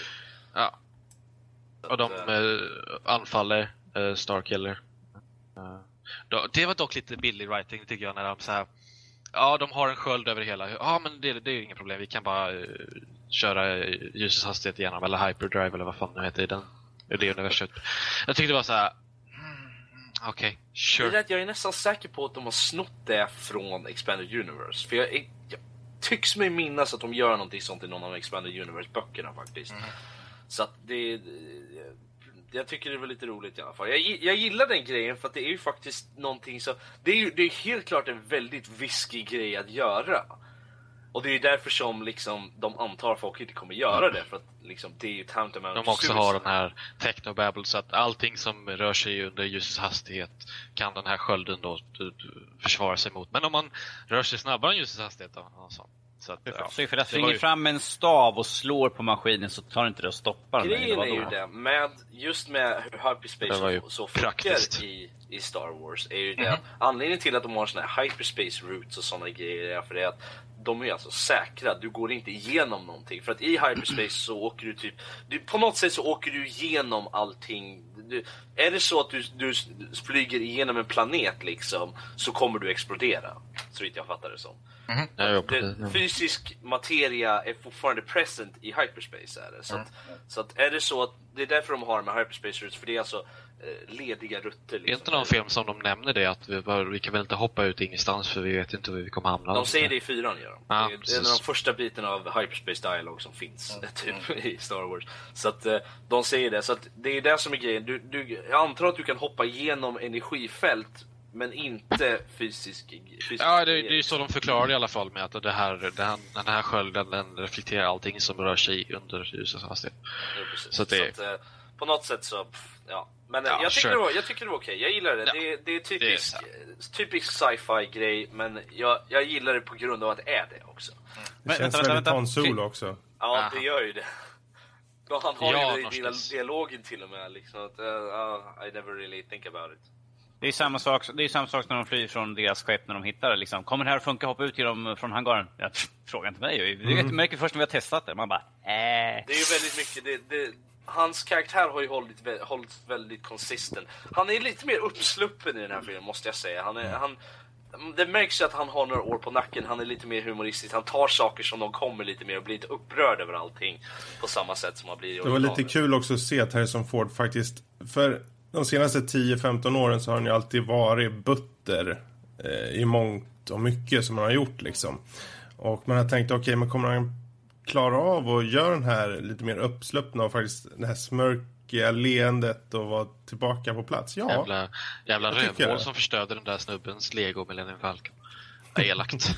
Ja.
Så
och de
att,
uh, anfaller uh, Starkiller. Uh, då, det var dock lite billig writing tycker jag när de så här. Ja, de har en sköld över hela. Ja, men det, det är ju inga problem. Vi kan bara uh, köra ljusets hastighet igenom eller hyperdrive eller vad fan nu heter i den. I det universet. Jag tyckte det var så här. Mm, okej, okay, sure.
Det är att jag är nästan säker på att de har snott det från Expanded Universe. För jag, är, jag tycks mig minnas att de gör någonting sånt i någon av Expanded Universe-böckerna faktiskt. Mm. Så att det... Jag tycker det var lite roligt i alla fall. Jag, jag gillar den grejen för att det är ju faktiskt någonting så... Det är ju det är helt klart en väldigt viskig grej att göra. Och det är därför som liksom, de antar att folk inte kommer göra det. För att liksom, det är ju tantamount
de också har den här technobabble så att allting som rör sig under ljusets hastighet kan den här skölden då försvara sig mot. Men om man rör sig snabbare än ljusets hastighet då, alltså. Så att, ja.
Så för att springer ju... fram en stav och slår på maskinen så tar inte det att stoppa den.
Grejen är ju det, med, just med hur hyperspace och så funkar i, i Star Wars är ju det. Mm-hmm. Anledningen till att de har såna här hyperspace routes och såna grejer är för det att de är alltså säkra. Du går inte igenom någonting. För att i hyperspace så åker du typ... Du, på något sätt så åker du igenom allting. Du, är det så att du, du flyger igenom en planet liksom, så kommer du explodera. Så vitt jag fattar det som.
Mm-hmm. Ja,
det, fysisk materia är fortfarande present i hyperspace är det. Så, mm. att, så att är det så att det är därför de har med hyperspace routes, för det är alltså eh, lediga rutter liksom.
Det är inte någon film som de nämner det att vi, bara, vi kan väl inte hoppa ut ingenstans för vi vet inte hur vi kommer hamna.
De säger det i fyran gör de.
Ja,
det, är, det är en av de första biterna av hyperspace dialog som finns mm. typ, i Star Wars. Så att eh, de säger det. Så att det är det som är grejen. Du, du, jag antar att du kan hoppa igenom energifält men inte fysisk, fysisk
ja, det, det är ju så de förklarar i alla fall med att det här, det här, den här skölden den reflekterar allting som rör sig under ljusets hastighet.
Ja,
så att det...
så att, eh, på något sätt så, pff, ja. Men ja, jag, tycker
sure.
det var, jag tycker det var okej. Jag gillar det. Ja. Det, det är typisk, typisk sci-fi grej, men jag, jag gillar det på grund av att det är det också.
Mm. Det känns vänta, väldigt Han Solo också.
Ja, Aha. det gör ju det. Han har
ja,
ju det i dialogen till och med. Liksom, att, uh, uh, I never really think about it.
Det är samma sak, det är samma sak när de flyr från deras skepp när de hittar det liksom. Kommer det här att funka, hoppa ut till dem från hangaren? Ja, pff, fråga inte mig. Det är mm. märker först när vi har testat det. Man bara, äh.
Det är ju väldigt mycket det, det, hans karaktär har ju hållit, hållit väldigt konsistent. Han är lite mer uppsluppen i den här filmen, måste jag säga. Han är, han, det märks ju att han har några år på nacken. Han är lite mer humoristisk. Han tar saker som de kommer lite mer och blir lite upprörd över allting på samma sätt som han blir i
Det var lite kul också att se att Harrison Ford faktiskt, för de senaste tio femton åren så har han ju alltid varit butter eh, i mångt och mycket som han har gjort liksom. Och man har tänkt, okej, okay, men kommer han klara av att göra den här lite mer uppsluppna och faktiskt det här smörkiga leendet och vara tillbaka på plats? Ja.
Jävla, jävla rövhål som förstörde den där snubbens Lego Millennium Falcon. Elakt.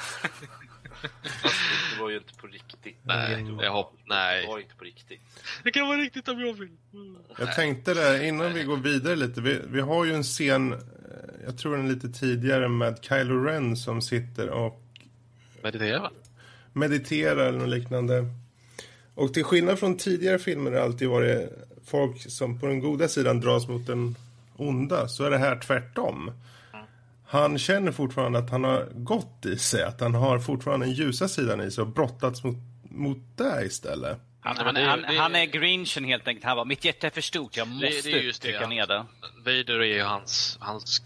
Det var ju inte på riktigt.
Nej, jag hopp, nej.
Det var inte på riktigt.
Det kan vara riktigt om jag vill.
Mm. Jag tänkte det, innan vi går vidare lite. Vi, vi har ju en scen, jag tror den lite tidigare, med Kylo Ren som sitter och
mediterar.
Mediterar eller något liknande. Och till skillnad från tidigare filmer har det alltid varit folk som på den goda sidan dras mot den onda. Så är det här tvärtom. Han känner fortfarande att han har gått i sig. Att han har fortfarande den ljusa sidan i sig och brottats mot, mot det istället.
Han, han, han, han är Grinchen helt enkelt. Han var, mitt hjärta är för stort, jag måste det, det är just trycka det, ner det.
Vader är ju hans, hans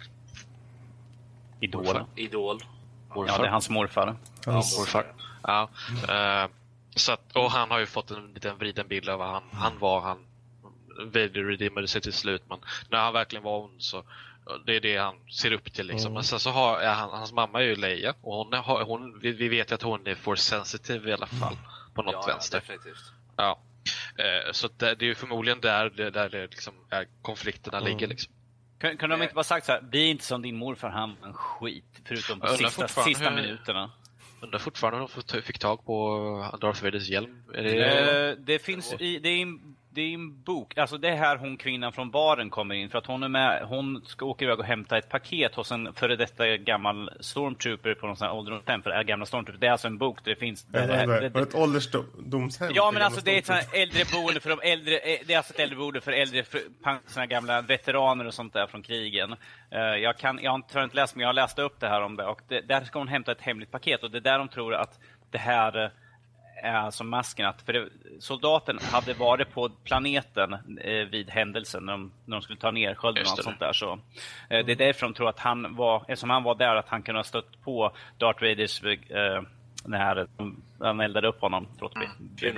idol.
Morfar. Idol.
Morfar. Ja, det är hans morfar.
Hans morfar. Ja. Uh, så att, och han har ju fått en liten vriden bild av vad han, han var. Han Vader redeemade sig till slut. Men när han verkligen var ond så det är det han ser upp till liksom. Mm. Men sen så har han, hans mamma är ju Leia och hon, har, hon vi, vi vet att hon är force sensitive i alla fall på något
ja,
vänster.
Definitivt.
Ja. Eh, så det, det är ju förmodligen där det, där det liksom är konflikterna mm. ligger liksom.
Kan, kan de inte bara sagt så här, bli inte som din morfar, han en skit förutom på sista, sista hur, minuterna.
Undrar fortfarande om de fick tag på Darth Vaders hjälm. Är det,
eh, det finns i, det är det är en bok. Alltså det är här hon kvinnan från baren kommer in. För att hon är med, hon ska åka iväg och hämta ett paket hos en före detta gammal stormtrooper på någon sån här ålderdomshem. För det är gamla stormtrooper. Det är alltså en bok där det finns...
Ja, det är det. Det, ett ålderdomshem.
Ja, men alltså det är ett sånt här äldreboende för de äldre... Det är alltså ett äldreboende för äldre, för såna gamla veteraner och sånt där från krigen. Jag, kan, jag har inte, inte läst, men jag har läst upp det här om det. Och det, där ska hon hämta ett hemligt paket. Och det är där de tror att det här... Alltså masken, att för det, soldaten hade varit på planeten eh, vid händelsen när de, när de skulle ta ner skölden och allt sånt där. Så, eh, det är därför de tror att han var, eftersom han var där, att han kunde ha stött på Darth Vaders eh, när han eldade upp honom. Mm.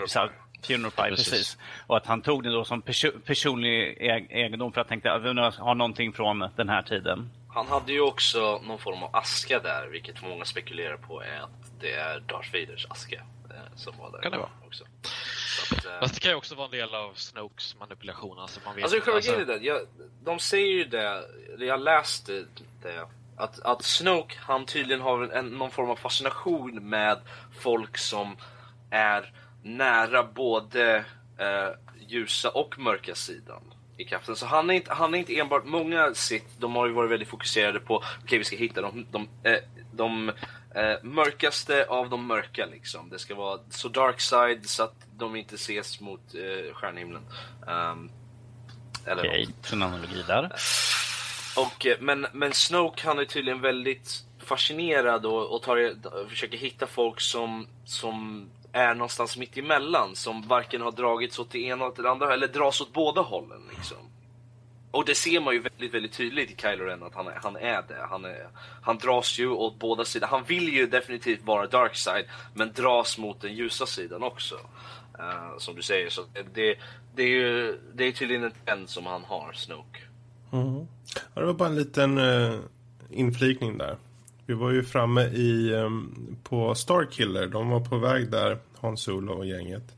Funeral Pie, precis. precis. Och att han tog det då som perso- personlig egendom för att tänkte att han har någonting från den här tiden.
Han hade ju också någon form av aska där, vilket många spekulerar på är att det är Darth Vaders aska. Som var där
kan det vara
också. Så att, äh...
Fast det kan ju också vara en del av Snokes manipulation. Alltså, man vet
alltså,
inte,
alltså... Det, jag, de säger ju det, jag läste det, att, att Snoke, han tydligen har en, någon form av fascination med folk som är nära både äh, ljusa och mörka sidan i kraften. Så han är inte, han är inte enbart, många sitt, de har ju varit väldigt fokuserade på, okej okay, vi ska hitta de, de, de, de Eh, mörkaste av de mörka liksom. Det ska vara så dark side så att de inte ses mot eh, stjärnhimlen. Um, eller
Okej, så en analogi där.
Och, eh, men, men Snoke, han är tydligen väldigt fascinerad och, och, tar, och försöker hitta folk som, som är någonstans mitt emellan, som varken har dragits åt det ena eller det andra, eller dras åt båda hållen liksom. Och det ser man ju väldigt, väldigt tydligt i Kylo Ren att han är, han är det. Han, är, han dras ju åt båda sidor. Han vill ju definitivt vara dark side, men dras mot den ljusa sidan också. Uh, som du säger. Så det, det är ju det är tydligen en trend som han har, Snoke.
Mm. Ja, det var bara en liten uh, inflikning där. Vi var ju framme i um, på Starkiller. De var på väg där, Han Solo och gänget.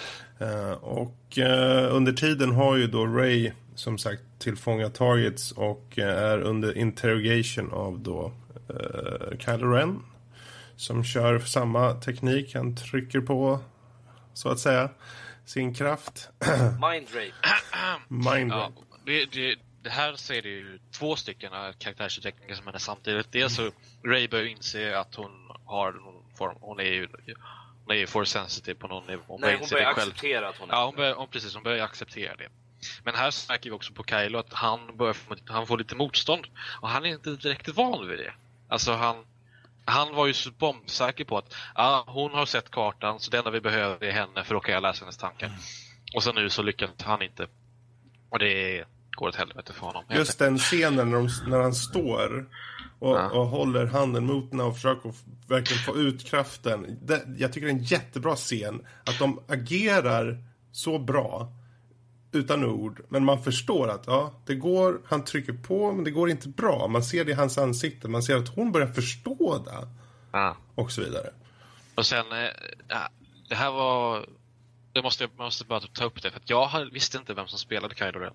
Uh, och uh, under tiden har ju då Rey som sagt tillfånga targets och uh, är under interrogation av då uh, Kylo Ren som kör samma teknik. Han trycker på, så att säga, sin kraft.
Mind rape.
Mind rape.
Ja, det, det, det här ser det ju två stycken karaktärsutvecklingar som är samtidigt. Dels så Rey bör inse att hon har någon form, hon är ju hon är ju force sensitive på någon nivå.
Hon Nej, hon börjar acceptera att hon är.
Ja, hon börjar, hon, precis, hon börjar acceptera det. Men här märker vi också på Kylo att han börjar han får lite motstånd och han är inte direkt van vid det. Alltså han han var ju så bombsäker på att ah, hon har sett kartan, så det enda vi behöver är henne för att kan jag läsa hennes tankar. Mm. Och så nu så lyckas han inte. Och det går åt helvete för honom.
Just den scenen när, de, när han står och, ja. och håller handen mot henne och försöker verkligen få ut kraften. Det, jag tycker det är en jättebra scen att de agerar så bra utan ord, men man förstår att ja, det går, han trycker på, men det går inte bra. Man ser det i hans ansikte, man ser att hon börjar förstå det.
Ja.
Och så vidare.
Och sen, ja, det här var, det måste jag måste bara ta upp det, för att jag visste inte vem som spelade Kylo Ren.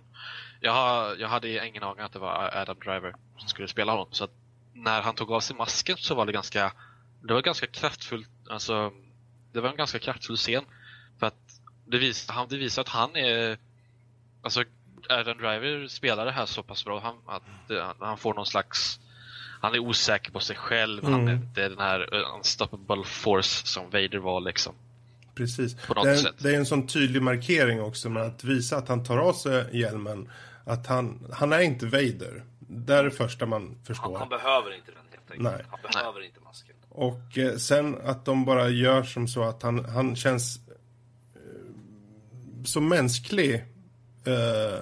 Jag, jag hade ingen aning att det var Adam Driver som skulle spela honom, så att när han tog av sig masken så var det ganska, det var ganska kraftfullt, alltså det var en ganska kraftfull scen, för att det visar, han, det visar att han är, alltså Adam Driver spelar det här så pass bra han, att uh, han får någon slags, han är osäker på sig själv, mm. han är inte den här unstoppable force som Vader var liksom.
Precis. Det är, det är en sån tydlig markering också med att visa att han tar av sig hjälmen, att han, han är inte Vader. Det är det första man förstår.
Han, han behöver inte den helt enkelt.
Nej.
Han behöver Nej. inte masken.
Och eh, sen att de bara gör som så att han, han känns eh, så mänsklig eh,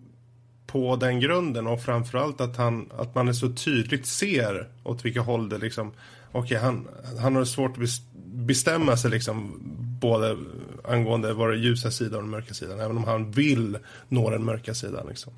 på den grunden, och framförallt att, han, att man är så tydligt ser åt vilka håll det liksom, okej, okay, han, han har svårt att bestämma sig liksom, både angående vad det ljusa sidan och den mörka sidan, även om han vill nå den mörka sidan liksom.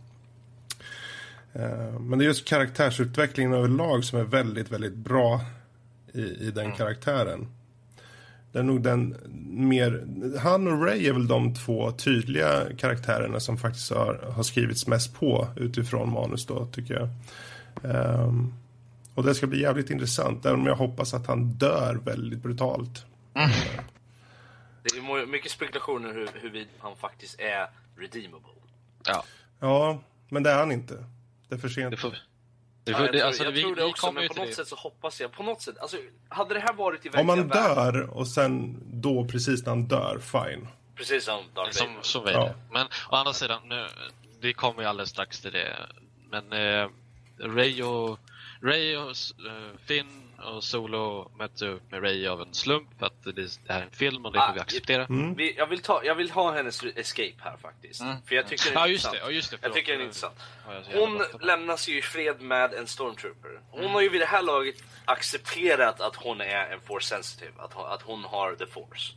Men det är just karaktärsutvecklingen överlag som är väldigt, väldigt bra i, i den mm. karaktären. Det är nog den mer, han och Rey är väl de två tydliga karaktärerna som faktiskt har, har skrivits mest på utifrån manus då, tycker jag. Um, och det ska bli jävligt intressant, även om jag hoppas att han dör väldigt brutalt.
Mm. Det är är mycket spekulationer hur, hur han faktiskt är redeemable.
Ja.
Ja, men det är han inte. Det är för sent.
Det får...
Det får, ja, jag det, tror, alltså, jag vi, tror det också, men på något det. sätt så hoppas jag. På något sätt, alltså, hade det här varit i verkliga
Om man dör
världen,
och sen då precis när han dör, fine.
Precis som Darth
som, som ja. Men å andra sidan, nu, vi kommer ju alldeles strax till det. Men eh, Rey och, Rey och uh, Finn och Solo möter upp med Rey av en slump för att det, det här är en film och det ah, får vi acceptera.
Mm.
Vi, jag, vill ta, jag vill ha hennes escape här faktiskt. Mm. För jag tycker det är
ja,
intressant.
Just det, just det,
jag tycker det är intressant. Hon lämnas ju i fred med en stormtrooper. Hon mm. har ju vid det här laget accepterat att hon är en force sensitive. Att hon, att hon har the force.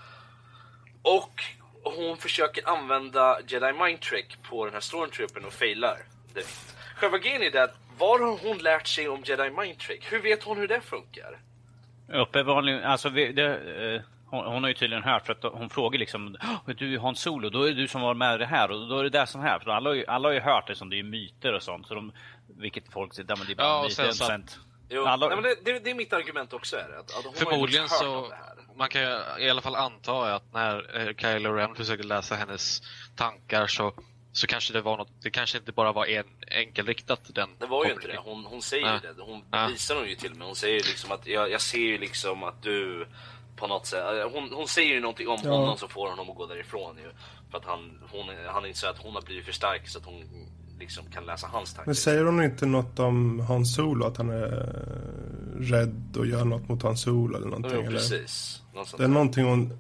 Och hon försöker använda Jedi mind trick på den här stormtroopern och failar. Själva grejen är det att var har hon lärt sig om Jedi mind trick? Hur vet hon hur det funkar?
Uppenbarligen, alltså vi, det, eh, hon, hon har ju tydligen hört för att hon frågar liksom, du är Han Solo, då är det du som var med i det här och då är det där som här. För alla har ju, alla har ju hört det som det är myter och sånt, så de, vilket folk säger, men det är bara
ja,
myter.
Så,
sent.
Jo, alla... nej, men det, det, det är mitt argument också. Är det, att, att hon
förmodligen så, man kan ju i alla fall anta att när eh, Kylo Ren försöker läsa hennes tankar så Så kanske det var något, det kanske inte bara var en enkelriktat den.
Det var ju inte det. Hon, hon säger ju det. Hon ja. visar hon ju till mig. Hon säger liksom att jag, jag ser ju liksom att du på något sätt, hon, hon säger ju någonting om ja. honom så får honom att gå därifrån ju. För att han, hon, han inser att hon har blivit för stark så att hon liksom kan läsa hans tankar.
Men säger hon inte något om Han Solo, att han är rädd och gör något mot Han Solo eller någonting?
Jo, precis.
Eller? Det är någonting hon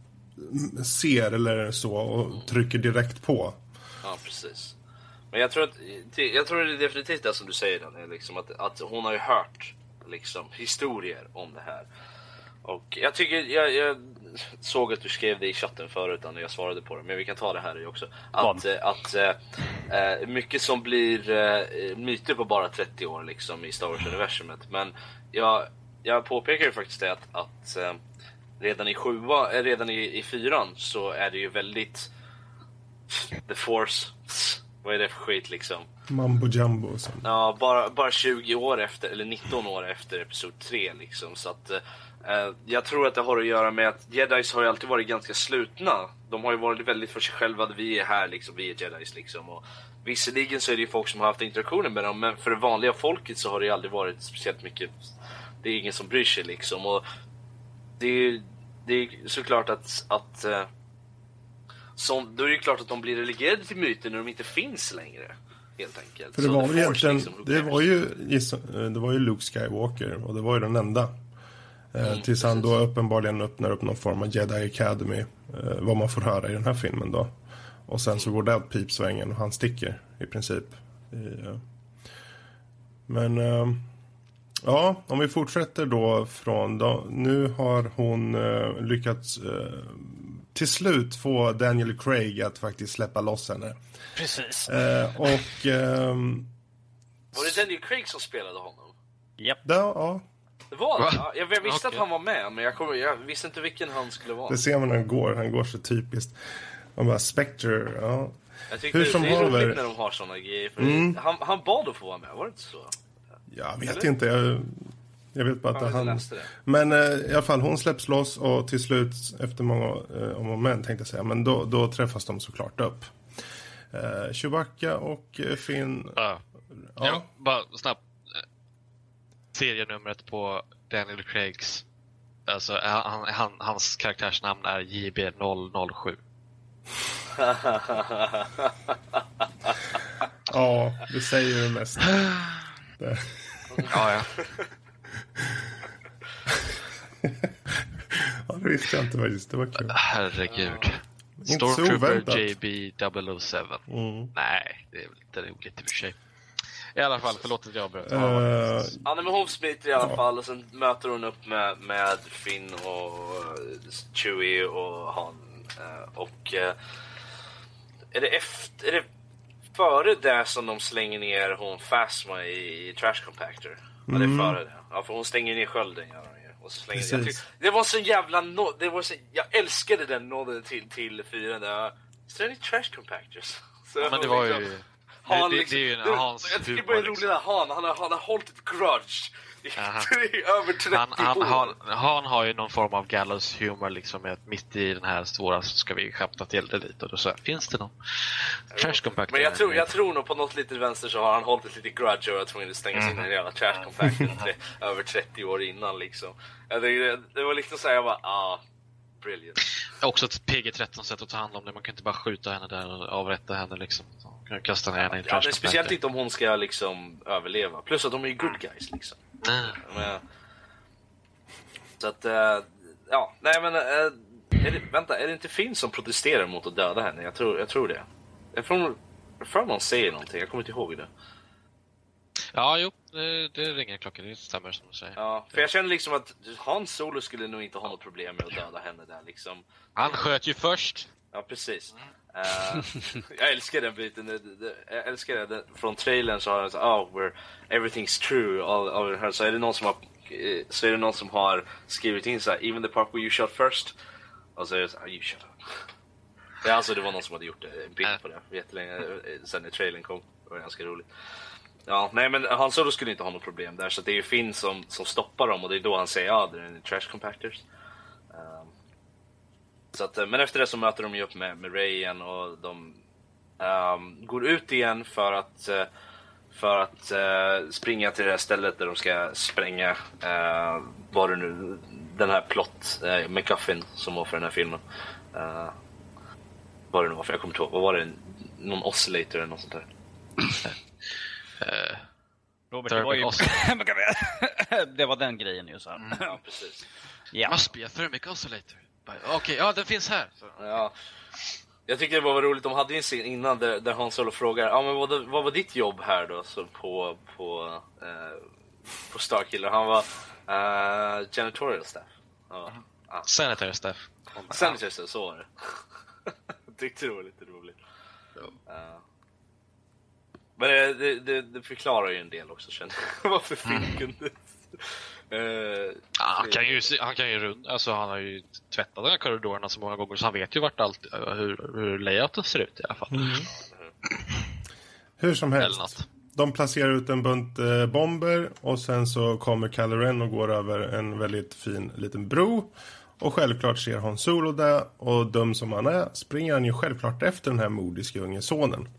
ser eller så och trycker direkt på.
Ja, precis. Men jag tror att jag tror det är definitivt det som du säger där, liksom att att hon har ju hört liksom historier om det här. Och jag tycker jag, jag såg att du skrev det i chatten förut när jag svarade på det, men vi kan ta det här också att äh, att äh, mycket som blir äh, myter på bara trettio år liksom i Star Wars-universumet, men jag jag påpekar ju faktiskt det att att äh, redan i sjua äh, redan i, i fyran så är det ju väldigt The Force. Vad är det för skit liksom?
Mambo jumbo och sånt.
Ja, bara, bara tjugo år efter, eller nitton år efter episod tre liksom. Så att eh, jag tror att det har att göra med att Jedis har ju alltid varit ganska slutna. De har ju varit väldigt för sig själva att vi är här liksom, vi är Jedis liksom. Och visserligen så är det ju folk som har haft interaktioner med dem, men för det vanliga folket så har det ju aldrig varit speciellt mycket. Det är ingen som bryr sig liksom. Och det är, det är såklart att, att som, då är det klart att de blir relegerade till myter när de inte finns längre, helt enkelt.
För det var väl egentligen, liksom, det var ju det var ju Luke Skywalker och det var ju den enda. Mm, eh, tills han då uppenbarligen öppnar upp någon form av Jedi Academy, eh, vad man får höra i den här filmen då. Och sen så går det åt pipsvängen och han sticker i princip. I, eh. Men eh, ja, om vi fortsätter då från då, nu har hon eh, lyckats eh, till slut få Daniel Craig att faktiskt släppa loss henne.
Precis.
Eh, och ehm,
var det Daniel Craig som spelade honom?
Japp.
Yep. Ja.
Det var det. Ja, jag, jag visste okay. att han var med, men jag, kom, jag visste inte vilken han skulle vara.
Det ser man när han går, han går så typiskt. Man bara Spectre, ja.
Jag tycker det, det är roligt över... när de har såna grejer. För mm. han, han bad att få vara med, var det inte så?
Jag vet Eller? inte, jag... Jag vet bara att ja, han... Men eh, i alla fall, hon släpps loss och till slut, efter många eh, om och men, tänkte jag säga, men då, då träffas de såklart upp. Eh, Chewbacca och eh, Finn...
Ja. Ja. ja, bara snabbt. Serienumret på Daniel Craigs, alltså han, han, hans karaktärsnamn är J B noll noll sju.
Ja, det säger det mest. Det.
Ja, ja.
Ja, det visste jag inte faktiskt. Det var kul.
Herregud. Stormtrooper J B double oh seven. Mm. Nej, det är väl inte roligt i och för sig. I alla fall, förlåt att jag bröt. Uh,
ja, men hon smiter i alla ja. fall och sen möter hon upp med, med Finn och Chewie och Han. Och är det efter... Är det före det som de slänger ner hon Phasma i, i Trash Compactor? Ja, det är före det. Ja, för hon stänger ner skölden, gör hon ju. Och så slänger jag tyck, det var så jävla no, det var så, jag älskade den nåden till till fyran där. Is there any trash compactors? Så
ja, men det var ju
Han,
det, det,
liksom,
det är ju en
det,
Hans
jag tycker
humor,
bara det är
liksom.
roligt att Han, han, har, han har hållit ett grudge i över trettio
han, han,
år.
har, han har ju någon form av gallows humor liksom, med att mitt i den här svåra så ska vi skämta till det lite och då så här, finns det någon trash compactor.
Men jag tror, jag tror nog på något lite vänster så har han hållit ett litet grudge och jag tror att stänga sig in i en jävla trash compactor över trettio år innan liksom. Jag tänkte, det, det var liksom såhär, jag bara, ah, brilliant.
Också ett P G tretton sätt att ta hand om det, man kan inte bara skjuta henne där och avrätta henne liksom. Kasta ner henne i en trash
Ja,
compactor.
speciellt inte om hon ska liksom överleva. Plus att de är ju good guys liksom.
Mm.
Men, så att, uh, ja, nej men, uh, är det, vänta, är det inte Finn som protesterar mot att döda henne? Jag tror, jag tror det. Jag tror, jag tror någon säger någonting, jag kommer inte ihåg det.
Ja, jo, det, det ringer klockan, det stämmer som du säger.
Ja, för jag känner liksom att Han Solo skulle nog inte ha något problem med att döda henne där liksom.
Han sköt ju först.
Ja, precis. Uh, jag älskar den biten. Det, det, jag älskar det. det. Från trailern så har den så oh, where everything's true. All, all her. Så är det någon som har så är det någon som har skrivit in så här, even the part where you shot first. Och så är det så här, oh, you shut up. Ja, alltså det var någon som hade gjort en bild på det jättelänge sen när trailern kom. Det var ganska roligt. Ja, nej men Han Solo skulle inte ha något problem där, så det är ju Finn som, som stoppar dem och det är då han säger ja, det är trash compactors. Um, så att, men efter det så möter de ju upp med, med Rey igen och de um, går ut igen för att uh, för att uh, springa till det här stället där de ska spränga uh, vad det nu, den här plott uh, McGuffin som var för den här filmen. Uh, vad det nu var, för jag kommer inte ihåg, vad var det, någon oscillator eller något sånt där.
Uh,
Robert, det var ju... det var den grejen ju så här.
Mm. Ja, precis.
Ja.
Must be a thermic oscillator. Okej, okay, ja, den finns här. Så.
Ja. Jag tycker det var roligt, de hade ju en scen innan där, där Han Solo frågar, ja men vad, vad var ditt jobb här då så på på eh, på Starkiller? Han var eh, janitorial staff. Ja.
Mm.
Ah.
Sanitary staff.
Sanitary staff, så var det. Jag tyckte det var lite roligt.
Ja.
Uh. Men det, det, det, det förklarar ju en del också, känner jag. Varför Finn kunde... Uh,
ah, han kan ju han kan ju rund, alltså han har ju tvättat de här korridorerna så många gånger så han vet ju vart allt hur hur layouten ser ut i alla fall. Mm.
Hur som helst. De placerar ut en bunt eh, bomber och sen så kommer Kylo Ren och går över en väldigt fin liten bro och självklart ser Han Solo där och dum som han är springer han ju självklart efter den här modiska unge sonen.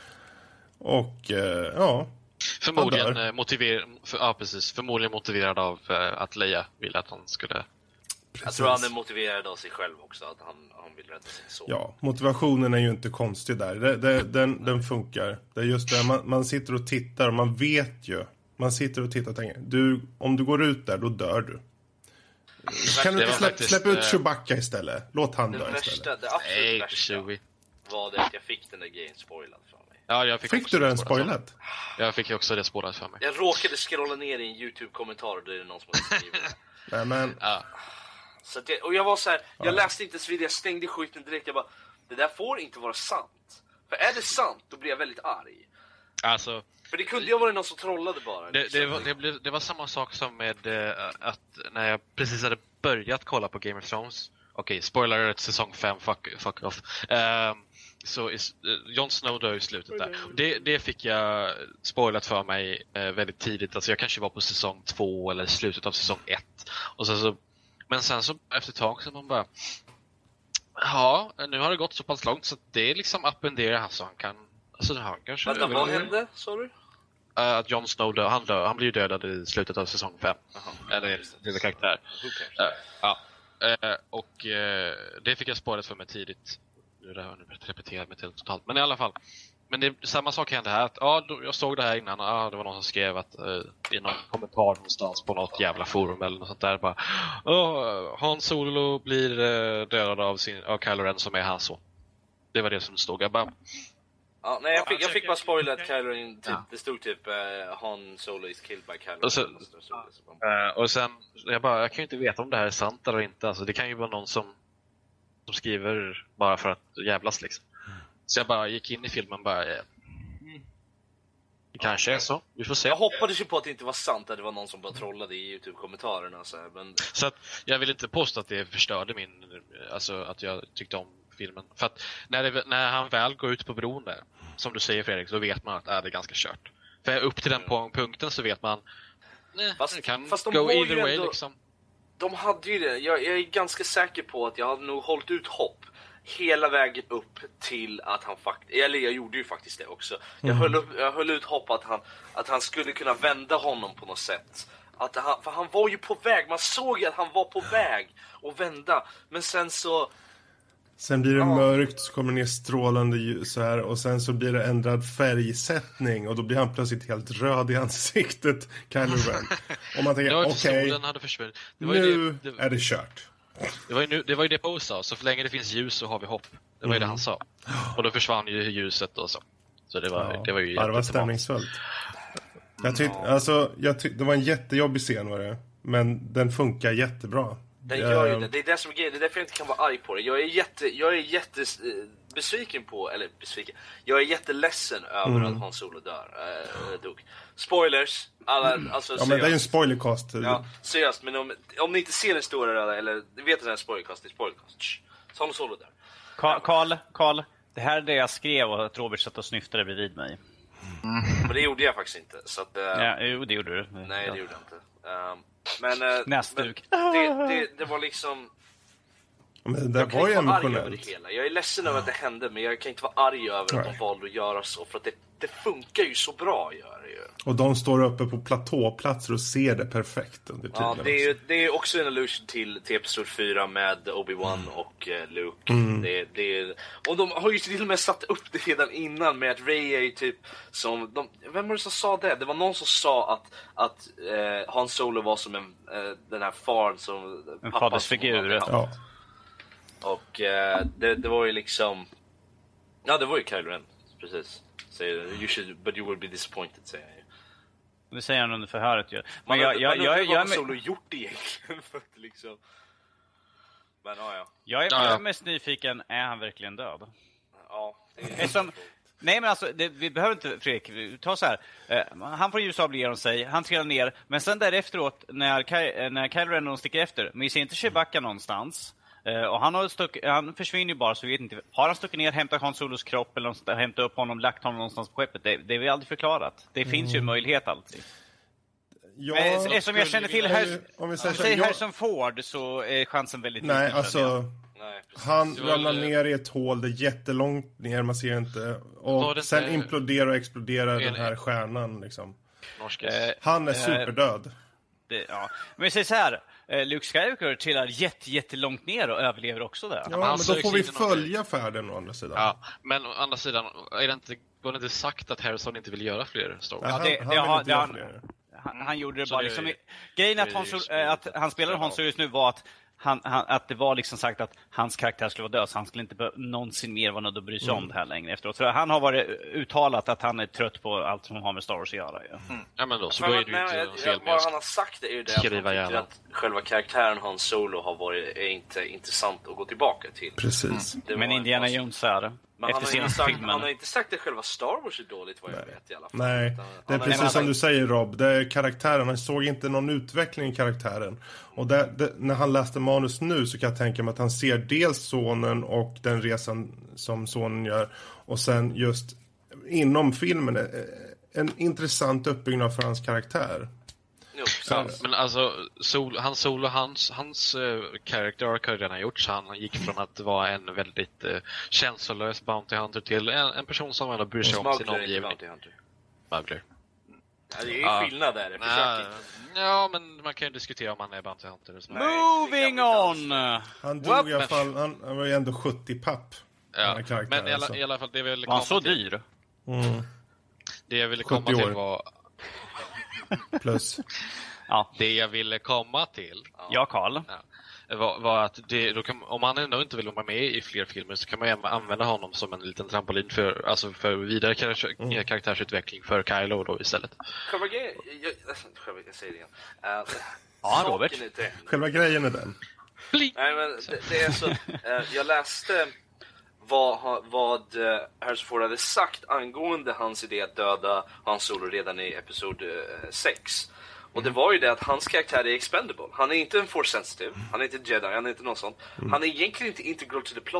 Och eh, ja,
förmodligen motiverad för, ja, precis, förmodligen motiverad av uh, att Leia ville att han skulle.
Precis. Jag tror han är motiverad av sig själv också, att han, han vill rädda sin son.
Ja, motivationen är ju inte konstig där. Det, det, den, den funkar. Det är just det, man, man sitter och tittar och man vet ju. Man sitter och tittar och tänker, du, om du går ut där, då dör du. Kan du inte släpp, faktiskt, släppa ut Chewbacca istället? Låt han dö istället.
Det absolut
Nej,
värsta var det att jag fick den där grejen spoilad för mig.
Ja, jag fick
fick du den spoilad?
Jag fick också det spoilat för mig.
Jag råkade scrolla ner i en YouTube-kommentar och det är någon som hade skrivit det.
Nej, men...
Ja.
Så det, och jag var så här, jag ja. läste inte så vidare, jag stängde skiten direkt. Jag bara, det där får inte vara sant. För är det sant, då blir jag väldigt arg.
Alltså...
För det kunde ju vara någon som trollade bara.
Det, det, var, det, blev, det var samma sak som med uh, att när jag precis hade börjat kolla på Game of Thrones. Okej, okay, spoiler alert, säsong fem, fuck, fuck off. Uh, så is, uh, Jon Snow dör i slutet där. Det, det fick jag spoilat för mig uh, väldigt tidigt. Alltså jag kanske var på säsong två eller slutet av säsong ett. Och sen så, men sen så efter ett tag så man bara... Ja, nu har det gått så pass långt så det är liksom up and there. Alltså han kan... Alltså han kanske...
Vänta, vad hände, sa du?
Att uh, Jon Snow dör, han dör, han blir ju dödad i slutet av säsong fem. Aha, eller lilla karaktär. Uh, ja. Uh, och uh, det fick jag spåret för mig tidigt. Nu har jag repeterat mig till totalt. Men i alla fall. Men det är samma sak hände här. Att, ja, då, jag såg det här innan. Ja, det var någon som skrev att uh, i någon kommentar någonstans på något jävla forum eller något sånt där. Bara, oh, Han Solo blir uh, dödad av, sin, av Kylo Ren som är hans son. Det var det som stod. Jag bara...
Ja, nej, jag fick, jag fick bara spoila att Kylo Ren, typ, ja. Det stod typ uh, Han Solo is killed by Kylo Ren.
Och, så, uh, och sen, jag bara, jag kan ju inte veta om det här är sant eller inte. Alltså, det kan ju vara någon som, som skriver bara för att jävlas liksom. Mm. Så jag bara gick in i filmen bara, eh, det kanske är så, vi får se.
Jag hoppades ju på att det inte var sant, att det var någon som bara trollade i YouTube-kommentarerna. Så, här, men...
så att jag vill inte påstå att det förstörde min, alltså att jag tyckte om filmen. För att när, det, när han väl går ut på bron där, som du säger Fredrik, så vet man att äh, det är ganska kört. För upp till den mm. punkten så vet man nej,
fast,
det kan
fast de
go either way
ändå,
liksom. De
hade ju det. Jag, jag är ganska säker på att jag hade nog hållit ut hopp hela vägen upp till att han faktiskt, eller jag gjorde ju faktiskt det också. Jag, mm. höll, upp, jag höll ut hopp att han, att han skulle kunna vända honom på något sätt. Att han, för han var ju på väg, man såg ju att han var på väg att vända. Men sen så...
Sen blir det ja. mörkt, så kommer det ner strålande ljus här. Och sen så blir det ändrad färgsättning. Och då blir han plötsligt helt röd i ansiktet, Kylo Ren. Och man tänker, okej, okay, nu det, det, är det kört.
Det var ju, nu, det var ju det Poe sa, så för länge det finns ljus så har vi hopp. Det var ju mm. det han sa. Och då försvann ju ljuset och så. Så det var,
ja.
det var ju
ja, det var stämningsfullt. Jag tyckte, alltså, jag tyckte, det var en jättejobbig scen var det. Men den funkar jättebra.
Den gör ju det. Det är det som är grejen. Det är därför jag inte kan vara arg på det. Jag är jätte, jag är jätte besviken på, eller besviken. Jag är jätteledsen över mm. att Han Solo dör. Äh, dog. Spoilers. Alla, mm. alltså,
ja, men det är ju en spoilercast.
Ja, seriöst. Men om, om ni inte ser en stora eller vet att det är en spoilercast, det är spoilercast. Så Han Solo dör.
Karl, Karl, det här är det jag skrev och att Robert satt och snyftade bredvid mig.
Mm. Men det gjorde jag faktiskt inte. Så att, uh,
ja, jo, det gjorde du.
Nej, det gjorde jag inte. Um, men, uh,
Näsduk.
men det, det, det var liksom...
Men det
jag
var ju
kan inte vara arg över
emotionellt.
det hela. Jag är ledsen över att det hände, men jag kan inte vara arg över att
Nej.
de valde att göra så. För att det, det funkar ju så bra, gör det ju.
Och de står uppe på platåplatser och ser det perfekt under tiden.
Ja, det är ju det är också en allusion till, till episod fyra med Obi-Wan mm. och uh, Luke.
Mm.
Det, det är, och de har ju till och med satt upp det redan innan med att Rey är typ som... De, vem var det som sa det? Det var någon som sa att, att uh, Han Solo var som en, uh, den här far som...
En fadersfigur.
Ja.
Och uh, det, det var ju liksom... Ja, det var ju Kylo Ren. Precis. Så, you should, but you will be disappointed, säger jag ju.
Det säger han under förhöret ju. Men
man,
jag, jag,
man,
jag, jag,
vad
jag,
Solo gjort egentligen för att liksom... Men ja, ja.
Jag är,
ja, ja.
jag är mest nyfiken, är han verkligen död?
Ja, det är
som, nej men alltså, det, vi behöver inte, Fredrik, ta så här. Eh, han får ljusavl genom sig, han trillar ner. Men sen därefteråt, när, Ky, när Kylo Ren sticker efter, men vi ser inte Chewbacca någonstans. Uh, och han, har stuck, han försvinner ju bara, så vi vet inte. Har han stuckit ner, hämtat Han Solos kropp eller hämtat upp honom, lagt honom någonstans på skeppet? Det, det är vi aldrig förklarat. Det mm. finns ju en möjlighet alltid.
Ja,
men det som jag känner till här, om vi säger, säger
jag...
Harrison Ford, så är chansen väldigt liten.
Nej, alltså Nej, han ramlar ner i ett hål, det är jättelångt ner, man ser inte. Och sen inte... imploderar och exploderar den här stjärnan liksom.
Uh,
han är superdöd. Uh,
det, ja. Men vi säger så här, Luke Skywalker trillar jätte, jättelångt ner och överlever också där.
Ja, men, men då får vi följa någon... färden å andra sidan.
Ja, men å andra sidan, är det inte, var det inte sagt att Harrison inte vill göra fler Star Wars?
Ja,
han,
det,
han,
det,
han,
har,
inte
det han,
fler.
Han, han gjorde det
så
bara
det,
liksom...
Det,
grejen att, han, att han spelade Han Solo just nu var att Han, han, att det var liksom sagt att hans karaktär skulle vara död, så han skulle inte be- någonsin mer vara nöjd att bry sig mm. om det här längre efteråt. Så han har varit uttalat att han är trött på allt som har med Star Wars att göra. Ja,
mm. ja men då, så då är det ju inte fel med
vad han har sagt är ju det att, han tycker att själva karaktären Han Solo har varit är inte intressant att gå tillbaka till.
Precis.
Mm. Men Indiana
pass...
Jones är det.
Men han har, sagt, han har inte sagt att själva Star Wars är dåligt, vad jag
Nej.
vet i alla fall.
Nej, det är
han
precis
är...
som du säger Rob, det är karaktären, han såg inte någon utveckling i karaktären. Och det, det, när han läste manus nu så kan jag tänka mig att han ser dels sonen och den resan som sonen gör. Och sen just inom filmen en intressant uppbyggnad för hans karaktär.
Jo,
ja, men alltså sol, han Solo, hans, hans uh, character arc har redan gjorts. Han gick från att vara en väldigt uh, känslolös bounty hunter till en, en person som ändå bryr sig om sin omgivning. Smuggler.
Ja, det är ju ja. skillnad där.
Ja, ja, men man kan ju diskutera om han är bounty hunter.
Moving on!
Han dog i alla fall, han, han var ju ändå sjuttio papp.
Ja, men i alla,
alltså.
i alla fall det vill
var han så till. dyr?
Mm.
Det jag ville komma till var...
Plus.
Ja.
Det jag ville komma till...
Ja, Karl.
Ja, var, var att det, då kan, om han ändå inte vill vara med i fler filmer så kan man ju använda honom som en liten trampolin för, alltså för vidare kar- mm. karaktärsutveckling för Kylo då istället.
Själva grejen... Jag, jag, jag säger det igen. Uh,
ja, Robert.
Själva grejen är den.
Nej, men det, det är så... Uh, jag läste... vad, vad Harrison Ford hade sagt angående hans idé att döda Han Solo redan i episod sex. Och det var ju det att hans karaktär är expendable. Han är inte en force sensitive, han är inte jedi, han är inte någon sån. Han är egentligen inte integral to the plot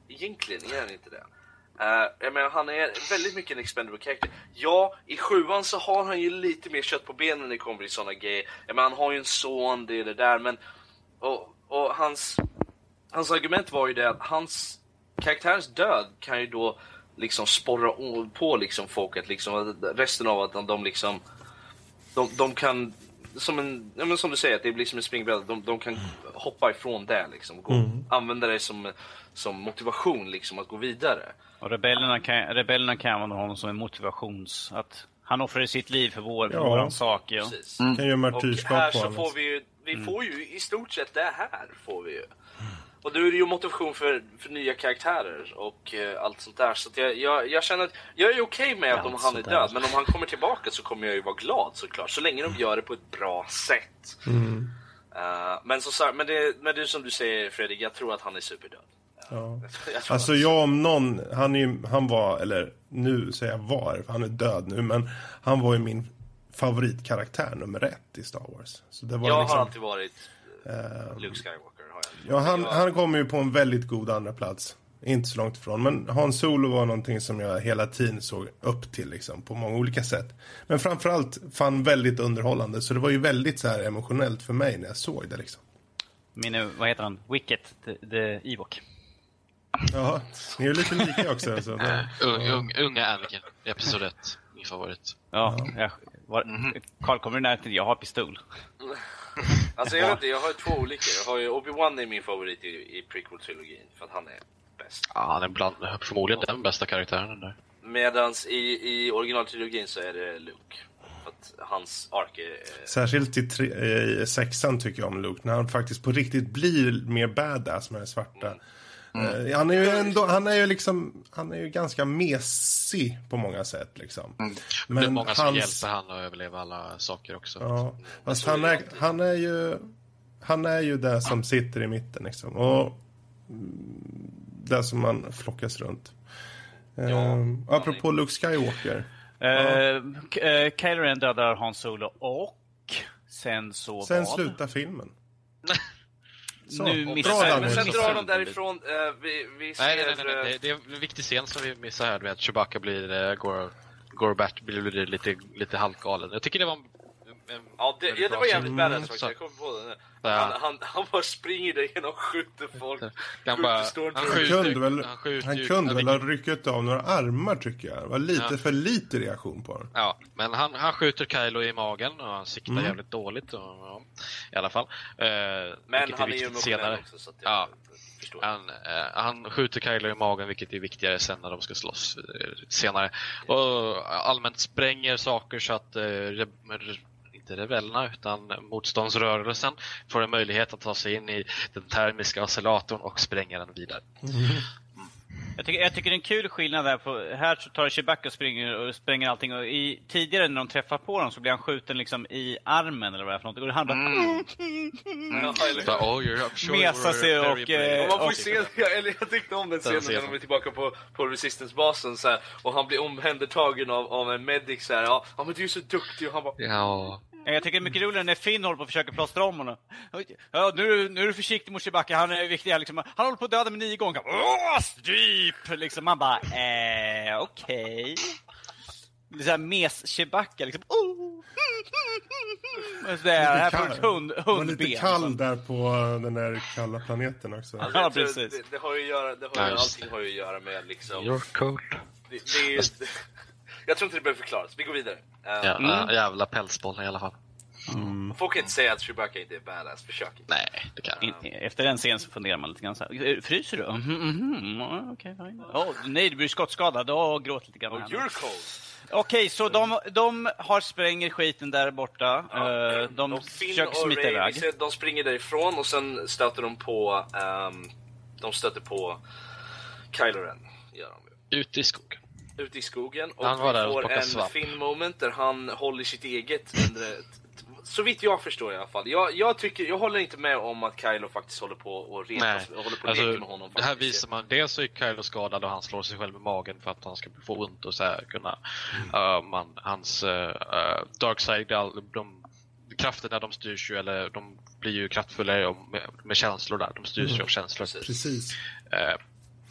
Egentligen är han inte det. Uh, jag menar, han är väldigt mycket en expendable character. Ja, i sjuan så har han ju lite mer kött på benen när det kommer till sådana grejer. Jag menar, han har ju en son, det är det där, men och, och hans hans argument var ju det att hans karaktärens död kan ju då liksom sporra på liksom folket, liksom resten av att de liksom de, de kan som en, ja, men som du säger, att det blir som en springbräda. De, de kan hoppa ifrån det liksom, gå, mm. använda det som, som motivation liksom, att gå vidare.
Och rebellerna kan, rebellerna kan använda honom som en motivations, att han offrar sitt liv för vår, för
ja.
våran sak. Ja.
Mm. Kan ju martyrskap
och här
på
så får vi ju, vi mm. får ju i stort sett det här får vi ju. Och då är det ju motivation för, för nya karaktärer och uh, allt sånt där. Så att jag, jag, jag känner att jag är okej med att om han är död. Men om han kommer tillbaka så kommer jag ju vara glad såklart. Så länge de gör det på ett bra sätt. Mm. Uh, men, så, men, det, men det är som du säger, Fredrik, jag tror att han är superdöd.
Ja. Jag alltså jag om någon, han, är ju, han var, eller nu säger jag var, för han är död nu. Men han var ju min favoritkaraktär nummer ett i Star Wars. Så det var
jag
liksom,
har alltid varit uh, Luke Skywalker.
Ja, han, han kommer ju på en väldigt god andra plats. Inte så långt ifrån. Men Han Solo var någonting som jag hela tiden såg upp till liksom, på många olika sätt. Men framförallt fann väldigt underhållande. Så det var ju väldigt så här emotionellt för mig när jag såg det liksom.
Min, vad heter han? Wicket, the, the Ewok.
Ja, ni är ju lite lika också. Så det,
ung, ung, unga Anakin, episod ett, min favorit.
Ja, jag, var, mm-hmm. Carl, kommer du nära till? Jag har pistol.
Alltså jag vet inte, jag har två olika. Jag har ju Obi-Wan är min favorit i, i prequel-trilogin för att han är bäst.
Ja, han är bland, förmodligen den bästa karaktären där.
Medans i, i originaltrilogin så är det Luke. För att hans ark är...
Särskilt i, tre, i sexan tycker jag om Luke. När han faktiskt på riktigt blir mer badass med det svarta. Mm. Mm. Han är ju ändå, han är ju liksom, han är ju ganska mesig på många sätt liksom.
Mm. Men det är många som hans... hjälper han att överleva alla saker också.
Ja, fast han är, han är ju, han är ju det som sitter i mitten liksom. Och det som man flockas runt. Ja, um, apropå Luke Skywalker.
Uh, ja. uh, Kylo Ren dödar Han Solo och sen så
Sen
vad?
slutar filmen.
Så, nu missar
men sen drar de därifrån. Uh, vi, vi ser,
nej, nej, nej, nej. Det, det är en viktig scen som vi missar här med att Chewbacca blir uh, går Gorbat blir, blir lite lite halvgalen. Jag tycker det var en, en
ja, det, ja, det var jävligt badass faktiskt. Jag kom på det. Han, han, han bara springer där igen och skjuter folk.
Han, bara,
han, skjuter, han kunde väl, han, skjuter, han kunde väl ha ryckt av några armar tycker jag. Det var lite ja. för lite reaktion på den.
Ja, men han, han skjuter Kylo i magen och han siktar mm. jävligt dåligt. Och, ja, i alla fall. Uh,
men han är, är ju senare. Också, så att jag
ja. Han, eh, han skjuter Kylo i magen, vilket är viktigare sen när de ska slåss eh, senare. Och allmänt spränger saker så att eh, re, re, inte rebellerna utan motståndsrörelsen får en möjlighet att ta sig in i den termiska oscillatorn och spränga den vidare. Mm.
Jag tycker, jag tycker det är en kul skillnad där. På, här så tar Chewbacca och springer och spränger allting. Och i, tidigare när de träffar på dem så blir han skjuten liksom i armen eller vad det är för något. Och han bara... Mm.
Mm. Oh, sure
mesar sig och...
och man får se, jag, eller jag tyckte om den scenen när de är tillbaka på, på Resistance-basen så här, och han blir omhändertagen av, av en medic så här, ja, ja men du är så duktig och han bara...
Ja...
Jag tycker det är mycket roligare när Finn håller på att försöka plåstra om honom. Ja, nu, nu är du försiktig mot Chewbacca, han är viktig. Liksom. Han håller på att döda med nio gånger. Åh, stryp! Liksom, man bara, eh, okej. Okay. Så här mes-Chewbacca, liksom. Oh. Det är här får ett hund, hundben.
Man är lite kall där på den där kalla planeten också.
Alltså, ja, precis. Det, det har ju att göra, det har ju, allting har ju att göra med liksom...
You're cold.
Det, det är, det, jag tror inte det behöver förklaras. Vi går vidare. Uh,
ja, mm. Jävla pälsbollar i alla fall.
Mm. Folk kan inte säga att Chewbacca inte är badass. Försök inte.
Nej, det kan
uh, Efter den scenen så funderar man lite grann så här. Fryser du? Mm, mm, mm. Okej, okay, oh, nej, du blir skottskadad. Då gråt lite grann.
Oh, you're cold.
Okej, okay, så de, de har spränger skiten där borta. Ja, uh, de försöker smita Ray, iväg.
De springer därifrån och sen stöter de på... Um, de stöter på Kylo Ren. Gör de.
Ute i skogen.
Ute i skogen. Och
han var
vi
där
får
och
en
svamp.
fin moment där han håller sitt eget... Så vitt jag förstår i alla fall. Jag, jag, tycker, jag håller inte med om att Kylo faktiskt håller på och retas, håller på
alltså,
leka med honom.
Det här visar man, dels så är Kylo skadad och han slår sig själv i magen för att han ska få ont och så här kunna... Mm. Uh, man, hans uh, uh, dark side, de, krafterna de styrs ju, eller de blir ju kraftfullare med, med känslor där. De styrs mm. ju av känslor.
Precis.
Uh,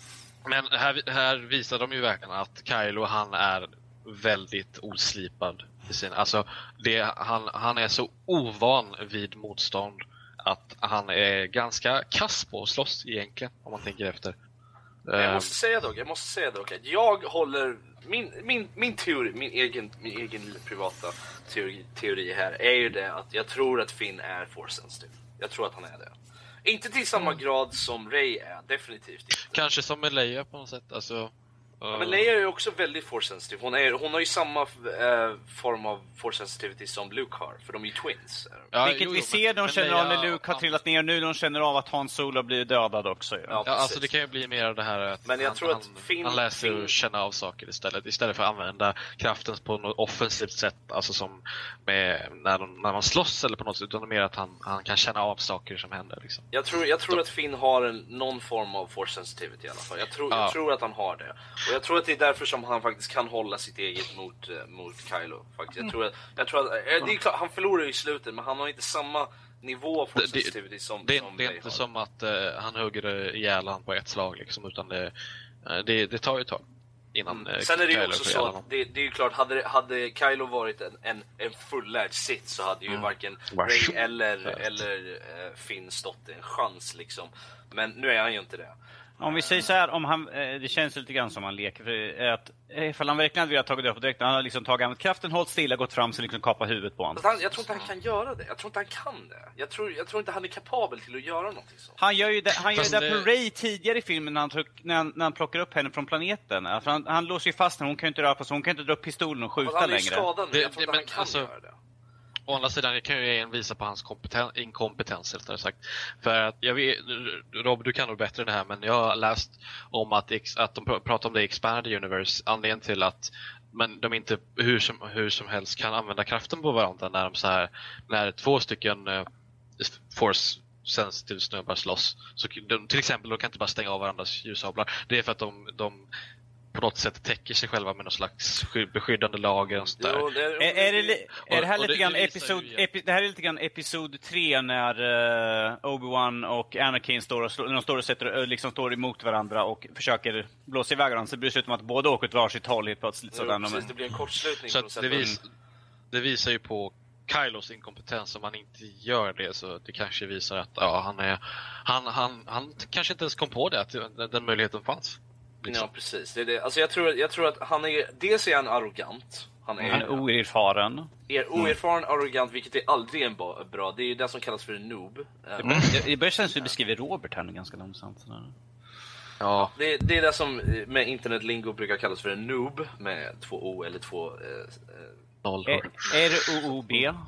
Men här, här visar de ju verkligen att Kylo, han är väldigt oslipad i sin, alltså det, han, han är så ovan vid motstånd att han är ganska kass på att slåss egentligen, om man tänker efter.
Jag måste säga dock, jag måste säga dock att jag håller min, min, min teori, min egen, min egen privata teori, teori här är ju det att jag tror att Finn är force sensitive. Jag tror att han är det. Inte till samma mm. grad som Rey är, definitivt inte.
Kanske som med Leia på något sätt, alltså.
Ja, men Leia är ju också väldigt force sensitive. Hon, är, hon har ju samma eh, form av force sensitivity som Luke har. För de är ju twins.
Ja, Vilket jo, vi ser de känner Leia, av när Luke har trillat ner. Nu de känner av att Han Solo blir dödad också. Ja,
ja, ja alltså det kan ju bli mer av det här att
men jag
han,
tror att
han,
Finn,
han läser
Finn...
och känner av saker istället. Istället för att använda kraften på något offensivt sätt. Alltså som med, när, de, när man slåss eller på något sätt. Utan mer att han, han kan känna av saker som händer. Liksom.
Jag tror, jag tror att Finn har en, någon form av force sensitivity i alla fall. Jag tror, ja. jag tror att han har det. Och jag tror att det är därför som han faktiskt kan hålla sitt eget mot, mot Kylo. Faktiskt. Jag tror att, jag tror att det är klart, han förlorar ju i slutet, men han har inte samma nivå av force sensitivity som
det,
som
det är inte har. Som att uh, han hugger ihjäl han på ett slag liksom, utan det, uh, det, det tar ju ett tag innan uh,
Sen är det ju också så att det, det är ju klart, hade, hade Kylo varit en, en, en fullärd Sith så hade ju mm. varken Rey eller, eller uh, Finn stått en chans liksom. Men nu är han ju inte det.
Om vi säger så här, om han, det känns lite grann som han leker för att ifall han verkligen hade velat tagit upp direkt, han har liksom tagit med kraften, hållit stilla, gått fram så liksom kapar huvudet på honom.
Han, jag tror inte han kan göra det. Jag tror inte han kan det. Jag tror, jag tror inte han är kapabel till att göra någonting sånt.
Han gör ju det, han gör det, det på Rey tidigare i filmen när han, tryck, när han, när han plockar upp henne från planeten. För han, han låser ju fast henne, hon kan ju inte röra på sig, hon kan inte dra upp pistolen och skjuta längre. Han är ju
skadad nu, jag tror inte
det,
han kan
alltså,
göra det.
Å andra sidan kan ju en visa på hans kompeten- inkompetens helt sagt. För att jag vet, Rob, du kan nog bättre det här, men jag har läst om att, att de pratar om det Expanded Universe, anledningen till att men de inte hur som, hur som helst kan använda kraften på varandra när de så här, när två stycken uh, force sensitive snubbar slåss. Så de, till exempel, de kan inte bara stänga av varandras ljusablar. Det är för att de, de på något sätt täcker sig själva med någon slags beskyddande lager och sådär.
Jo, det är, är, är, det li- är det här lite grann episod epi- det här är lite grann episod tre när uh, Obi-Wan och Anakin står och slår, när de står och sätter liksom står emot varandra och försöker blåsa iväg varandra, så blir det slutet att båda åker åt varsitt håll helt plötsligt.
Jo,
sådär,
precis,
men...
det blir en kortslutning.
Så att det, vis- det visar ju på Kylos inkompetens. Om man inte gör det så det kanske visar att ja, han är han, han, han kanske inte ens kom på det, att den, den möjligheten fanns.
Ja, precis. Det är det. Alltså jag tror, jag tror att han är, dels är han arrogant. Han är,
han är oerfaren.
Är oerfaren, mm. arrogant, vilket är aldrig en bra. Det är ju det som kallas för en noob.
Mm. Det börjar kännas som du beskriver Robert här nu ganska långsamt. Sådär.
Ja. Det, det är det som med internetlingo brukar kallas för en noob, med två O eller två eh,
noll.
Är, är det O O B?
Um,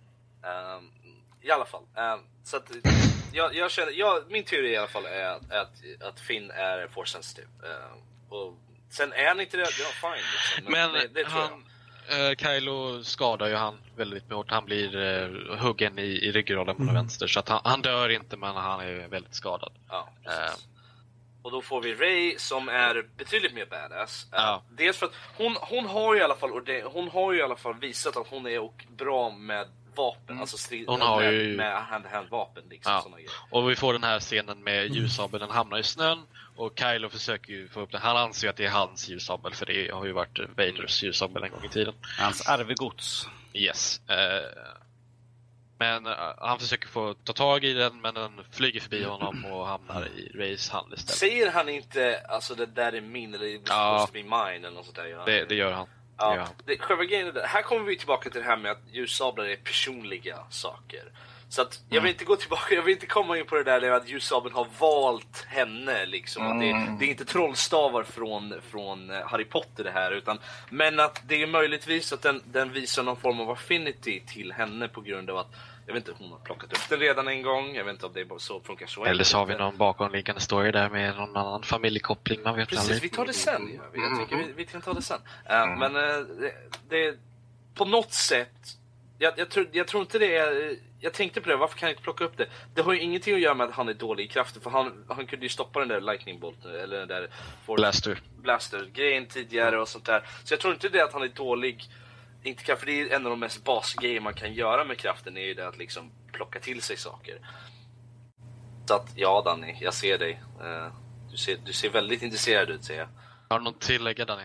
I alla fall. Um, så att jag, jag känner, jag, min teori i alla fall är att, att, att Finn är force sensitive. Uh, och sen är han inte det, ja fine. Liksom. Men,
men
det, det
han, uh, Kylo skadar ju han väldigt hårt. Han blir uh, huggen i, i ryggraden på mm. vänster. Så att han, han dör inte, men han är väldigt skadad.
Ja, uh, och då får vi Rey som är betydligt mer badass. Ja. Uh, dels för att hon, hon har ju i alla fall hon har ju i alla fall visat att hon är och bra med vapen, mm. alltså strid,
hon har
med,
ju...
med hand-hand vapen liksom,
ja.
såna grejer.
Och vi får den här scenen med ljussabeln, den hamnar i snön och Kylo försöker ju få upp den. Han anser att det är hans ljussabel, för det har ju varit Vaders ljussabel en gång i tiden.
Hans arvegods.
Yes. Uh, men uh, han försöker få ta tag i den, men den flyger förbi honom och hamnar i Reys hand istället.
Säger han inte alltså det där är min eller it's
ja.
supposed to be mine eller något sånt där? Ja.
Det, det gör han.
Ja,
ja.
det, själva grejen är det. Här kommer vi tillbaka till det här med att ljussablar är personliga saker. Så att jag vill inte gå tillbaka, jag vill inte komma in på det där där att ljussabeln har valt henne liksom. Att det, det är inte trollstavar från, från Harry Potter det här, utan men att det är möjligtvis att den, den visar någon form av affinity till henne på grund av att jag vet inte, hon har plockat upp den redan en gång. Jag vet inte om det är så funkar så.
Eller så har vi någon bakomliggande story där med någon annan familjekoppling. Man vet
Precis,
aldrig.
vi tar det sen. Ja. Jag tycker vi, vi kan ta det sen. Uh, mm. Men uh, det, det på något sätt jag, jag, tror, jag tror inte det är... Jag tänkte på det, varför kan jag inte plocka upp det? Det har ju ingenting att göra med att han är dålig i kraften, för han, han kunde ju stoppa den där lightning bolt eller den där
blaster
blaster grejen tidigare och sånt där. Så jag tror inte det att han är dålig. Inte kan, för det är en av de mest basgrejer man kan göra med kraften, är ju det att liksom plocka till sig saker. Så att, ja Danny, jag ser dig. Uh, Du ser, du ser väldigt intresserad ut, ser jag.
Har du något tillägga, Danny?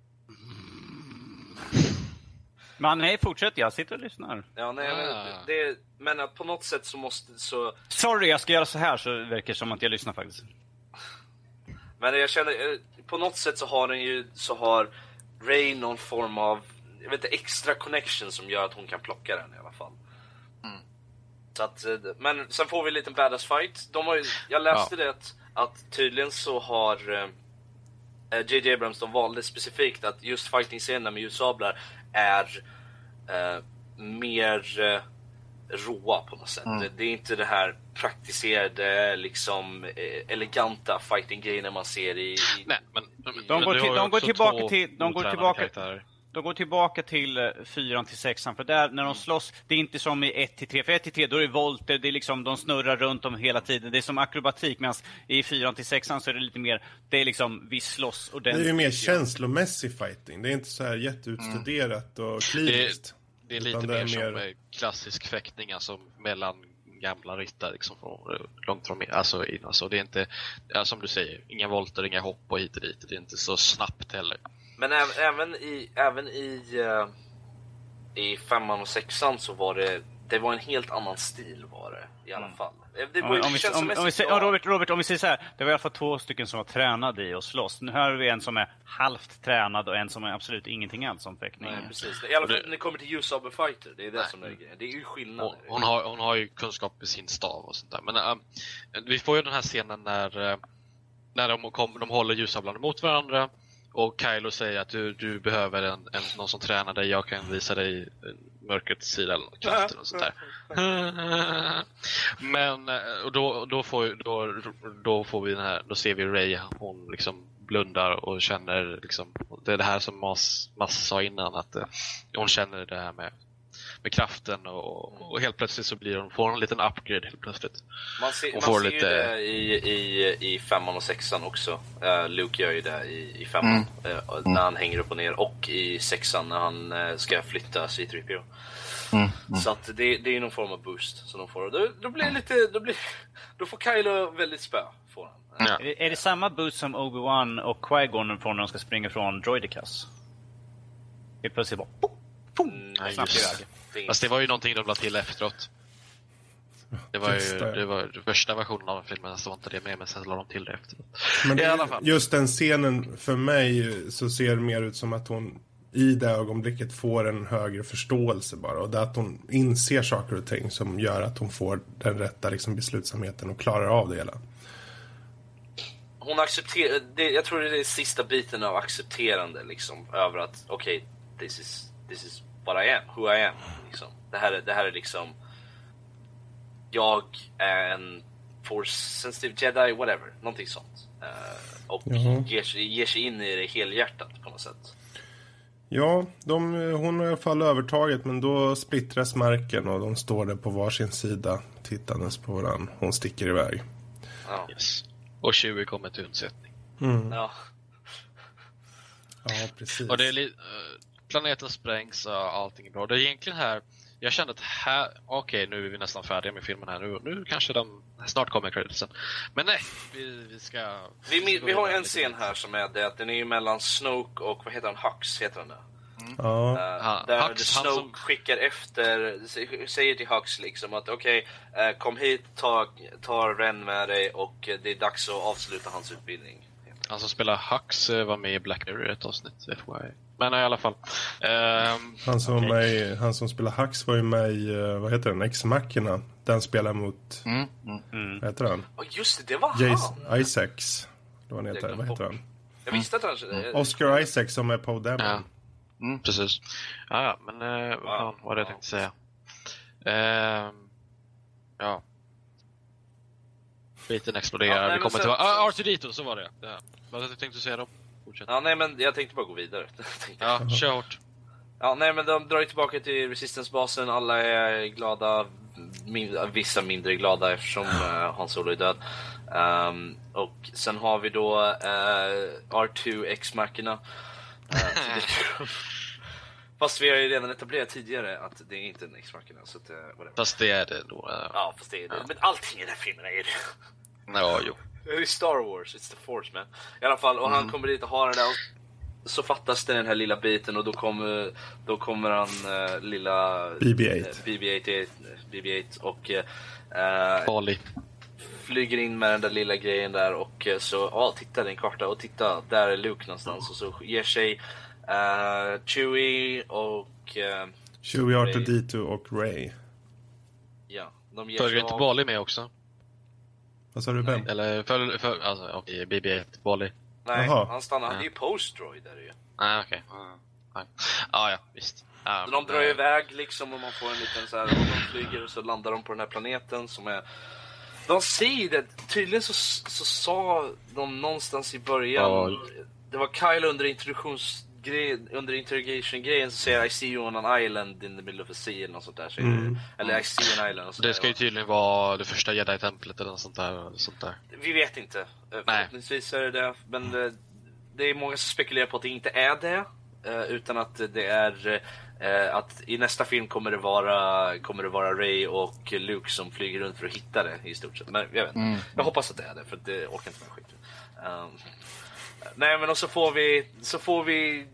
Men nej, fortsätt, jag sitter och lyssnar.
Ja, nej, men, det, men att på något sätt så måste så...
Sorry, jag ska göra så här så det verkar som att jag lyssnar faktiskt.
Men jag känner, på något sätt så har den ju, så har Rey någon form av, jag vet inte, extra connection som gör att hon kan plocka den i alla fall. Mm. Så att, men sen får vi en liten badass fight. De har ju, jag läste ja. det att, att tydligen så har äh, J J Abrams, de valde specifikt att just fighting-scenerna med ljussablar är äh, mer äh, råa på något sätt. Mm. Det är inte det här praktiserade, liksom eleganta fighting-grejerna man ser i... i
Nej, men, men
de, går till, de går tillbaka till... De går tillbaka, de går tillbaka till fyran till sexan, för där när de slåss, det är inte som i ett till tre, för ett till tre då är det volter, det är liksom, de snurrar runt om hela tiden, det är som akrobatik, medan i fyran till sexan så är det lite mer, det är liksom, vi slåss ordentligt.
Det är ju mer känslomässig fighting, det är inte så här jätteutstuderat mm. och kliniskt.
Det är lite mer, mer som klassisk fäktning, alltså mellan gamla ryttare liksom, från, långt från alltså, in, alltså det är inte, ja, som du säger, inga volter, inga hopp och hit och dit, det är inte så snabbt heller.
Men även, även i även i uh, i femman och sexan så var det det var en helt annan stil var det i alla mm. fall. Det var ju,
om, vi, om, om vi säger, Robert, Robert, om vi säger så här, det var i alla fall två stycken som var tränade i att slåss. Nu har vi en som är halvt tränad och en som är absolut ingenting alls som fäktning.
Nej, precis. I alla fall när det kommer till Use of a Fighter, det är det nej. som är grejen. Det är ju skillnad.
Hon, hon, har, hon har ju kunskap med sin stav och sånt där. Men äh, vi får ju den här scenen när, äh, när de, kom, de håller ljussablarna mot varandra. Och Kylo säger att du, du behöver en, en, någon som tränar dig. Jag kan visa dig mörkrets sida eller kraften och sånt där. Men och då, då, får, då, då får vi den här, då ser vi Rey, hon liksom blundar och känner liksom, det är det här som Mas, Mas sa innan, att uh, hon känner det här med, med kraften och, och helt plötsligt så blir hon, får hon en liten upgrade helt plötsligt.
Man, se, man ser lite... ju det i, i, i femman och sexan också. Uh, Luke gör ju det i, i femman mm. uh, när han hänger upp och ner, och i sexan när han uh, ska flytta C tre P O. Mm. Mm. Så att det, det är någon form av boost som de får. Då, då blir lite, då blir, då får Kylo väldigt spö får han.
Ja. Är, är det samma boost som Obi-Wan och Qui-Gon från när de ska springa från Droidicus? Det är plötsligt bara pum, pum, mm,
nej, just. Fast det var ju någonting de la till efteråt. Det var ju det var den första versionen av filmen, så var inte det med, men sen la de till det efteråt.
Men det,
i alla fall.
Just den scenen för mig så ser det mer ut som att hon i det ögonblicket får en högre förståelse bara, och det att hon inser saker och ting som gör att hon får den rätta liksom, beslutsamheten och klarar av det hela.
Hon accepterar det, jag tror det är sista biten av accepterande liksom, över att okej, okay, this is this is what I am, who I am liksom. Det här är det här är liksom, jag är en force sensitive jedi, whatever, någonting sånt. Uh, och mm. ger, ger sig in i det helhjärtat på något sätt.
Ja, de, hon har i alla fall övertaget, men då splittras marken och de står där på varsin sida tittandes på varann. Hon sticker iväg.
Ja.
Yes. Och tjugo kommer till undsättning.
Mm.
Ja.
Ja, precis.
Och det är li- uh, planeten sprängs och allting är bra. Det är egentligen här, jag kände att här, okej, okay, nu är vi nästan färdiga med filmen här. Nu, nu kanske de, snart kommer creditsen. Men nej, vi, vi ska...
Vi, vi, vi har en scen här som är det, att den är ju mellan Snoke och, vad heter han, Hux heter han det?
Mm. Ja.
Uh, där Hux, Snoke som... skickar efter, säger till Hux liksom att okej, okay, uh, kom hit, ta, ta Ren med dig, och det är dags att avsluta hans utbildning.
Han som spelar Hux var med i Black Mirror ett avsnitt, F Y I. Men i alla fall. Um,
han, som okay. med, han som spelar Hux var ju med i, vad heter den, Ex-Machina. Den spelar mot,
mm, mm,
mm. vad heter han?
Oh, just det, det var
Jason
han!
Isaacs. Vad heter, vad heter han?
Jag visste att han...
Mm. Oscar Isaac som är Poe Dameron.
Ja. Mm, precis. Ja, ja men uh, vad fan var det jag tänkte säga? Uh, ja. Skiten exploderar. Ja, nej, vi kommer till... Ah, R two D two, så var det. Ja. Vad tänkte du säga då? Fortsätt.
Ja, nej, men jag tänkte bara gå vidare.
Ja, kör hårt.
Ja, nej, men de drar ju tillbaka till Resistance-basen. Alla är glada. Min, vissa mindre glada eftersom uh, Han Solo är död. Um, och sen har vi då uh, R two X-markerna. Uh, fast vi har ju redan etablerat tidigare att det är inte en X-markerna. Så att, uh,
fast det är det då. Uh.
Ja, fast det är det. Ja. Men allting i den här filmen är det.
Ja, jo.
Det är Star Wars, it's the force man. I alla fall, och mm. han kommer dit och har den där och så fattas det den här lilla biten och då kommer, då kommer han uh, lilla
B B åtta
uh, B B åtta, B B åtta och uh,
Bali.
Flyger in med den där lilla grejen där och uh, så, ja, oh, titta den karta och titta, där är Luke någonstans och så ger sig uh, Chewie och uh,
Chewie, R two D two och Ray.
Ja, de ger
Följer inte Bali med också?
Vad sa du, Ben?
Eller för, för alltså, okej, B B åtta, Bali.
Nej,
Aha.
han stannar, han
ja.
är ju post-droid där ju.
Nej, okej. Okay. Ja, ja, ja, visst. Ja,
de drar
äh...
iväg liksom och man får en liten så här, och de flyger och så landar de på den här planeten som är... De säger det, tydligen så, så sa de någonstans i början, ja. Det var Kyle under introduktions... under interrogation-grejen så säger I see you on an island in the middle of a sea eller något sånt där, säger mm. Eller I see an island och
det ska ju tydligen vara det första Jedi-templet eller något sånt där, sånt där.
Vi vet inte. Förhoppningsvis är det det, men det, det är många som spekulerar på att det inte är det, utan att det är att i nästa film kommer det vara kommer det vara Ray och Luke som flyger runt för att hitta det i stort sett. Men jag vet mm. Jag hoppas att det är det, för det orkar inte med skit. Um, Nej, men och så får vi så får vi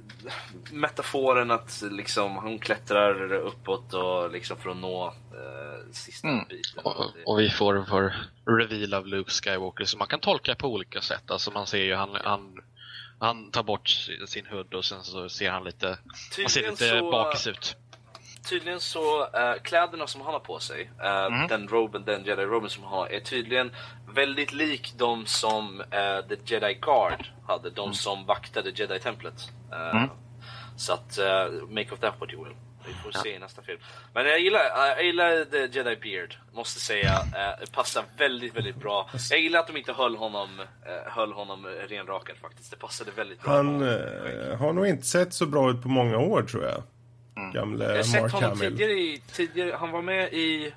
metaforen att liksom hon klättrar uppåt och liksom för att nå eh, sista mm. biten.
Och, och vi får en för reveal av Luke Skywalker som man kan tolka på olika sätt. Alltså man ser ju han han han tar bort sin hood och sen så ser han lite han ser lite så, bakis ut.
Tydligen så äh, kläderna som han har på sig, äh, mm. den roben, den Jedi-roben som han har, är tydligen väldigt lik de som äh, The Jedi Guard hade, de mm. som vaktade Jedi-templet. Äh, mm. Så att, äh, make of that what you will. Vi får ja. se i nästa film. Men jag gillar, äh, jag gillar The Jedi Beard, måste säga. Äh, det passar väldigt, väldigt bra. Jag gillar att de inte höll honom, äh, höll honom renrakad faktiskt. Det passade väldigt bra.
Han äh, har nog inte sett så bra ut på många år, tror jag.
Mm.
Gamle
jag har sett
Mark
honom
Hamill.
tidigare, i, tidigare Han var med i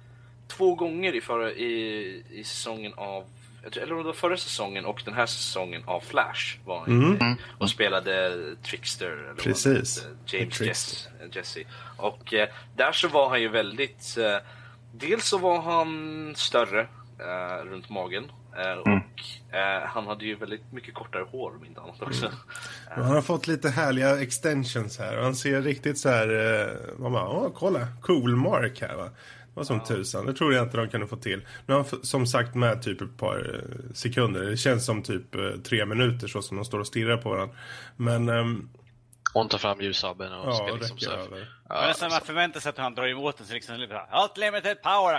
två gånger i förra i, i säsongen av, eller det var förra säsongen och den här säsongen av Flash var han mm. mm. och spelade Trickster eller
precis
vad, James Jess, Jesse. Och eh, där så var han ju väldigt eh, dels så var han större eh, runt magen eh, och mm. eh, han hade ju väldigt mycket kortare hår om inte annat också. Mm.
Han har fått lite härliga extensions här och han ser riktigt så här eh, man bara, åh kolla, cool Mark här va. Det var som ja. tusan, det tror jag inte de kunde få till. Nu har han som sagt med typ ett par sekunder. Det känns som typ tre minuter så som de står och stirrar på varandra. Men um,
hon tar fram ljussabeln och
ja,
ska liksom så.
Ja, men nästan man förväntar sig att han drar emot den så liksom unlimited power.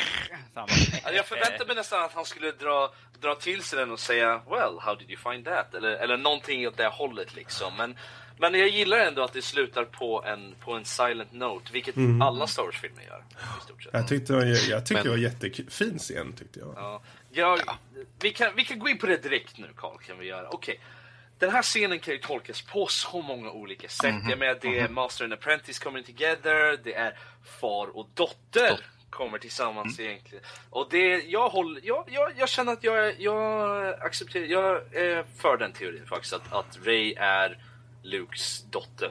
Alltså, jag förväntade mig nästan att han skulle dra, dra till sig den och säga well, how did you find that? Eller, eller någonting åt det hållet liksom. Men, men jag gillar ändå att det slutar på en, på en silent note, vilket mm. alla Star Wars-filmer gör i stort sett.
Jag tyckte, jag, jag tyckte men... det var jättefin scen tyckte jag.
Ja, jag ja. Vi, kan, vi kan gå in på det direkt nu, Carl, kan vi göra. Okej. Okay. Den här scenen kan ju tolkas på så många olika sätt. Mm-hmm. Jag menar, det är Master and Apprentice coming together, det är far och dotter Dot- kommer tillsammans mm. egentligen. Och det, jag, håller, jag, jag, jag känner att jag, jag accepterar, jag är för den teorin faktiskt, att, att Rey är Lukes dotter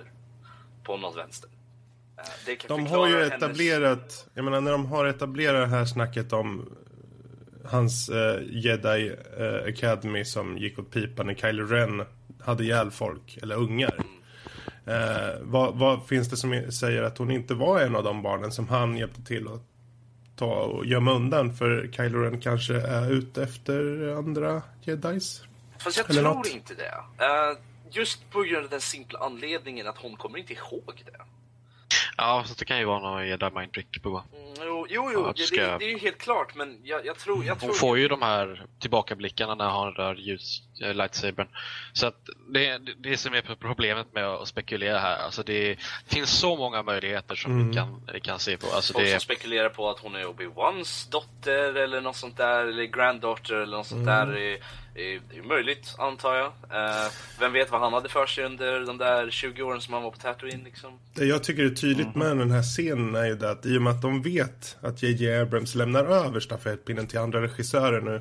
på något vänster. Det kan
de har ju etablerat, hennes... jag menar när de har etablerat det här snacket om hans uh, Jedi uh, Academy som gick åt pipan när Kylo Ren hade ihjäl folk, eller ungar. Mm. Uh, vad, vad finns det som säger att hon inte var en av de barnen som han hjälpte till att ta och gömma undan, för Kylo Ren kanske är ute efter andra Jedis?
Fast jag
eller
tror
något.
inte det. Uh, just på grund av den simpla anledningen att hon kommer inte ihåg det.
Ja, så det kan ju vara någon Jedi mind trick på.
Mm, jo, jo, jo ja, ska... det, det är ju helt klart, men jag, jag tror... Jag tror
hon får ju de här tillbakablickarna när han rör ljus, äh, lightsabern. Så att det, det, det som är problemet med att spekulera här, alltså det finns så många möjligheter som mm. vi kan, vi kan se på. Alltså
folk
det...
som spekulerar på att hon är Obi-Wans dotter eller något sånt där, eller granddaughter eller något sånt
mm.
där. Är, är, är möjligt, antar jag. Uh, vem vet vad han hade för sig under de där tjugo åren som han var på Tatooine liksom.
Det jag tycker är tydligt mm. med den här scenen är ju det att i och med att de vet att J J Abrams lämnar över stafettpinnen till andra regissörer nu,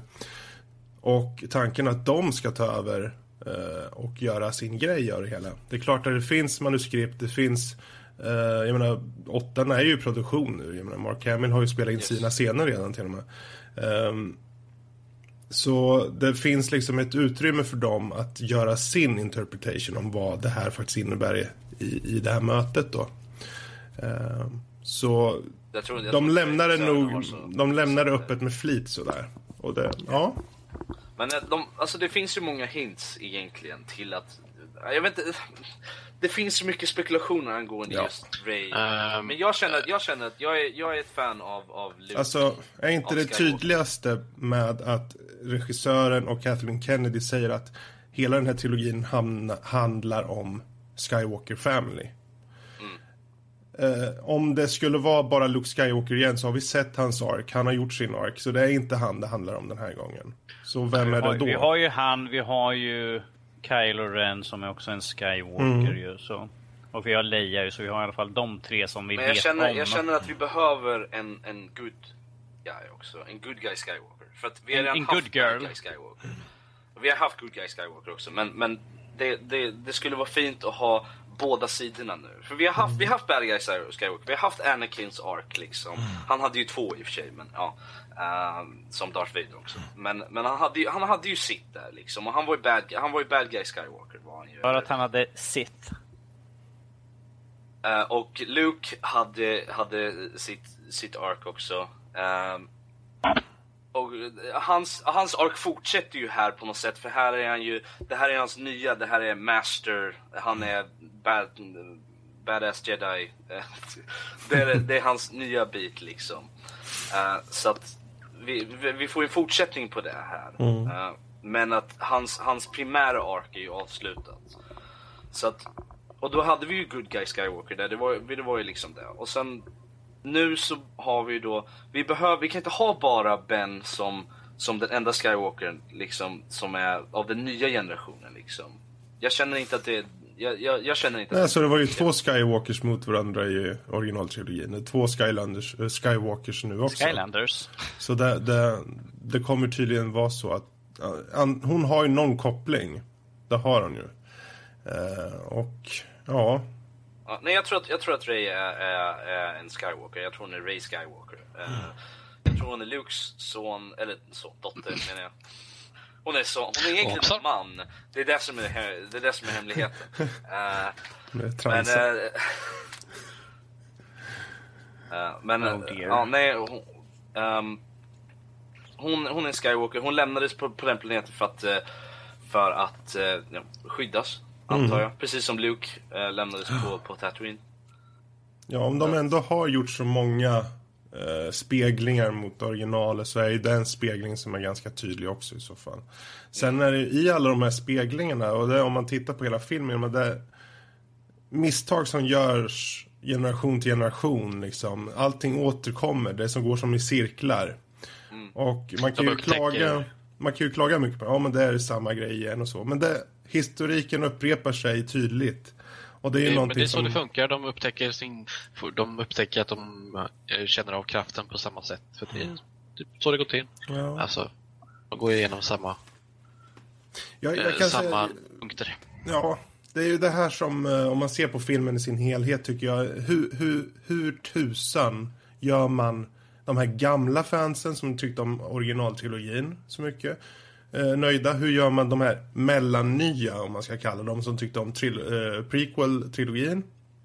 och tanken att de ska ta över uh, och göra sin grej gör det hela. Det är klart att det finns manuskript, det finns uh, jag menar, åttan är ju i produktion nu. Jag menar, Mark Hamill har ju spelat in yes. sina scener redan till och med. Um, Så det finns liksom ett utrymme för dem att göra sin interpretation om vad det här faktiskt innebär i, i det här mötet då. Uh, så jag tror, jag de lämnar det nog, de lämnar det öppet med flit sådär. Och det, ja.
Men de, alltså det finns ju många hints egentligen till att, jag vet inte, det finns så mycket spekulationer angående ja. just Rey. Um, Men jag känner, jag känner att jag är, jag är ett fan av, av Luke.
Alltså, är inte det tydligaste med att regissören och Kathleen Kennedy säger att hela den här trilogin hamna, handlar om Skywalker Family. Mm. Uh, om det skulle vara bara Luke Skywalker igen så har vi sett hans ark. Han har gjort sin ark, så det är inte han det handlar om den här gången. Så vem
ja,
är det
har,
då?
Vi har ju han, vi har ju Kylo Ren som är också en Skywalker mm. ju, så. Och vi har Leia ju, så vi har i alla fall de tre som vi
Men jag
vet
känner,
om.
Jag känner att vi behöver en, en good guy också. En good guy Skywalker. För att vi har
en, en
haft
good girl.
Good guy Skywalker. Vi har haft good guy Skywalker också. Men, men det, det, det skulle vara fint att ha båda sidorna nu. För vi har haft, vi har haft bad guy Skywalker. Vi har haft Anakins arc liksom. Han hade ju två i och för sig, men ja. Uh, som Darth Vader också. Men, men han, hade ju, han hade ju sitt där liksom. Och han var ju bad, han var ju bad guy Skywalker. Var han ju.
För att han hade sitt.
Uh, och Luke hade, hade sitt, sitt arc också. Uh, och hans, hans arc fortsätter ju här på något sätt. För här är han ju, det här är hans nya, det här är Master. Han är bad, badass Jedi. det, är, det är hans nya bit liksom. Uh, så att vi, vi får en fortsättning på det här. Mm. Uh, men att hans, hans primära arc är ju avslutat. Så att, och då hade vi ju good guy Skywalker där. Det var, det var ju liksom det. Och sen nu så har vi då, vi behöver, vi kan inte ha bara Ben som, som den enda Skywalkern liksom, som är av den nya generationen liksom. Jag känner inte att det Jag, jag, jag känner inte...
Nej, så det var ju två Skywalkers mot varandra i originaltrilogin. Två Skylanders, uh, Skywalkers nu också.
Skylanders.
Så det, det, det kommer tydligen vara så att uh, hon har ju någon koppling. Det har hon ju. Uh, och ja...
ja nej, jag tror att, jag tror att Rey är, är, är en Skywalker. Jag tror hon är Rey Skywalker. Uh, mm. Jag tror hon är Lukes son, eller son, dotter menar jag. Hon är så, hon är egentligen en man. Det är det som är, det är, det som är hemligheten. Uh, men uh, uh, men oh ja, nej, hon, um, hon, hon är Skywalker. Hon lämnades på, på den planeten för att för att uh, ja, skyddas, antar jag. Mm. Precis som Luke uh, lämnades på, på Tatooine.
Ja, om de ändå har gjort så många Uh, speglingar mot originalet så är ju den spegling som är ganska tydlig också i så fall. Sen är det i alla de här speglingarna, och det, om man tittar på hela filmen, men det misstag som görs generation till generation liksom, allting återkommer, det som går som i cirklar. Mm. Och man kan ju klaga man kan ju klaga mycket på, ja men det är samma grej igen och så, men det, historiken upprepar sig tydligt. Och det är,
det,
men
det är så
som...
det funkar. De upptäcker, sin, de upptäcker att de känner av kraften på samma sätt. För det är typ så det går till. Ja. Alltså, de går igenom samma,
jag, jag kan
samma
säga,
punkter.
Ja, det är ju det här som, om man ser på filmen i sin helhet tycker jag, hur, hur, hur tusan gör man de här gamla fansen som tyckte om originaltrilogin så mycket Eh, nöjda. Hur gör man de här mellannnya, om man ska kalla dem, som tyckte om tril- eh, prequel-trilogin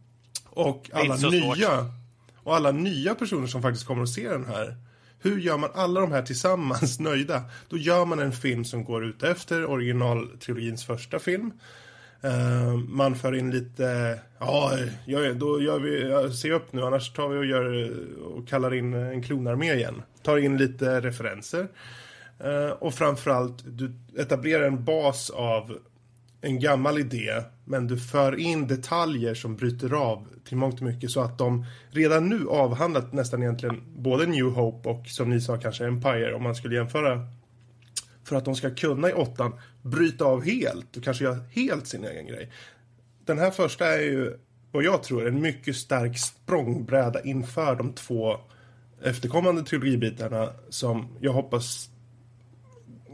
och alla nya och alla nya personer som faktiskt kommer att se den här. Hur gör man alla de här tillsammans nöjda? Då gör man en film som går ut efter originaltrilogins första film. Eh, man för in lite, ja, gör, då gör vi, ja, se upp nu, annars tar vi och gör och kallar in en klonarmé igen. Tar in lite referenser. Uh, och framförallt du etablerar en bas av en gammal idé, men du för in detaljer som bryter av till mångt och mycket, så att de redan nu avhandlat nästan egentligen både New Hope och, som ni sa, kanske Empire, om man skulle jämföra, för att de ska kunna i åttan bryta av helt och kanske göra helt sin egen grej. Den här första är ju, vad jag tror, en mycket stark språngbräda inför de två efterkommande trilogibitarna, som jag hoppas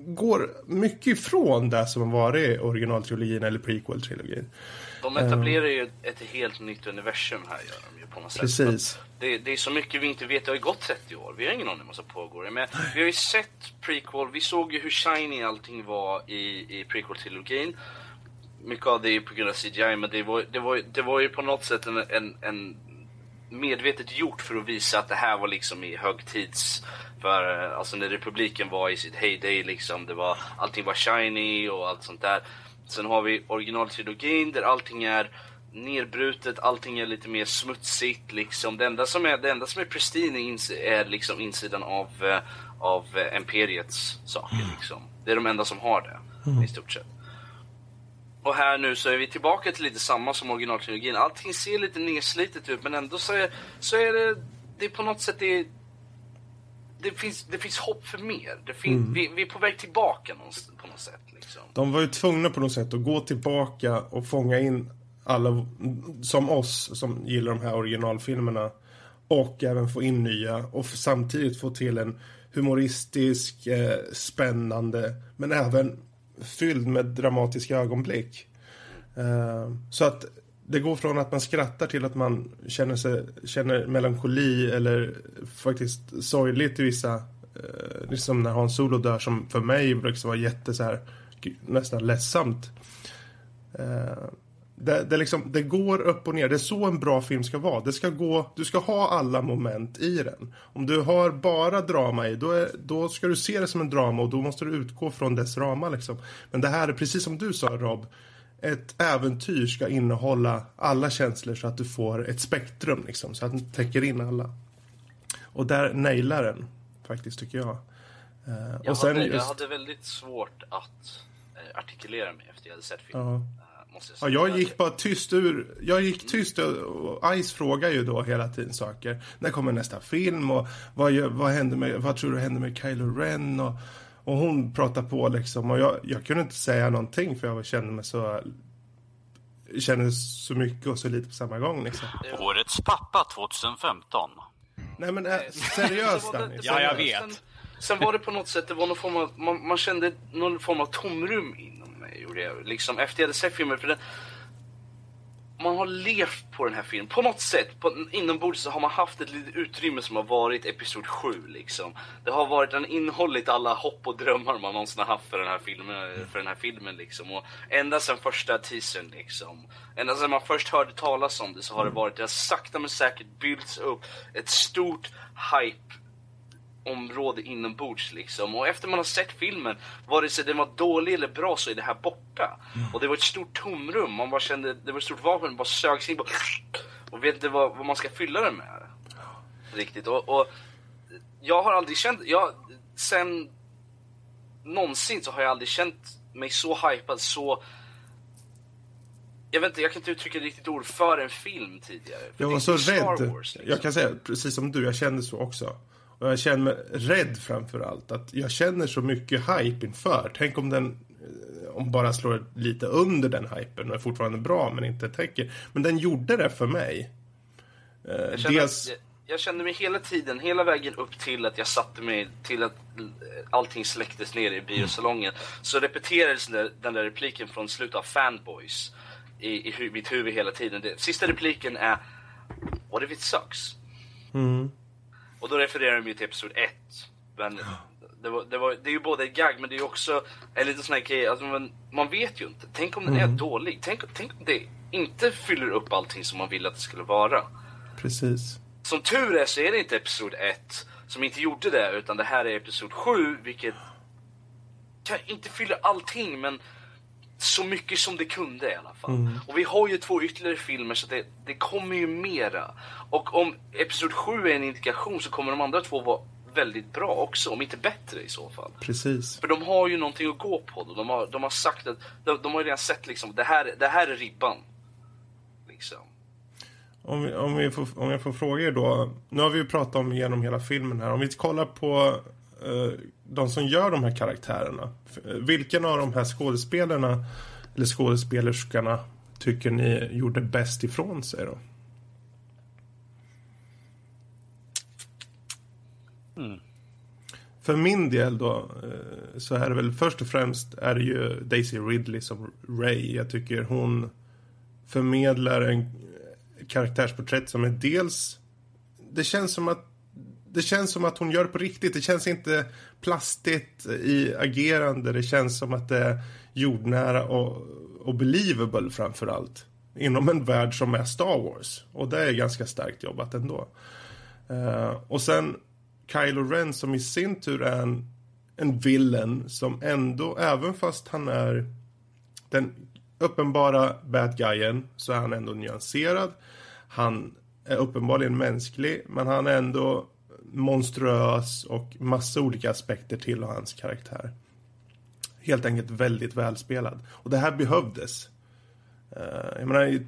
går mycket ifrån det som har varit originaltrilogin eller prequel-trilogin.
De etablerar ju ett helt nytt universum här, gör de ju på något sätt.
Precis.
Det, det är så mycket vi inte vet. Det har ju gått trettio år. Vi har ingen aning om vad som pågår. Men vi har ju sett prequel. Vi såg ju hur shiny allting var i, i prequel-trilogin. Mycket av det är på grund av C G I, men det var, det var, det var ju på något sätt en, en, en medvetet gjort för att visa att det här var liksom i högtids... För alltså när republiken var i sitt heyday liksom, det var, allting var shiny och allt sånt där. Sen har vi originaltrilogin där allting är nerbrutet, allting är lite mer smutsigt liksom. Det enda som är, det enda som är pristine är, är liksom insidan av, av imperiets saker liksom. Det är de enda som har det, mm. i stort sett. Och här nu så är vi tillbaka till lite samma som originaltrilogin. Allting ser lite nedslitet ut, men ändå så är, så är det, det är på något sätt det, det, finns, det finns hopp för mer. Det fin, mm. vi, vi är på väg tillbaka på något sätt. Liksom.
De var ju tvungna på något sätt att gå tillbaka och fånga in alla som oss som gillar de här originalfilmerna. Och även få in nya. Och samtidigt få till en humoristisk, eh, spännande, men även fylld med dramatiska ögonblick. Uh, så att det går från att man skrattar till att man känner, sig, känner melankoli eller faktiskt sorgligt i vissa, uh, liksom när Han Solo dör, som för mig liksom var jätte så här, nästan ledsamt. Uh, det, det, liksom, det går upp och ner. Det är så en bra film ska vara. Det ska gå, du ska ha alla moment i den. Om du har bara drama i, då, är, då ska du se det som en drama och då måste du utgå från dess ramar. Liksom. Men det här är precis som du sa, Rob. Ett äventyr ska innehålla alla känslor så att du får ett spektrum. Liksom, så att den täcker in alla. Och där nailar den, faktiskt, tycker jag. Uh,
jag,
och sen
hade,
just...
jag hade väldigt svårt att eh, artikulera mig efter jag hade sett filmen.
Uh. Jag, ja, jag gick bara tyst ur. Jag gick tyst och Ice frågar ju då hela tiden saker. När kommer nästa film och vad, vad, händer med, vad tror du händer med Kylo Ren? Och, och hon pratar på liksom. Och jag, jag kunde inte säga någonting för jag kände mig så kände så mycket och så lite på samma gång liksom.
Årets pappa tjugohundrafemton.
Nej men äh, seriöst Danny.
Ja, jag vet.
Sen, sen var det på något sätt, det var någon form av, man, man kände någon form av tomrum inom mig, gjorde jag. Liksom efter jag hade sett filmen, för den, man har levt på den här filmen på något sätt. På, inombords så har man haft ett litet utrymme som har varit episod sju liksom. Det har varit en innehållit alla hopp och drömmar man någonsin har haft för den här filmen, för den här filmen liksom. Och ända sedan första teasern liksom. Ända sedan man först hörde talas om det så har det varit, det har sakta men säkert byggts upp ett stort hype område inombords liksom. Och efter man har sett filmen, vare sig den var dålig eller bra, så är det här borta. Mm. Och det var ett stort tomrum. Man bara kände, det var ett stort vapen, man bara sögs in på, och vet inte vad, vad man ska fylla det med. Riktigt. Och, och jag har aldrig känt, jag, sen någonsin så har jag aldrig känt mig så hypad, så jag vet inte, jag kan inte uttrycka riktigt ord för en film tidigare. För
jag var så rädd. Wars, liksom. Jag kan säga, precis som du, jag kände så också. Och jag känner mig rädd framförallt. Att jag känner så mycket hype inför. Tänk om den om bara slår lite under den hypen och är fortfarande bra men inte täcker. Men den gjorde det för mig.
Jag kände, Dels... jag, jag kände mig hela tiden, hela vägen upp till att jag satte mig till att allting släcktes ner i biosalongen. Mm. Så repeterades den där repliken från slutet av Fanboys i, i mitt huvud hela tiden. Det, sista repliken är What if it sucks?
Mm.
Och då refererar de ju till episod ett. Men det, var, det, var, det är ju både ett gag, men det är ju också en liten sån här grej. Alltså man, man vet ju inte. Tänk om den mm. är dålig. Tänk, tänk om det inte fyller upp allting som man vill att det skulle vara.
Precis.
Som tur är så är det inte episod ett som inte gjorde det. Utan det här är episod sju, vilket kan inte fylla allting, men så mycket som det kunde i alla fall. Mm. Och vi har ju två ytterligare filmer, så det, det kommer ju mera. Och om episod sju är en indikation, så kommer de andra två vara väldigt bra också, om inte bättre i så fall.
Precis.
För de har ju någonting att gå på då. De har, de har sagt att de, de har ju redan sett liksom, det här, det här är ribban. Liksom.
Om, vi, om, vi får, om jag får fråga er då. Nu har vi ju pratat om genom hela filmen här. Om vi kollar på uh, de som gör de här karaktärerna. Vilken av de här skådespelarna eller skådespelerskarna tycker ni gjorde bäst ifrån sig då?
Mm.
för min del då så är det väl först och främst är det ju Daisy Ridley som Rey. Jag tycker hon förmedlar en karaktärsporträtt som är dels, det känns som att det känns som att hon gör det på riktigt. Det känns inte plastigt i agerande. Det känns som att det är jordnära och, och believable framförallt. Inom en värld som är Star Wars. Och det är ganska starkt jobbat ändå. Uh, och sen Kylo Ren som i sin tur är en, en villain som ändå, även fast han är den uppenbara bad guyen, så är han ändå nyanserad. Han är uppenbarligen mänsklig, men han är ändå monstruös och massa olika aspekter till hans karaktär. Helt enkelt väldigt välspelad. Och det här behövdes. Uh, jag menar, i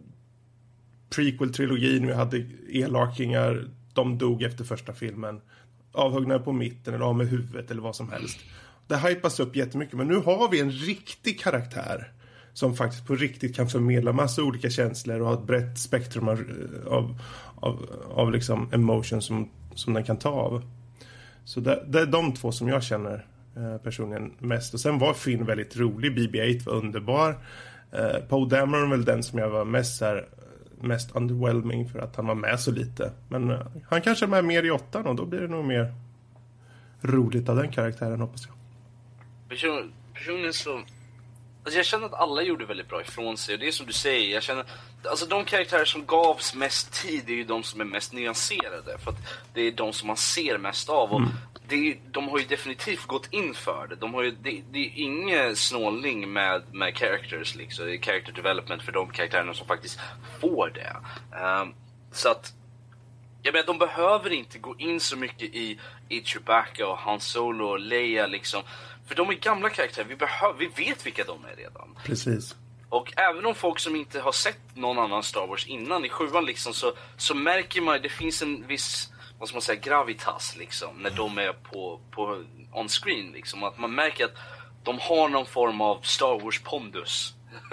prequel-trilogin vi hade elakingar, de dog efter första filmen. Avhuggna på mitten eller av med huvudet eller vad som helst. Det hypas upp jättemycket, men nu har vi en riktig karaktär som faktiskt på riktigt kan förmedla massa olika känslor och ha ett brett spektrum av, av, av, av liksom emotion som, som den kan ta av. Så det, det är de två som jag känner eh, personligen mest. Och sen var Finn väldigt rolig, B B åtta var underbar. Eh, Poe Dameron är väl den som jag var mest, här, mest underwhelming för att han var med så lite. Men eh, han kanske är med mer i åttan och då blir det nog mer roligt av den karaktären, hoppas jag.
Person, personen så... Alltså jag känner att alla gjorde väldigt bra ifrån sig. Och det är som du säger, jag känner... Alltså de karaktärer som gavs mest tid är ju de som är mest nyanserade. För att det är de som man ser mest av. Och mm. det är, de har ju definitivt gått in för det. De har ju, det, det är ingen snålning med, med characters liksom. Det är character development för de karaktärerna som faktiskt får det. Um, så att... Jag menar, de behöver inte gå in så mycket i, i Chewbacca och Han Solo och Leia liksom. För de är gamla karaktärer, vi, behöver, vi vet vilka de är redan.
Precis.
Och även om folk som inte har sett någon annan Star Wars innan i sjuan liksom, så, så märker man att det finns en viss, vad ska man säga, gravitas liksom, när de är på, på on screen liksom. Att man märker att de har någon form av Star Wars pondus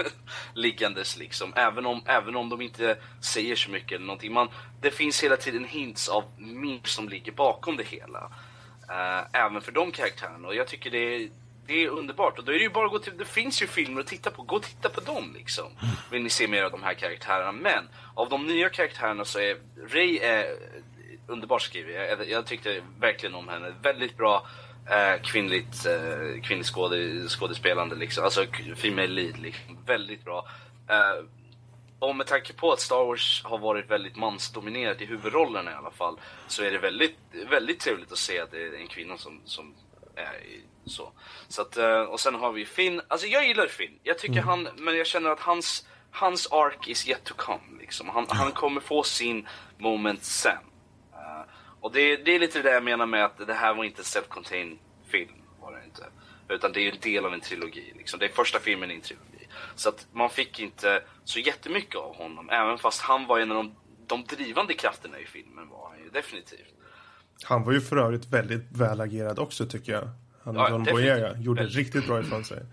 liggandes liksom, även om, även om de inte säger så mycket eller någonting. Man, det finns hela tiden hints av mer som ligger bakom det hela. Uh, även för de karaktärerna. Och jag tycker det är, det är underbart. Och då är det ju bara att gå till, det finns ju filmer att titta på. Gå och titta på dem liksom. Vill ni se mer av de här karaktärerna. Men av de nya karaktärerna så är Rey är underbart skriven. Jag, jag tyckte verkligen om henne. Väldigt bra uh, kvinnligt uh, kvinnligt skåde, skådespelande liksom. Alltså female lead liksom. Väldigt bra. Uh, Och med tanke på att Star Wars har varit väldigt mansdominerat i huvudrollerna i alla fall, så är det väldigt, väldigt trevligt att se att det är en kvinna som, som är så. Så att, och sen har vi Finn. Alltså jag gillar Finn. Jag tycker mm. han, men jag känner att hans, hans arc is yet to come. Liksom. Han, han kommer få sin moment sen. Uh, och det, det är lite det jag menar med att det här var inte en self-contained film. Var det inte. Utan det är en del av en trilogi. Liksom. Det är första filmen i en trilogi. Så att man fick inte så jättemycket av honom. Även fast han var en av de, de drivande krafterna i filmen, var han ju definitivt.
Han var ju för övrigt väldigt välagerad också, tycker jag. Han,
ja,
John Boyega gjorde väldigt riktigt bra ifrån sig.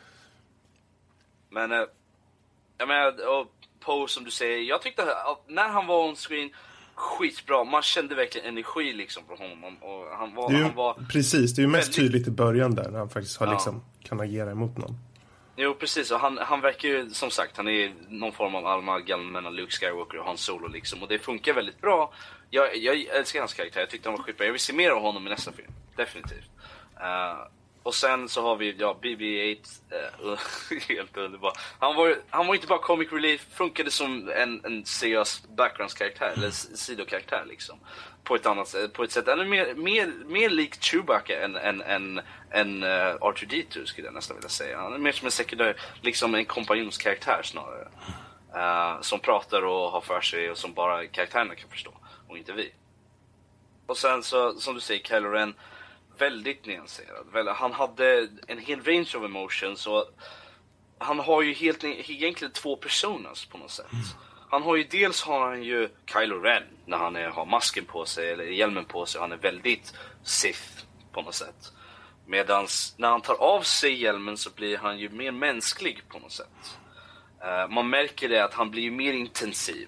Men äh, jag menar, och Poe som du säger, jag tyckte att när han var on screen skitbra, man kände verkligen energi liksom från honom. Och han var,
det är ju,
han var
precis, det är ju mest
väldigt
tydligt i början där när han faktiskt har,
ja.
liksom, kan agera emot någon.
Jo, precis. Och han, han verkar ju, som sagt, han är någon form av amalgam mellan Luke Skywalker och Han Solo liksom. Och det funkar väldigt bra. Jag, jag älskar hans karaktär. Jag tyckte han var skitbra. Jag vill se mer av honom i nästa film. Definitivt. Uh, och sen så har vi, ja, B B åtta. Uh, helt underbar. Han var, han var inte bara comic relief. Funkade som en, en seriös backgroundskaraktär. Eller sidokaraktär liksom. På ett annat sätt. På ett sätt. Eller mer, mer, mer lik Chewbacca än, än, än, än uh, R two D two skulle jag nästan vilja säga. Han är mer som en sekundär, liksom en kompanjonskaraktär snarare. Uh, som pratar och har för sig och som bara karaktärerna kan förstå. Och inte vi. Och sen så, som du säger, Kylo Ren, väldigt nyanserad. Han hade en hel range of emotions. Och han har ju helt, egentligen två personas på något sätt. Han har ju, dels har han ju Kylo Ren när han är, har masken på sig eller hjälmen på sig. Han är väldigt Sith på något sätt. Medans när han tar av sig hjälmen så blir han ju mer mänsklig på något sätt. Uh, man märker det att han blir mer intensiv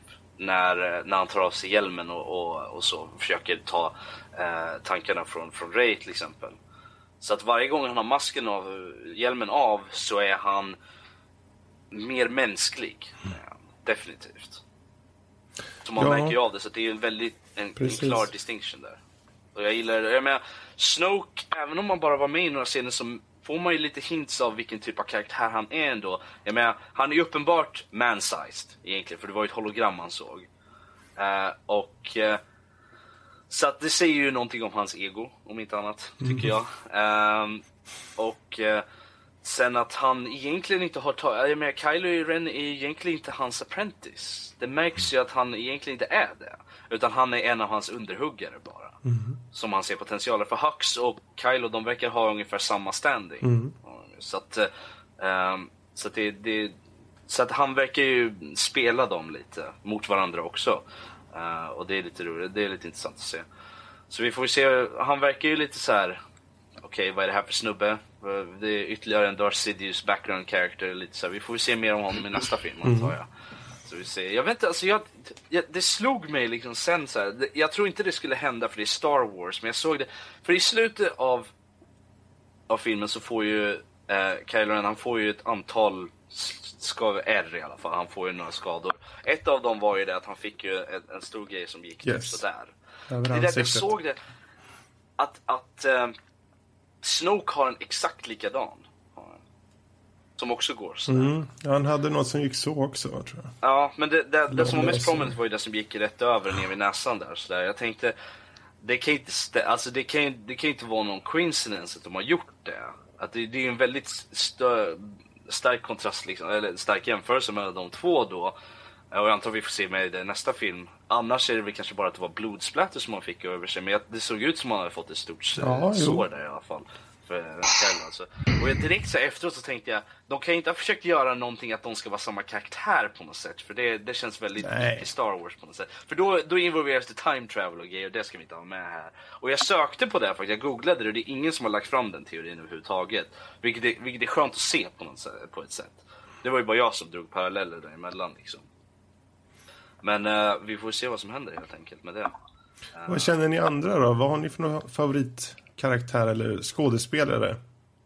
när, när han tar av sig hjälmen och, och, och så försöker ta eh, tankarna från, från Ray till exempel. Så att varje gång han har masken av, hjälmen av, så är han mer mänsklig. Mm. Ja, definitivt. Så man ja. märker ju av det, så det är en väldigt en, en klar distinction där. Och jag gillar, jag menar, Snoke, även om man bara var med i några scener, så får man ju lite hints av vilken typ av karaktär han är ändå. Jag menar, han är ju uppenbart man-sized egentligen, för det var ju ett hologram man såg. Uh, och uh, så att det säger ju någonting om hans ego, om inte annat, tycker jag. Um, och uh, sen att han egentligen inte har tagit, jag menar, Kylo Ren är egentligen inte hans apprentice. Det märks ju att han egentligen inte är det, utan han är en av hans underhuggare bara. Mm. Som han ser potentialer. För Hux och Kylo, de verkar ha ungefär samma standing. Mm. Så att um, så att det, det så att han verkar ju spela dem lite mot varandra också. Uh, och det är lite roligt, det är lite intressant att se. Så vi får se, han verkar ju lite så här. Okej, okay, vad är det här för snubbe? Det är ytterligare en Darth Sidious background character, lite så här. Vi får se mer om honom i nästa film, antar jag. Så vi ser. Jag vet inte, alltså jag, jag det slog mig liksom sen så här. Jag tror inte det skulle hända för det är Star Wars, men jag såg det för i slutet av av filmen så får ju eh, Kylo Ren, han får ju ett antal skador, R i alla fall. Han får ju några skador. Ett av dem var ju det att han fick ju en, en stor grej som gick yes. typ så där. Det är det jag såg det att att eh, Snoke har en exakt likadan. Som också går så
mm. Ja, han hade något som gick så också, tror jag.
Ja, men det, det, det som var mest prominent var ju det som gick rätt över ner vid näsan där, så där. Jag tänkte, det kan inte st- alltså det kan det kan inte vara någon coincidence att de har gjort det. Att det, det är en väldigt stö- stark kontrast liksom, eller stark jämförelse mellan de två då. Och jag antar vi får se med i nästa film. Annars är det väl kanske bara att det var blodsplatter som man fick över sig, men det såg ut som man hade fått ett stort ja, sår där i alla fall. För alltså. Och jag direkt så efteråt så tänkte jag, de kan inte ha försökt göra någonting att de ska vara samma karaktär på något sätt, för det, det känns väldigt mycket Star Wars på något sätt. För då, då involveras det time travel och grejer, och det ska vi inte ha med här. Och jag sökte på det faktiskt, jag googlade det, och det är ingen som har lagt fram den teorin överhuvudtaget. Vilket är, vilket är skönt att se på, något sätt, på ett sätt. Det var ju bara jag som drog paralleller däremellan liksom. Men uh, vi får se vad som händer helt enkelt med det. Uh,
vad känner ni andra då? Vad har ni för någon favoritkaraktär eller skådespelare?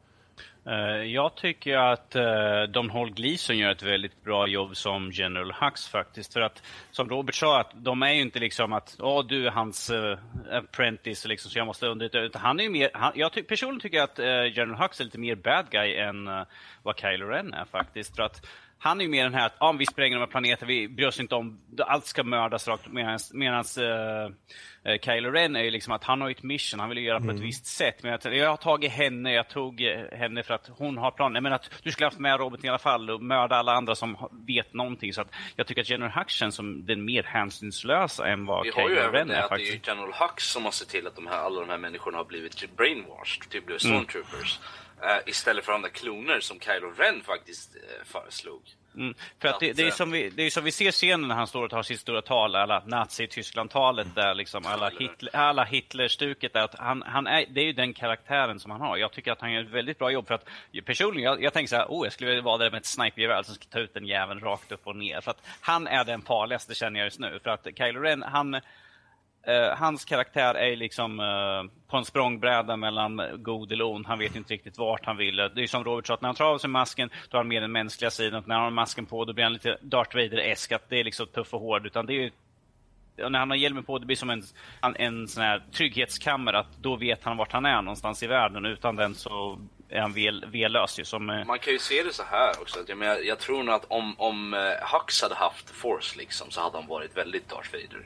Uh, jag tycker att uh, Domhnall Gleeson gör ett väldigt bra jobb som General Hux faktiskt. För att, som Robert sa, att de är ju inte liksom att åh, du är hans uh, apprentice liksom, så jag måste underrätta. Utan han är ju mer, han, jag ty- personligen tycker att uh, General Hux är lite mer bad guy än uh, vad Kylo Ren är faktiskt. För att han är ju mer den här att ah, vi spränger de här planeter, vi bryr oss inte om, allt ska mördas rakt, medan uh, Kylo Ren är ju liksom att han har ett mission, han vill ju göra mm. på ett visst sätt. Men jag, jag har tagit henne, jag tog henne för att hon har planer. Men att du skulle ha haft med Robert i alla fall och mörda alla andra som vet någonting. Så att jag tycker att General Hux känns som den mer hänsynslösa än vad Kylo Ren är faktiskt.
Det är ju General Hux som har sett till att de här, alla de här människorna har blivit brainwashed, typ blivit stormtroopers. Mm. Uh, istället för andra kloner som Kylo Ren faktiskt uh, föreslog.
Mm, för att det, det, är som vi, det är som vi ser scenen när han står och tar sitt stora tal, alla Nazi-Tyskland-talet där liksom, alla, Hitler, alla Hitler-stuket där, att han, han är, det är ju den karaktären som han har. Jag tycker att han gör ett väldigt bra jobb, för att personligen, jag, jag tänker så här, oh, jag skulle vara där med ett snipergevär som ska ta ut den jäveln rakt upp och ner, för att han är den farligaste, känner jag just nu, för att Kylo Ren, han Uh, hans karaktär är liksom uh, på en språngbräda mellan god och ond. Han vet inte riktigt vart han vill. Det är som Robert sa, att när han tar av sig masken, då har han mer den mänskliga sidan. När han har masken på, då blir han lite Darth Vader-esk, att det är liksom tuff och hård. Utan det är ju, när han har hjälmen på, det blir som en, en, en sån här trygghetskamera, att då vet han vart han är någonstans i världen. Utan den så är han väl, vällös ju. Som, uh...
Man kan ju se det så här också. Jag, menar, jag tror nog att om, om uh, Hux hade haft Force liksom, så hade han varit väldigt Darth Vader.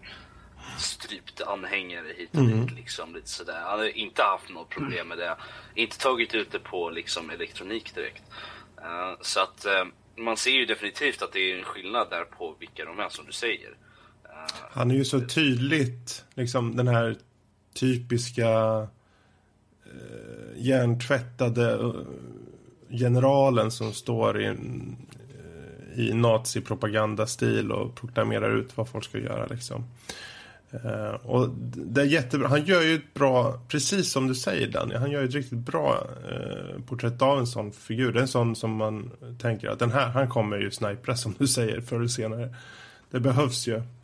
Strypt anhängare hit och mm. dit liksom, lite sådär. Han hade inte haft något problem med det. Inte tagit ut det på liksom elektronik direkt. Uh, så att uh, man ser ju definitivt att det är en skillnad där på vilka de är, som du säger. Uh,
Han är ju så tydligt liksom den här typiska uh, hjärntvättade uh, generalen som står i en i nazi-propagandastil och proklamerar ut vad folk ska göra liksom. Uh, och det är jättebra. Han gör ju ett bra, precis som du säger Danny, han gör ju ett riktigt bra uh, porträtt av en sån figur. Det är en sån som man tänker att den här, han kommer ju snipra, som du säger, förr eller senare. Det behövs ju.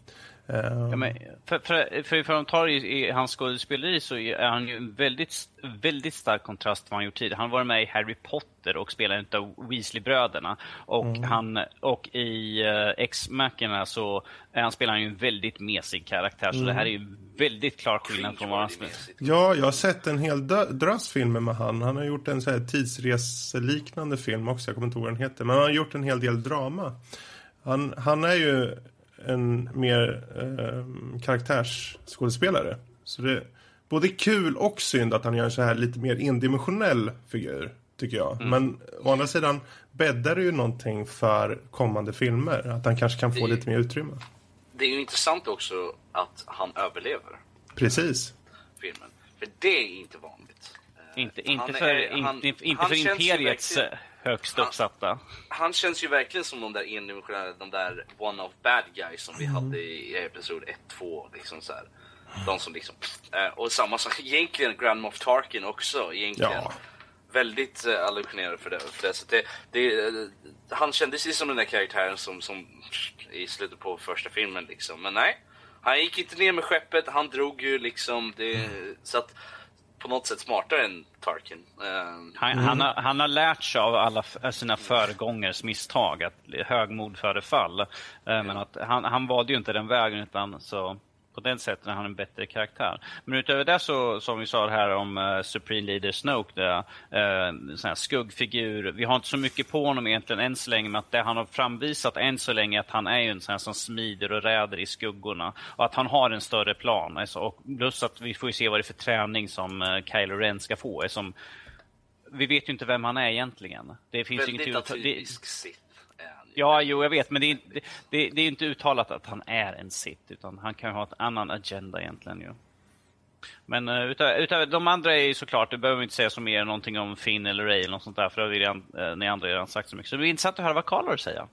Ja, men för, för, för, för de tar i, i hans skådespeleri så är han ju en väldigt, väldigt stark kontrast till vad han gjort tidigare. Han var med i Harry Potter och spelade en av Weasley-bröderna. Och, mm. han, och i uh, X-Machina så är han spelar han ju en väldigt mesig karaktär. Så mm. det här är ju väldigt klar skillnad från vad han spelar.
Ja, jag har sett en hel drös filmer med han. Han har gjort en så här tidsreseliknande film också. Jag kommer inte ihåg vad den heter. Men han har gjort en hel del drama. Han, han är ju en mer eh, karaktärsskådespelare. Så det är både kul och synd att han gör en så här lite mer indimensionell figur, tycker jag. Mm. Men å andra sidan bäddar det ju någonting för kommande filmer. Att han kanske kan få
det,
lite mer utrymme.
Det är ju intressant också att han överlever.
Precis.
Filmen. För det är inte vanligt.
Inte, inte för, är, han, inte, inte för imperiets högst uppsatta.
Han, han känns ju verkligen som de där endimensionella, de där one of bad guys som vi mm. hade i episod ett, två liksom så här. De som liksom äh, och samma sak egentligen Grand Moff Tarkin också egentligen. Ja. Väldigt äh, allusionerad för det, för det. Så det, det äh, han kändes ju som den där karaktären som, som i slutet på första filmen liksom. Men nej, han gick inte ner med skeppet, han drog ju liksom det, mm. så att på något sätt smartare än Tarkin. Um,
han, mm. han, har, han har lärt sig av alla sina föregångers misstag, att högmod före fall. Uh, men att han, han valde ju inte den vägen, utan så på den sättet är han en bättre karaktär. Men utöver det så, som vi sa här om uh, Supreme Leader Snoke, det, uh, sån här skuggfigur. Vi har inte så mycket på honom egentligen än så länge, men att det han har framvisat än så länge att han är ju en sån här som smider och räder i skuggorna. Och att han har en större plan. Alltså, och plus att vi får se vad det är för träning som uh, Kylo Ren ska få. Är som, vi vet ju inte vem han är egentligen. Det finns
väldigt
inget
atypisk Sith.
Ja, jo, jag vet, men det är, det, det är inte uttalat att han är en Sith, utan han kan ju ha ett annan agenda egentligen ju. Men uh, utav, utav, de andra är ju såklart, det behöver vi inte säga så mer någonting om Finn eller Rey eller något sånt där, för det har vi redan, uh, ni andra redan sagt så mycket. Så det är intressant att höra vad Carl har säga.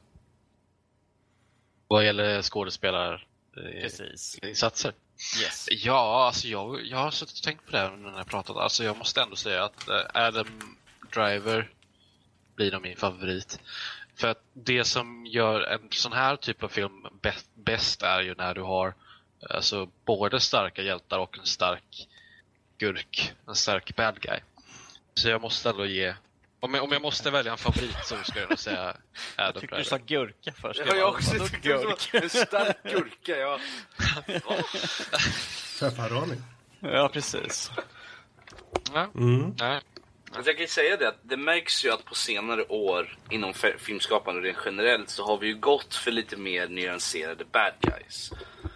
Vad gäller skådespelare insatser.
Yes.
Ja, alltså jag, jag har suttit och tänkt på det här när jag har pratat. Alltså jag måste ändå säga att uh, Adam Driver blir nog min favorit. För att det som gör en sån här typ av film bäst, bäst är ju när du har alltså, både starka hjältar och en stark gurk, en stark bad guy. Så jag måste ändå ge, om jag, om jag måste välja en favorit så ska jag nog säga Adam Driver.
Jag tyckte du sa gurka först.
Ja, jag också gurka. En stark gurka, ja.
Pepparoni.
Ja, precis.
Ja,
mm.
nej.
Alltså jag kan ju säga det att det märks ju att på senare år inom filmskapande rent generellt så har vi ju gått för lite mer nyanserade bad guys.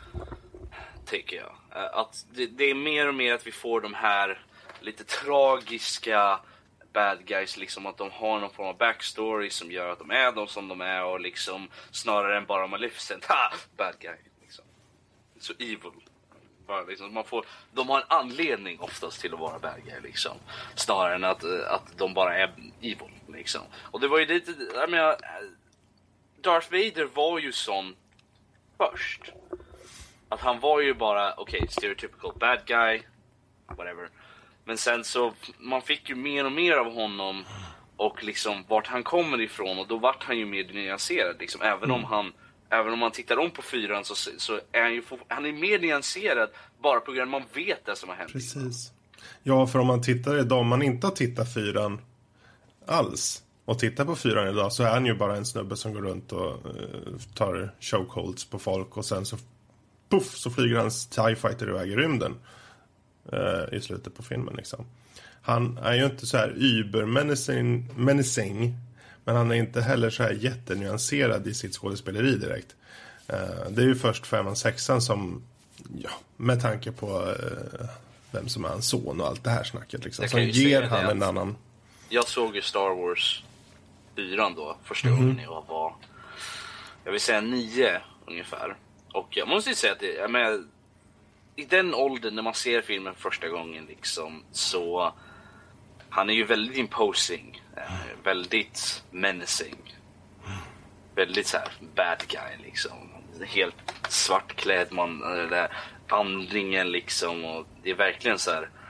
Tycker jag. Att det, det är mer och mer att vi får de här lite tragiska bad guys, liksom att de har någon form av backstory som gör att de är de som de är, och liksom snarare än bara Maleficent, ha, bad guy liksom. Så evil. Bara liksom, man får, de har en anledning oftast till att vara bad guy liksom, snarare än att, att de bara är evil liksom. Och det var ju lite, jag menar, Darth Vader var ju sån först. Att han var ju bara, okej, okay, stereotypical bad guy, whatever. Men sen så, man fick ju mer och mer av honom och liksom vart han kommer ifrån, och då vart han ju mer nyanserad liksom, även mm. om han Även om man tittar om på fyran så, så är han ju han är mer nyanserad bara på grund av att man vet det som har hänt.
Precis. Ja, för om man tittar idag, om man inte har tittat fyran alls och tittar på fyran idag, så är han ju bara en snubbe som går runt och uh, tar chokeholds på folk, och sen så puff så flyger hans TIE Fighter iväg i rymden uh, i slutet på filmen liksom. Han är ju inte så här über-menacing, menacing, men han är inte heller så här jättenyanserad i sitt skådespeleri direkt. Uh, det är ju först femman, sexan som, ja, med tanke på uh, vem som är hans son och allt det här snacket liksom, som ger han en annan.
Jag såg ju Star Wars fyran då, första mm. gången jag var, jag vill säga nio ungefär. Och jag måste ju säga att det, jag menar, i den åldern när man ser filmen första gången liksom, så han är ju väldigt imposing, eh, väldigt menacing, väldigt så här bad guy liksom, helt svartklädd man, den där andringen liksom, och det är verkligen så här.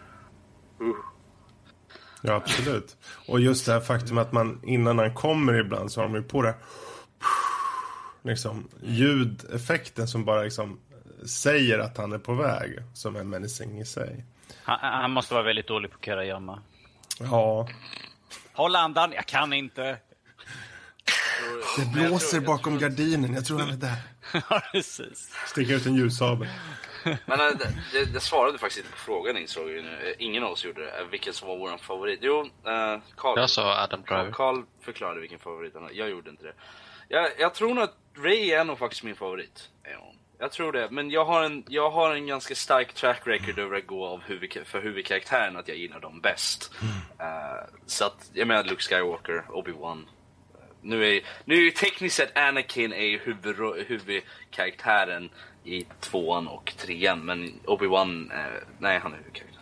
Uh.
Ja, absolut. Och just det här faktum att man innan han kommer ibland så har de ju på det liksom ljudeffekten som bara liksom säger att han är på väg, som är menacing i sig.
Han, han måste vara väldigt dålig på kurragömma.
Ja.
Håll andan, jag kan inte.
Det blåser bakom gardinen, jag tror han är där.
Ja, precis.
Sticka ut en ljusabel.
Men äh, det, det svarade faktiskt inte på frågan, insåg ju nu. Ingen av oss gjorde det. Vilken som var vår favorit. Jo, äh, Carl,
jag sa Adam Driver.
Carl förklarade vilken favorit han var. Jag gjorde inte det. Jag, jag tror nog att Ray är nog faktiskt min favorit. Ja, jag tror det. Men jag har en, jag har en ganska stark track record över att gå av huvud, för huvudkaraktären, att jag gillar dem bäst. Mm. Uh, så att, jag menar Luke Skywalker, Obi-Wan. Nu är, nu är ju tekniskt sett Anakin är huvud, huvudkaraktären i tvåan och trean, men Obi-Wan, eh, nej, han är huvudkaraktären.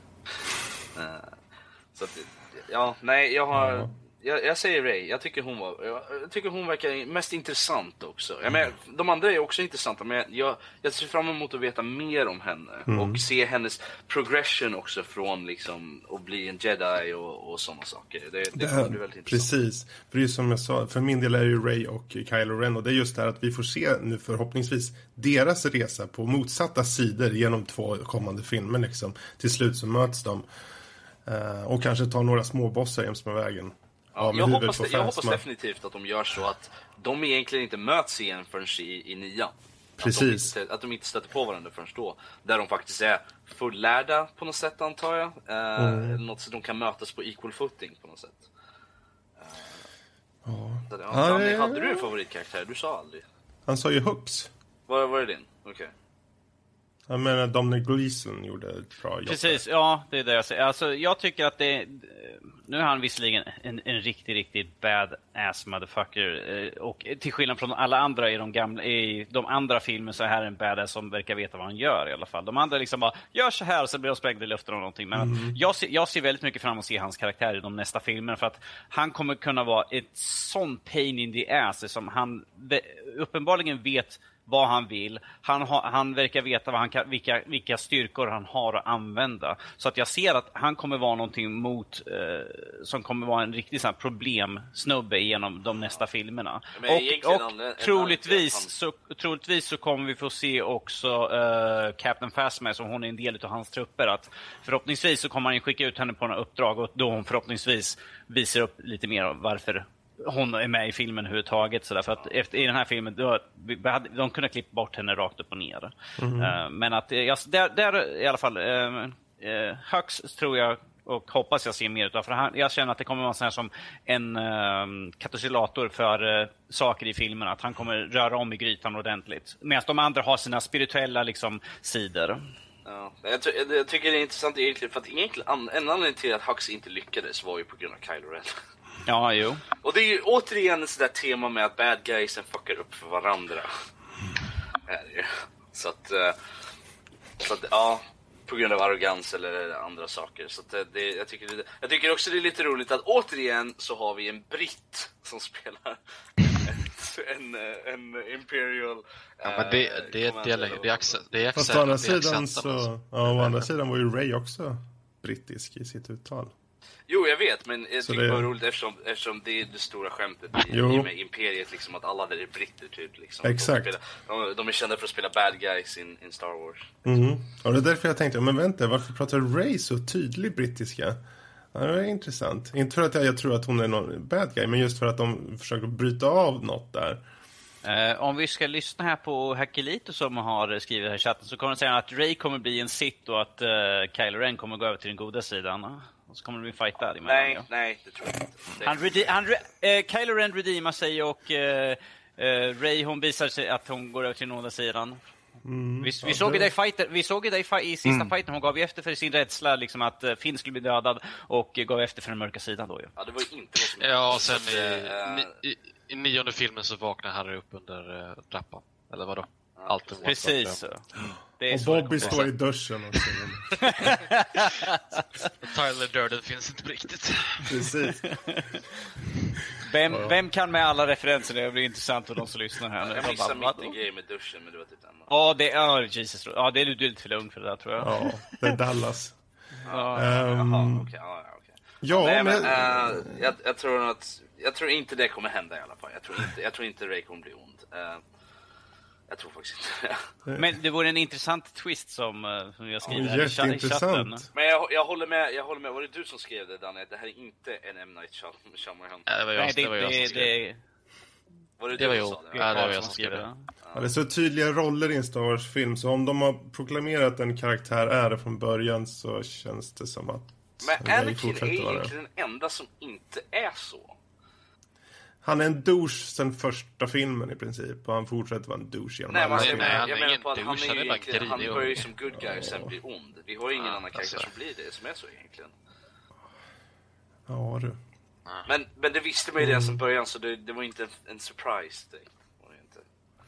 Uh, så att, ja, nej, jag har, mm. jag, jag säger Ray. Jag tycker hon var, jag, jag tycker hon verkar mest intressant också. Jag menar, de andra är också intressanta, men jag, jag ser fram emot att veta mer om henne mm. och se hennes progression också från liksom att bli en Jedi och, och sådana saker. Det, det, det är väldigt intressant.
Precis, för det är som jag sa, för min del är ju Ray och Kylo Ren, och det är just det här att vi får se nu förhoppningsvis deras resa på motsatta sidor genom två kommande filmer liksom. Till slut så möts de uh, och kanske tar några små bossar jäms med vägen.
Ja, jag hoppas, det, jag hoppas definitivt att de gör så att de egentligen inte möts igen förrän i, i nian.
Precis.
Att de, inte, att de inte stöter på varandra förrän då. Där de faktiskt är fullärda på något sätt, antar jag. Eh, mm. Något som de kan mötas på equal footing på något sätt. Eh,
ja.
Så, ja, Danny, ja, hade du en favoritkaraktär? Du sa aldrig.
Han sa ju Hux.
Vad var det din? Okej. Okay.
Jag menar, Dominic Gleeson gjorde ett bra jobb.
Precis, ja, det är det jag säger. Alltså, jag tycker att det... Nu är han visserligen en, en riktigt, riktigt badass motherfucker. Och till skillnad från alla andra i de gamla, i de andra filmerna, så är här en badass som verkar veta vad han gör i alla fall. De andra liksom bara, gör så här och så blir de sprängda i luften och någonting. Men mm. jag, ser, jag ser väldigt mycket fram att se hans karaktär i de nästa filmerna, för att han kommer kunna vara ett sån pain in the ass som han uppenbarligen vet vad han vill. Han, ha, han verkar veta vad han kan, vilka, vilka styrkor han har att använda. Så att jag ser att han kommer vara någonting mot eh, som kommer vara en riktig sån här problemsnubbe genom de nästa filmerna. Och, och en, troligtvis, en så, troligtvis så kommer vi få se också eh, Captain Phasma, som hon är en del av hans trupper. Att förhoppningsvis så kommer han skicka ut henne på några uppdrag, och då hon förhoppningsvis visar upp lite mer av varför hon är med i filmen överhuvudtaget, så där, för att efter, i den här filmen då, vi hade, de kunde klippa bort henne rakt upp och ner. Mm. Uh, men att jag, där, där i alla fall uh, uh, Hux tror jag och hoppas jag ser mer utav, för han, jag känner att det kommer vara sån här som en uh, katalysator för uh, saker i filmen, att han kommer röra om i grytan ordentligt, medan de andra har sina spirituella liksom sidor.
Ja, jag, ty- jag tycker det är intressant egentligen, för att egentligen en anledning till att Hux inte lyckades var ju på grund av Kylo Ren.
Ja, jo.
Och det är ju återigen ett sådär tema med att bad guys fuckar upp för varandra. Är det ju. Så att, så att, ja, på grund av arrogans eller andra saker. Så att det, jag, tycker det, jag tycker också det är lite roligt att återigen så har vi en britt som spelar en, en Imperial.
Ja, men det, det, äh, det, det, det är accent. Det är accent.
Fast å andra sidan så, ja, å andra sidan var ju Ray också brittisk i sitt uttal.
Jo, jag vet, men jag tycker
det
det var roligt eftersom, eftersom det är det stora skämtet i, i med Imperiet, liksom, att alla där är britter typ. Liksom.
Exakt.
De, spelar, de, de är kända för att spela bad guys in, in Star Wars.
Liksom. Mm. Och det är därför jag tänkte, men vänta, varför pratar Ray så tydlig brittiska? Ja, det är intressant. Inte för att jag, jag tror att hon är någon bad guy, men just för att de försöker bryta av något där.
Uh, om vi ska lyssna här på Hakelito som har skrivit här i chatten, så kommer han säga att Ray kommer bli en Sith och att uh, Kylo Ren kommer gå över till den goda sidan. Och så kommer det bli fight där.
Nej, ja. nej, det tror jag inte. Det
han rede- han re- uh, Kylo Ren redeemar sig och uh, uh, Ray, hon visar sig att hon går över till den goda sidan. Mm, vi, vi, ja, såg det... fighter, vi såg det i, i sista mm. fighten. Hon gav efter för sin rädsla liksom, att uh, Finn skulle bli dödad, och uh, gav efter för den mörka sidan då ju.
Ja, det var ju inte vad som...
Ja, och sen i, uh... i, i nionde filmen så vaknar Harry upp under uh, trappan. Eller vadå? Allt
precis.
Det är och Bobby står i duschen också.
Tyler Durden finns inte på riktigt.
Precis.
Vem, vem kan med alla referenser? Det blir intressant för de som lyssnar här nu.
Jag missade mitt en grej med duschen, men det var typ annat.
Ja, det är oh, Jesus. Ja, det är du lite för lugn för det där, tror jag.
Ja, det är Dallas.
Ja, um, Jaha, okej. Ja, okej.
Ja,
Nej,
men,
men uh, jag, jag tror att jag tror inte det kommer hända i alla fall. Jag tror inte jag tror inte Ray kommer bli ond. Uh, Jag tror faktiskt inte det.
Men det vore en intressant twist som, som jag skriver
Ja,
här i chatten.
jätteintressant.
Men jag, jag håller med, jag håller med. Var det du som skrev det, Danne? Det här är inte en M. Night Shyamalan.
Ja, det var jag,
Nej, det,
det var jag
det,
som skrev.
det,
Var det,
Det
du
var
som
jag.
sa det?
Ja, det var jag
som
som
skrev
skrev
det.
det.
Ja, det är så tydliga roller i en Star Wars-film, så om de har proklamerat en karaktär är det från början så känns det som att
Men
Rey
Anakin är
fortsätter vara det.
egentligen den enda som inte är så.
Han är en douche sen första filmen i princip, och han fortsätter vara en douche genom
Nej,
alla
men,
nej,
jag
filmer.
nej,
menar,
han
jag
är
menar
ingen
på att han
douche,
är
han
ju
är bara
egentligen, han
grinig
börjar ju
och-
som good guy och sen blir ond. Vi har ju ingen
Ja,
annan karaktär
alltså.
som blir det, som är så egentligen.
Ja, du.
Men, men det visste man ju redan från början, så det, det var inte en surprise. Det var det inte.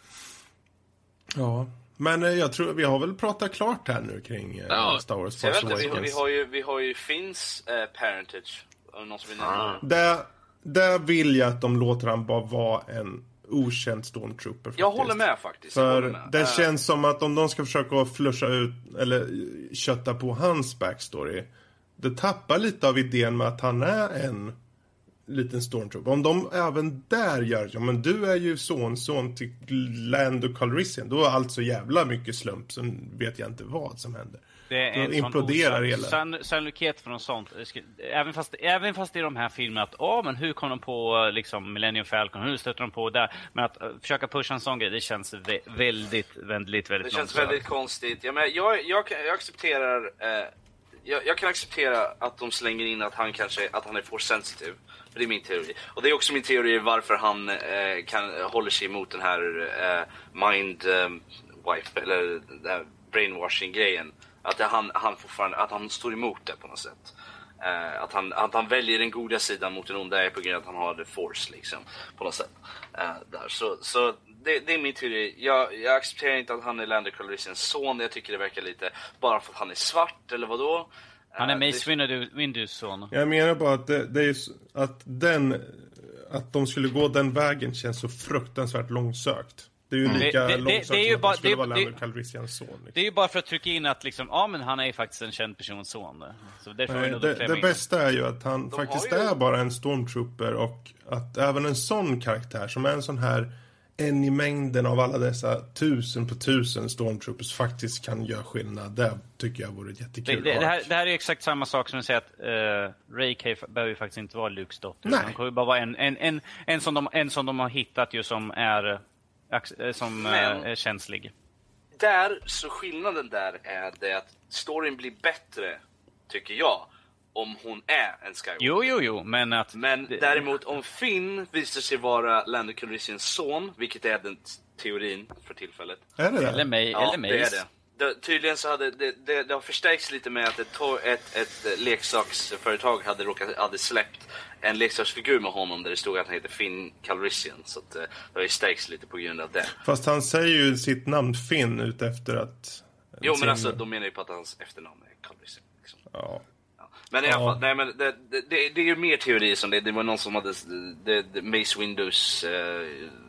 Ja, men eh, jag tror vi har väl pratat klart här nu kring eh,
Ja.
Star Wars
Så jag vet
Force
inte, vi, har- vi,
Awakens.
har ju, vi har ju Finns eh, parentage. Är det någon som vill nämna det?
Där, där vill jag att de låter han bara vara en okänd stormtrooper faktiskt.
Jag håller med faktiskt. Jag håller
För
med.
det
Eh,
känns som att om de ska försöka flusha ut eller kötta på hans backstory, det tappar lite av idén med att han är en liten stormtrooper. Om de även där gör, ja men du är ju son, son till Lando Calrissian, då är allt så jävla mycket slump, så vet jag inte vad som händer.
Det är
Då
en
imploderar
sån
hela.
sann- sannolikhet för något sånt. Det ska- Även fast, även fast i de här filmerna att, åh, men hur kom de på liksom Millennium Falcon? Hur stötte de på där? Men att uh, försöka pusha en sån grej, det känns vä- väldigt, väldigt, väldigt
Det känns
långsamt.
väldigt konstigt. Jag, men, jag, jag, kan- jag accepterar eh, jag, jag kan acceptera att de slänger in att han kanske att han är force sensitive. För det är min teori. Och det är också min teori varför han eh, kan håller sig emot den här eh, mind eh, wipe eller den här brainwashing grejen. Att det, han han fortfarande att han står emot det på något sätt. Eh, att han att han väljer den goda sidan mot den onda är på grund av att han har the force liksom på något sätt. Eh, där så så det, det är min teori. Jag, jag accepterar inte att han är Lando Calrissians son. Jag tycker det verkar lite bara för att han är svart eller vad då?
Han är
Eh,
Mace
det-
Windu- Windus son.
Jag menar bara att det, det är ju s- att den att de skulle gå den vägen känns så fruktansvärt långsökt. Det är ju lika
Det- det- det-
långsökt
det är ju
som att
bara-
det skulle
det-
vara
det-
Lando Calrissians son. Liksom.
Det är ju bara för att trycka in att liksom, ja men han är ju faktiskt en känd persons son. Så därför var
Nej,
nog
det,
de klämmer
det
in.
bästa är ju att han
De
faktiskt
har ju-
är bara en stormtrooper, och att även en sån karaktär som är en sån här en i mängden av alla dessa tusen på tusen stormtroopers faktiskt kan göra skillnad. Det tycker jag vore
Det,
jättekul.
det,
att
det,
ha.
här, det här är exakt samma sak som att säga att uh, Rey kan ju fa- behöver ju faktiskt inte vara Lukes dotter.
Nej.
Han kan ju bara vara en, en, en, en, som de, en som de har hittat ju som är, eh, ax- eh, som, eh,
Men-
är känslig.
Där, så skillnaden där är det att storyn blir bättre, tycker jag, om hon är en Skywalker.
Jo, jo, jo, men att...
Men
det,
däremot om Finn visar sig vara Lando Calrissians son, vilket är den t- teorin för tillfället.
Är det
Eller
det?
mig,
Ja,
eller mig.
det är det. det. Tydligen så hade det, det, det har förstärkts lite med att ett, to- ett, ett leksaksföretag hade, råkat, hade släppt en leksaksfigur med honom där det stod att han heter Finn Calrissian. Så att, eh, det har ju stärkts lite på grund av det.
Fast han säger ju sitt namn Finn ut efter att...
Jo, men
sin-
alltså, de menar ju på att hans efternamn är Calrissian. Liksom.
Ja.
Ja. Men i alla
Ja.
fall, nej, men det, det, det, det är ju mer teorier som det. Det var någon som hade det, det, Mace Windows eh,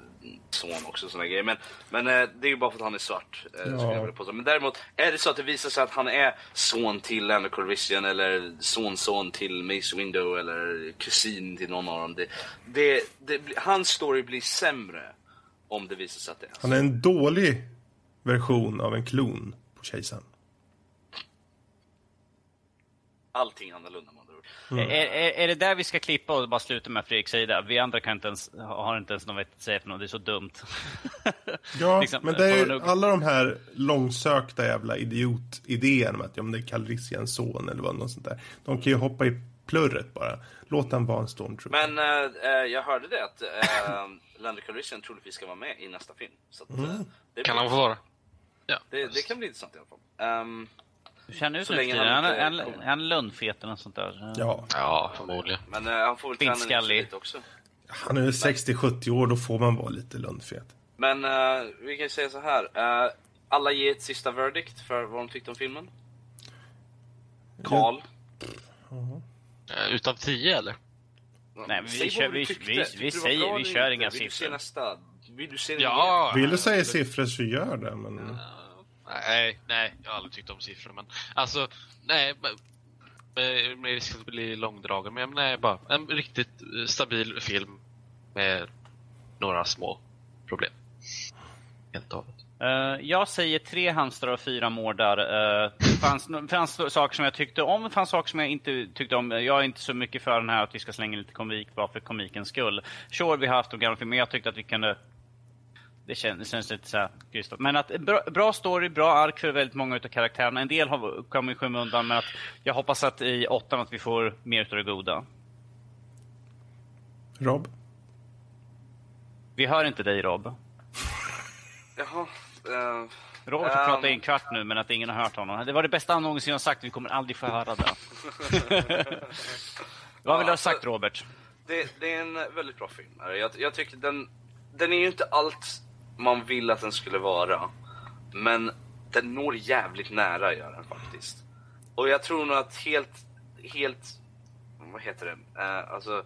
son också, såna grejer. Men, men eh, det är ju bara för att han är svart. Eh,
Ja.
skulle jag vilja påstå. Men däremot, är det så att det visar sig att han är son till Lando Calrissian eller sonson till Mace Windu eller kusin till någon av dem. Det, det, det, blir- hans story blir sämre om det visar sig att det är
Han är en dålig version av en klon på kejsaren.
allting annorlunda med andra ord.
Är, är, är det där vi ska klippa och bara sluta med Fredriks sida? Vi andra kan inte ens, har inte ens något vett att säga för något, det är så dumt.
Ja,
Liksom,
men det är
får
ju
nog-
alla de här långsökta jävla idiotidéerna med att ja, men det är Calrissians son eller vad något sånt där. De kan ju hoppa i plurret bara. Låt han vara en stormtrooper.
Men äh, jag hörde det att äh, Lando Calrissian troligtvis ska vara med i nästa film. Så att, äh, det,
Kan
blir-
han få vara? Ja.
det, det kan bli intressant i alla fall. Um,
Du känner ut
Så
nu för
länge
tiden.
han
Han,
inte
han,
kommer.
han är lundfet eller något sånt där.
Ja,
Ja, förmodligen.
men äh, han får väl träna ner sig
Finnskallig.
lite också.
han är sextio sjuttio år, då får man vara lite lundfet.
Men äh, vi kan ju säga så här. Äh, alla ger ett sista verdict för vad de tyckte om filmen. Karl.
Eh, Utav tio eller?
Nej, men vi
Säg
kör-
vad du
vi-
tyckte.
vi-
Tyckte
vi
du det var
säger-
bra
vi
eller
kör
inte?
inga
Vill du se
siffror.
nästa? Vill du se den
Ja!
Vill du säga siffror så gör det, men...
Nej, nej, jag har aldrig tyckt om siffror, men alltså, nej, men- med, med risk att bli långdragen, men nej, bara en riktigt eh, stabil film med några små problem. Helt och hållet.
Uh, jag säger tre hamstrar och fyra mårdar. Uh, det fanns, fanns saker som jag tyckte om, det fanns saker som jag inte tyckte om. Jag är inte så mycket för den här att vi ska slänga lite komik bara för komikens skull. Sure, vi har haft de gamla filmer, men jag tyckte att vi kunde... Det känns, det känns lite så här krystat. Men att bra, bra story, bra ark för väldigt många utav karaktärerna. En del har kommit i skymundan, men att jag hoppas att i åttan att vi får mer utav det goda.
Rob?
Vi hör inte dig, Rob.
Jaha. Uh,
Robert har um... pratat i en kvart nu, men att ingen har hört honom. Det var det bästa han någonsin har sagt. Vi kommer aldrig få höra det. Vad vill du ha sagt, Robert?
Det, det är en väldigt bra film. Jag, jag tycker den, den är ju inte allt man vill att den skulle vara. Men den når jävligt nära, gör den faktiskt. Och jag tror nog att helt, helt, vad heter det? Uh, alltså...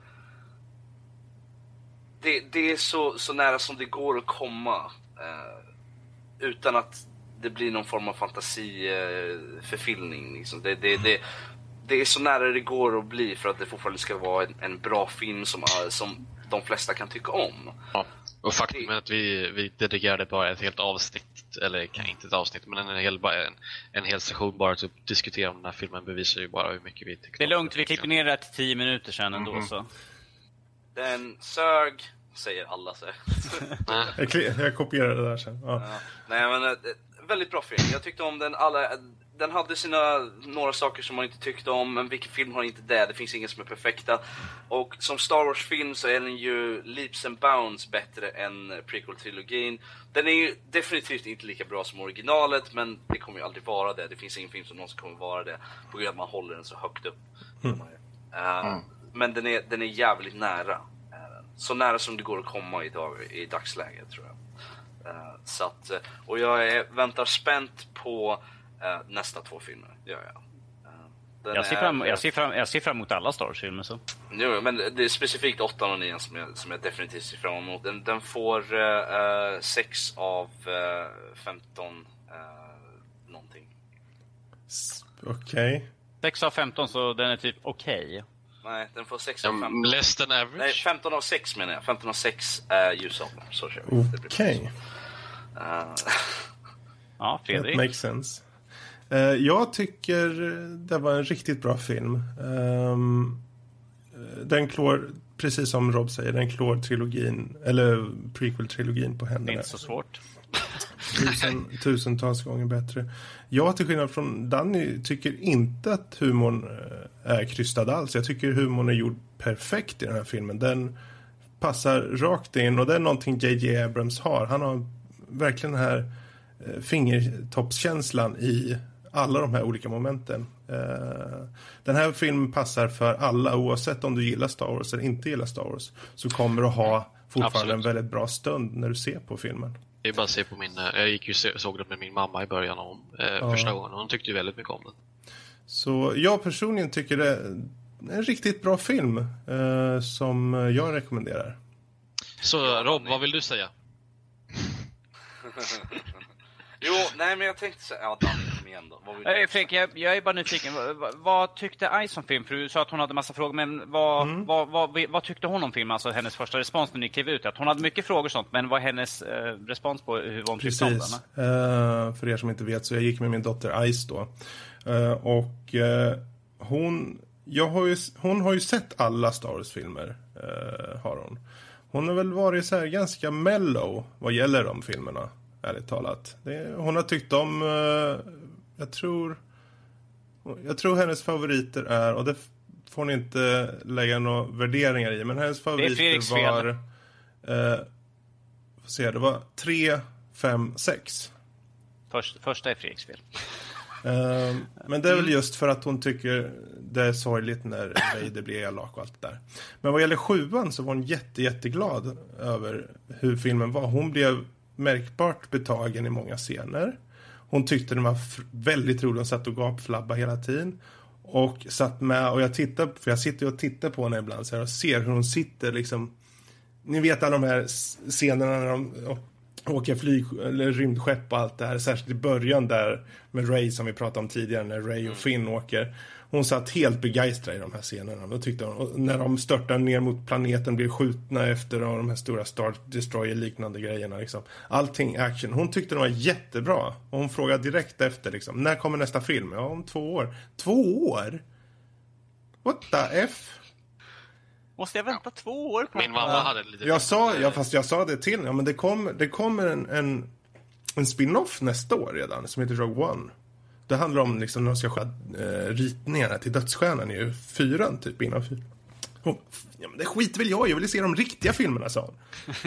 Det, det är så, så nära som det går att komma eh, utan att det blir någon form av fantasi eh, förfilmning. Liksom. Det, det, det, det är så nära det går att bli för att det fortfarande ska vara en, en bra film som, som de flesta kan tycka om.
Ja. Och faktum är att vi, vi dedikerade bara ett helt avsnitt, eller kan inte ett avsnitt, men en hel, bara en, en hel session bara att diskutera om den här filmen bevisar ju bara hur mycket vi tycker.
Det är lugnt, vi klipper ner det till tio minuter sedan ändå. Mm-hmm. Så.
Den sög, säger alla så.
jag, jag kopierar det där sen. Ja.
Ja. Nej, men äh, väldigt bra film. Jag tyckte om den alla. Den hade sina några saker som man inte tyckte om, men vilken film har inte det? Det finns ingen som är perfekta. Och som Star Wars film så är den ju leaps and bounds bättre än prequel-trilogin. Den är ju definitivt inte lika bra som originalet, men det kommer ju aldrig vara det. Det finns ingen film som någonsin kommer vara det på grund av att man håller den så högt upp. Mm. Uh, mm. Men den är, den är jävligt nära. Så nära som det går att komma idag, i dagsläget, tror jag. Uh, så att, och jag är, väntar spänt på uh, nästa två filmer. Gör jag. Uh,
jag, ser fram, är, jag, ser fram, jag ser fram emot alla Star Wars-filmer. Så.
Jo, men det är specifikt åttan och nian som jag, som jag definitivt ser fram emot. Den, den får uh, sex av uh, femton uh, någonting.
Okej. Okay.
sex av femton, så den är typ okej. Okay.
Nej, den får sex av femton.
Less than average?
Nej, femton av sex menar jag. femton av sex är ljusåldern. Så kör vi.
Okej. Okay.
Uh...
ja, Fredrik.
That makes sense. Uh, jag tycker det var en riktigt bra film. Um, den klår, precis som Rob säger, den klår trilogin, eller prequel-trilogin på händerna.
Det är inte så svårt.
Tusen, tusentals gånger bättre. Jag, till skillnad från Danny, tycker inte att humorn är krystad alls. Jag tycker humorn är gjord perfekt i den här filmen. Den passar rakt in, och det är någonting J J Abrams har. Han har verkligen den här fingertoppskänslan i alla de här olika momenten. Den här filmen passar för alla, oavsett om du gillar Star Wars eller inte gillar Star Wars, så kommer du ha fortfarande Absolut. en väldigt bra stund när du ser på filmen.
Det är bara att se på min, jag gick ju såg det med min mamma i början om eh, ja. första gången, och hon tyckte ju väldigt mycket om den.
Så jag personligen tycker det är en riktigt bra film eh, som jag rekommenderar.
Så Rob, vad vill du säga?
Jo, nej men jag tänkte säga, ja, Dan, igen då. Vad vill du?
Hey, Fredrik, jag, jag är bara nyfiken. Vad, vad tyckte Ice om film? För du sa att hon hade massa frågor, men vad, mm. vad, vad, vad, vad tyckte hon om film? Alltså hennes första respons när ni klev ut. Att hon hade mycket frågor och sånt, men vad är hennes eh, respons på hur hon tyckte om den?
Uh, för er som inte vet, så jag gick med min dotter Ice då. Uh, och uh, hon, jag har ju, hon har ju sett alla Star Wars-filmer, uh, har hon. Hon har väl varit så här ganska mellow vad gäller de filmerna, ärligt talat. Det, hon har tyckt om, uh, jag tror jag tror hennes favoriter är, och det får ni inte lägga några värderingar i, men hennes favoriter var uh, får se, det var tre, fem, sex.
Först, första är Fredriks fel.
Uh, men det är väl just för att hon tycker det är sorgligt när Vader blir elak och allt det där. Men vad gäller sjuan så var hon jätte, jätteglad över hur filmen var. Hon blev märkbart betagen i många scener. Hon tyckte den var f- väldigt rolig. Hon satt och gapflabba hela tiden. Och satt med, och jag tittar, för jag sitter och tittar på henne ibland så här, och ser hur hon sitter liksom. Ni vet alla de här scenerna när de åker flyg eller rymdskepp och allt det här, särskilt i början där med Ray som vi pratade om tidigare, när Ray och Finn åker. hon satt helt begeistrad i de här scenerna. Då tyckte hon, och när de störtar ner mot planeten, blir skjutna efter av de här stora Star Destroyer-liknande grejerna. Liksom. Allting action. Hon tyckte det var jättebra. Och hon frågade direkt efter, liksom, när kommer nästa film? Ja, om två år. Två år? What the F?
Måste jag vänta två år på?
Min mamma
Ja.
hade lite...
Jag sa, ja, fast jag sa det till. Ja, men det kommer, det kommer en, en, en spin-off nästa år redan som heter Rogue One. Det handlar om liksom när de ska skära äh, ritningarna till dödsstjärnan i fyran typ innan fyran. Oh, ja, men det skit väl jag, jag vill se de riktiga filmerna, sa hon.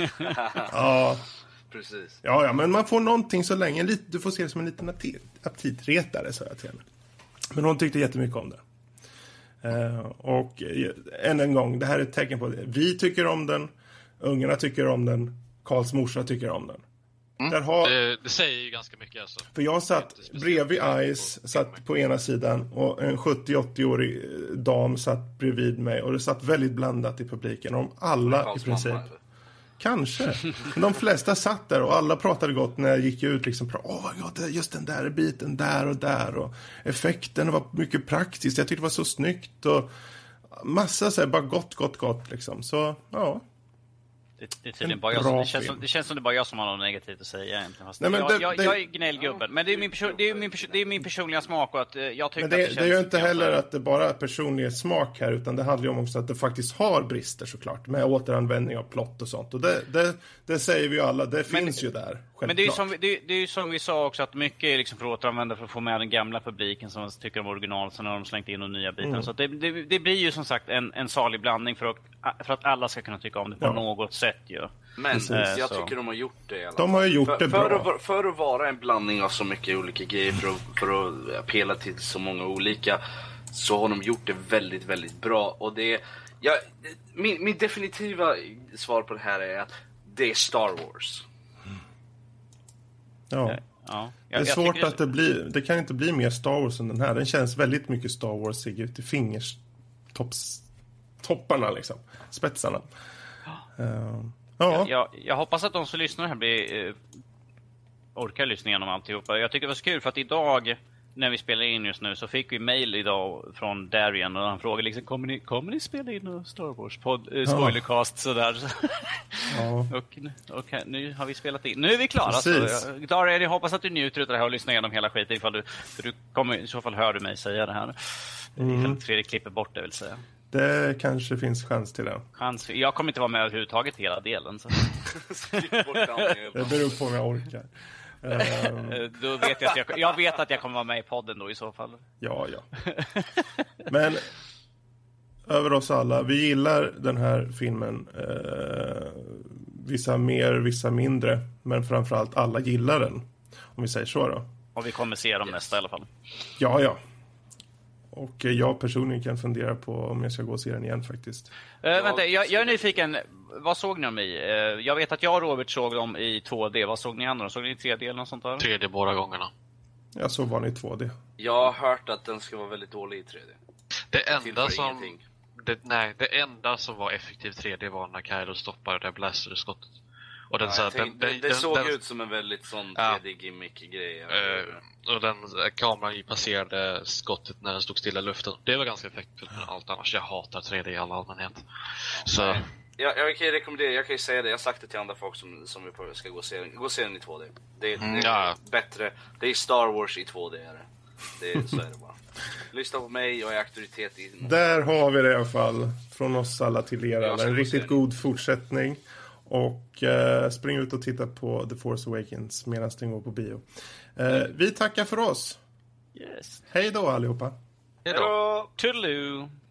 Ja,
Precis.
ja, ja, men man får någonting så länge. Lite, du får se det som en liten aptit, aptitretare, sa jag till henne. Men hon tyckte jättemycket om det. Uh, och uh, än en gång, det här är ett tecken på det. Vi tycker om den, ungarna tycker om den, Karls morsa tycker om den.
Mm.
Där har...
det, det säger ju ganska mycket alltså.
För jag satt bredvid Ice, satt på ena sidan, och en sjuttio-åttio-årig dam satt bredvid mig, och det satt väldigt blandat i publiken. Och alla
Karls
i princip.
mamma, eller?
Kanske. Men de flesta satt där och alla pratade gott när jag gick ut. Liksom, åh vad gott, just den där biten där och där. Och effekten var mycket praktiskt. Jag tyckte det var så snyggt. Och massa så här, bara gott, gott, gott. Liksom. Så, ja.
Det, det, är tydligen bara jag som, det, känns som, det känns som det är bara jag som har något negativt att säga egentligen. Fast
Nej, men
jag,
det,
jag,
det,
jag är gnällgubben. Men det är min, person, det är min, det är min personliga smak. Och att jag tycker
men det,
att det,
det är ju inte
ganska...
heller att det bara är personlig smak här. Utan det handlar ju om också att det faktiskt har brister såklart. Med återanvändning av plott och sånt. Och det, det, det säger vi ju alla. Det
men,
finns ju där. Självklart.
Men det är ju som, det, det är ju som vi sa också. Att mycket är liksom för att återanvända för att få med den gamla publiken som tycker om original. Så när de slängt in de nya bitarna. Mm. Så att det, det, det blir ju som sagt en, en salig blandning. För att, för att alla ska kunna tycka om det på
ja.
något sätt ju.
Men
Precis.
jag
Så.
tycker de har gjort det i alla
De har ju gjort
för,
det
för
bra.
Att, för att vara en blandning av så mycket olika grejer, för att, för att appella till så många olika, så har de gjort det väldigt, väldigt bra. Och det ja, min, min definitiva svar på det här är att det är Star Wars.
Ja.
Ja.
Det är svårt att det blir, det kan inte bli mer Star Wars än den här. Den känns väldigt mycket Star Wars ut i fingertopparna liksom. Spetsarna. Uh, ja.
Jag, jag, jag hoppas att de som lyssnar här blir eh, orkar lyssna igenom alltihopa. Jag tycker det var så kul för att idag när vi spelar in just nu så fick vi mail idag från Darian och han frågade liksom, kommer ni, kommer ni spela in Star Wars podd, eh, spoilercast sådär. Ja. och, och nu har vi spelat in. Nu är vi klara. Så, Darian, jag hoppas att du njuter av det här och lyssnar igenom hela skiten ifall du, för du kommer, i så fall hör du mig säga det här. Mm. Ifall Fredrik klipper bort det vill säga.
Det kanske finns chans till det.
Chans, jag kommer inte vara med överhuvudtaget hela delen. Så.
Det beror på om jag orkar.
Um, då vet jag, att jag, jag vet att jag kommer vara med i podden då i så fall.
Ja, ja. Men över oss alla, vi gillar den här filmen. Eh, vissa mer, vissa mindre. Men framförallt alla gillar den. Om vi säger så då.
Och vi kommer se dem yes. nästa i alla fall.
Ja, ja. Och jag personligen kan fundera på om jag ska gå och se den igen faktiskt.
Uh, vänta, jag, jag är nyfiken. Vad såg ni om i? Uh, jag vet att jag och Robert såg dem i två D. Vad såg ni andra? Såg ni i tre D eller något sånt där?
tre D båda gångerna.
Jag såg var ni i två D.
Jag har hört att den ska vara väldigt dålig i tre D.
Det enda som... Det, nej, det enda som var effektivt tre D var när Kylo stoppade det blasterskottet. Och den, ja, så,
tänkte,
den,
det,
den,
det såg
den,
ut som en väldigt sån
ja.
tre D-gimmick-grej.
Uh, och den kameran passerade skottet när den stod stilla i luften. Det var ganska effektfullt med allt annars. Jag hatar tre D i all allmänhet. Ja, så...
Jag, jag kan rekommendera, jag kan ju säga det, jag har sagt det till andra folk som, som vi ska gå och se den. Gå och se den i två D. Det,
mm,
det är
ja.
bättre. Det är Star Wars i två D. Är det. Det, så är det bara. Lyssna på mig, jag är auktoritet i...
Där har vi det i alla fall. Från oss alla till er. En riktigt god fortsättning. Och eh, spring ut och titta på The Force Awakens medan den går på bio. Eh, vi tackar för oss.
Yes.
Hej då allihopa.
Hej då. Toodaloo.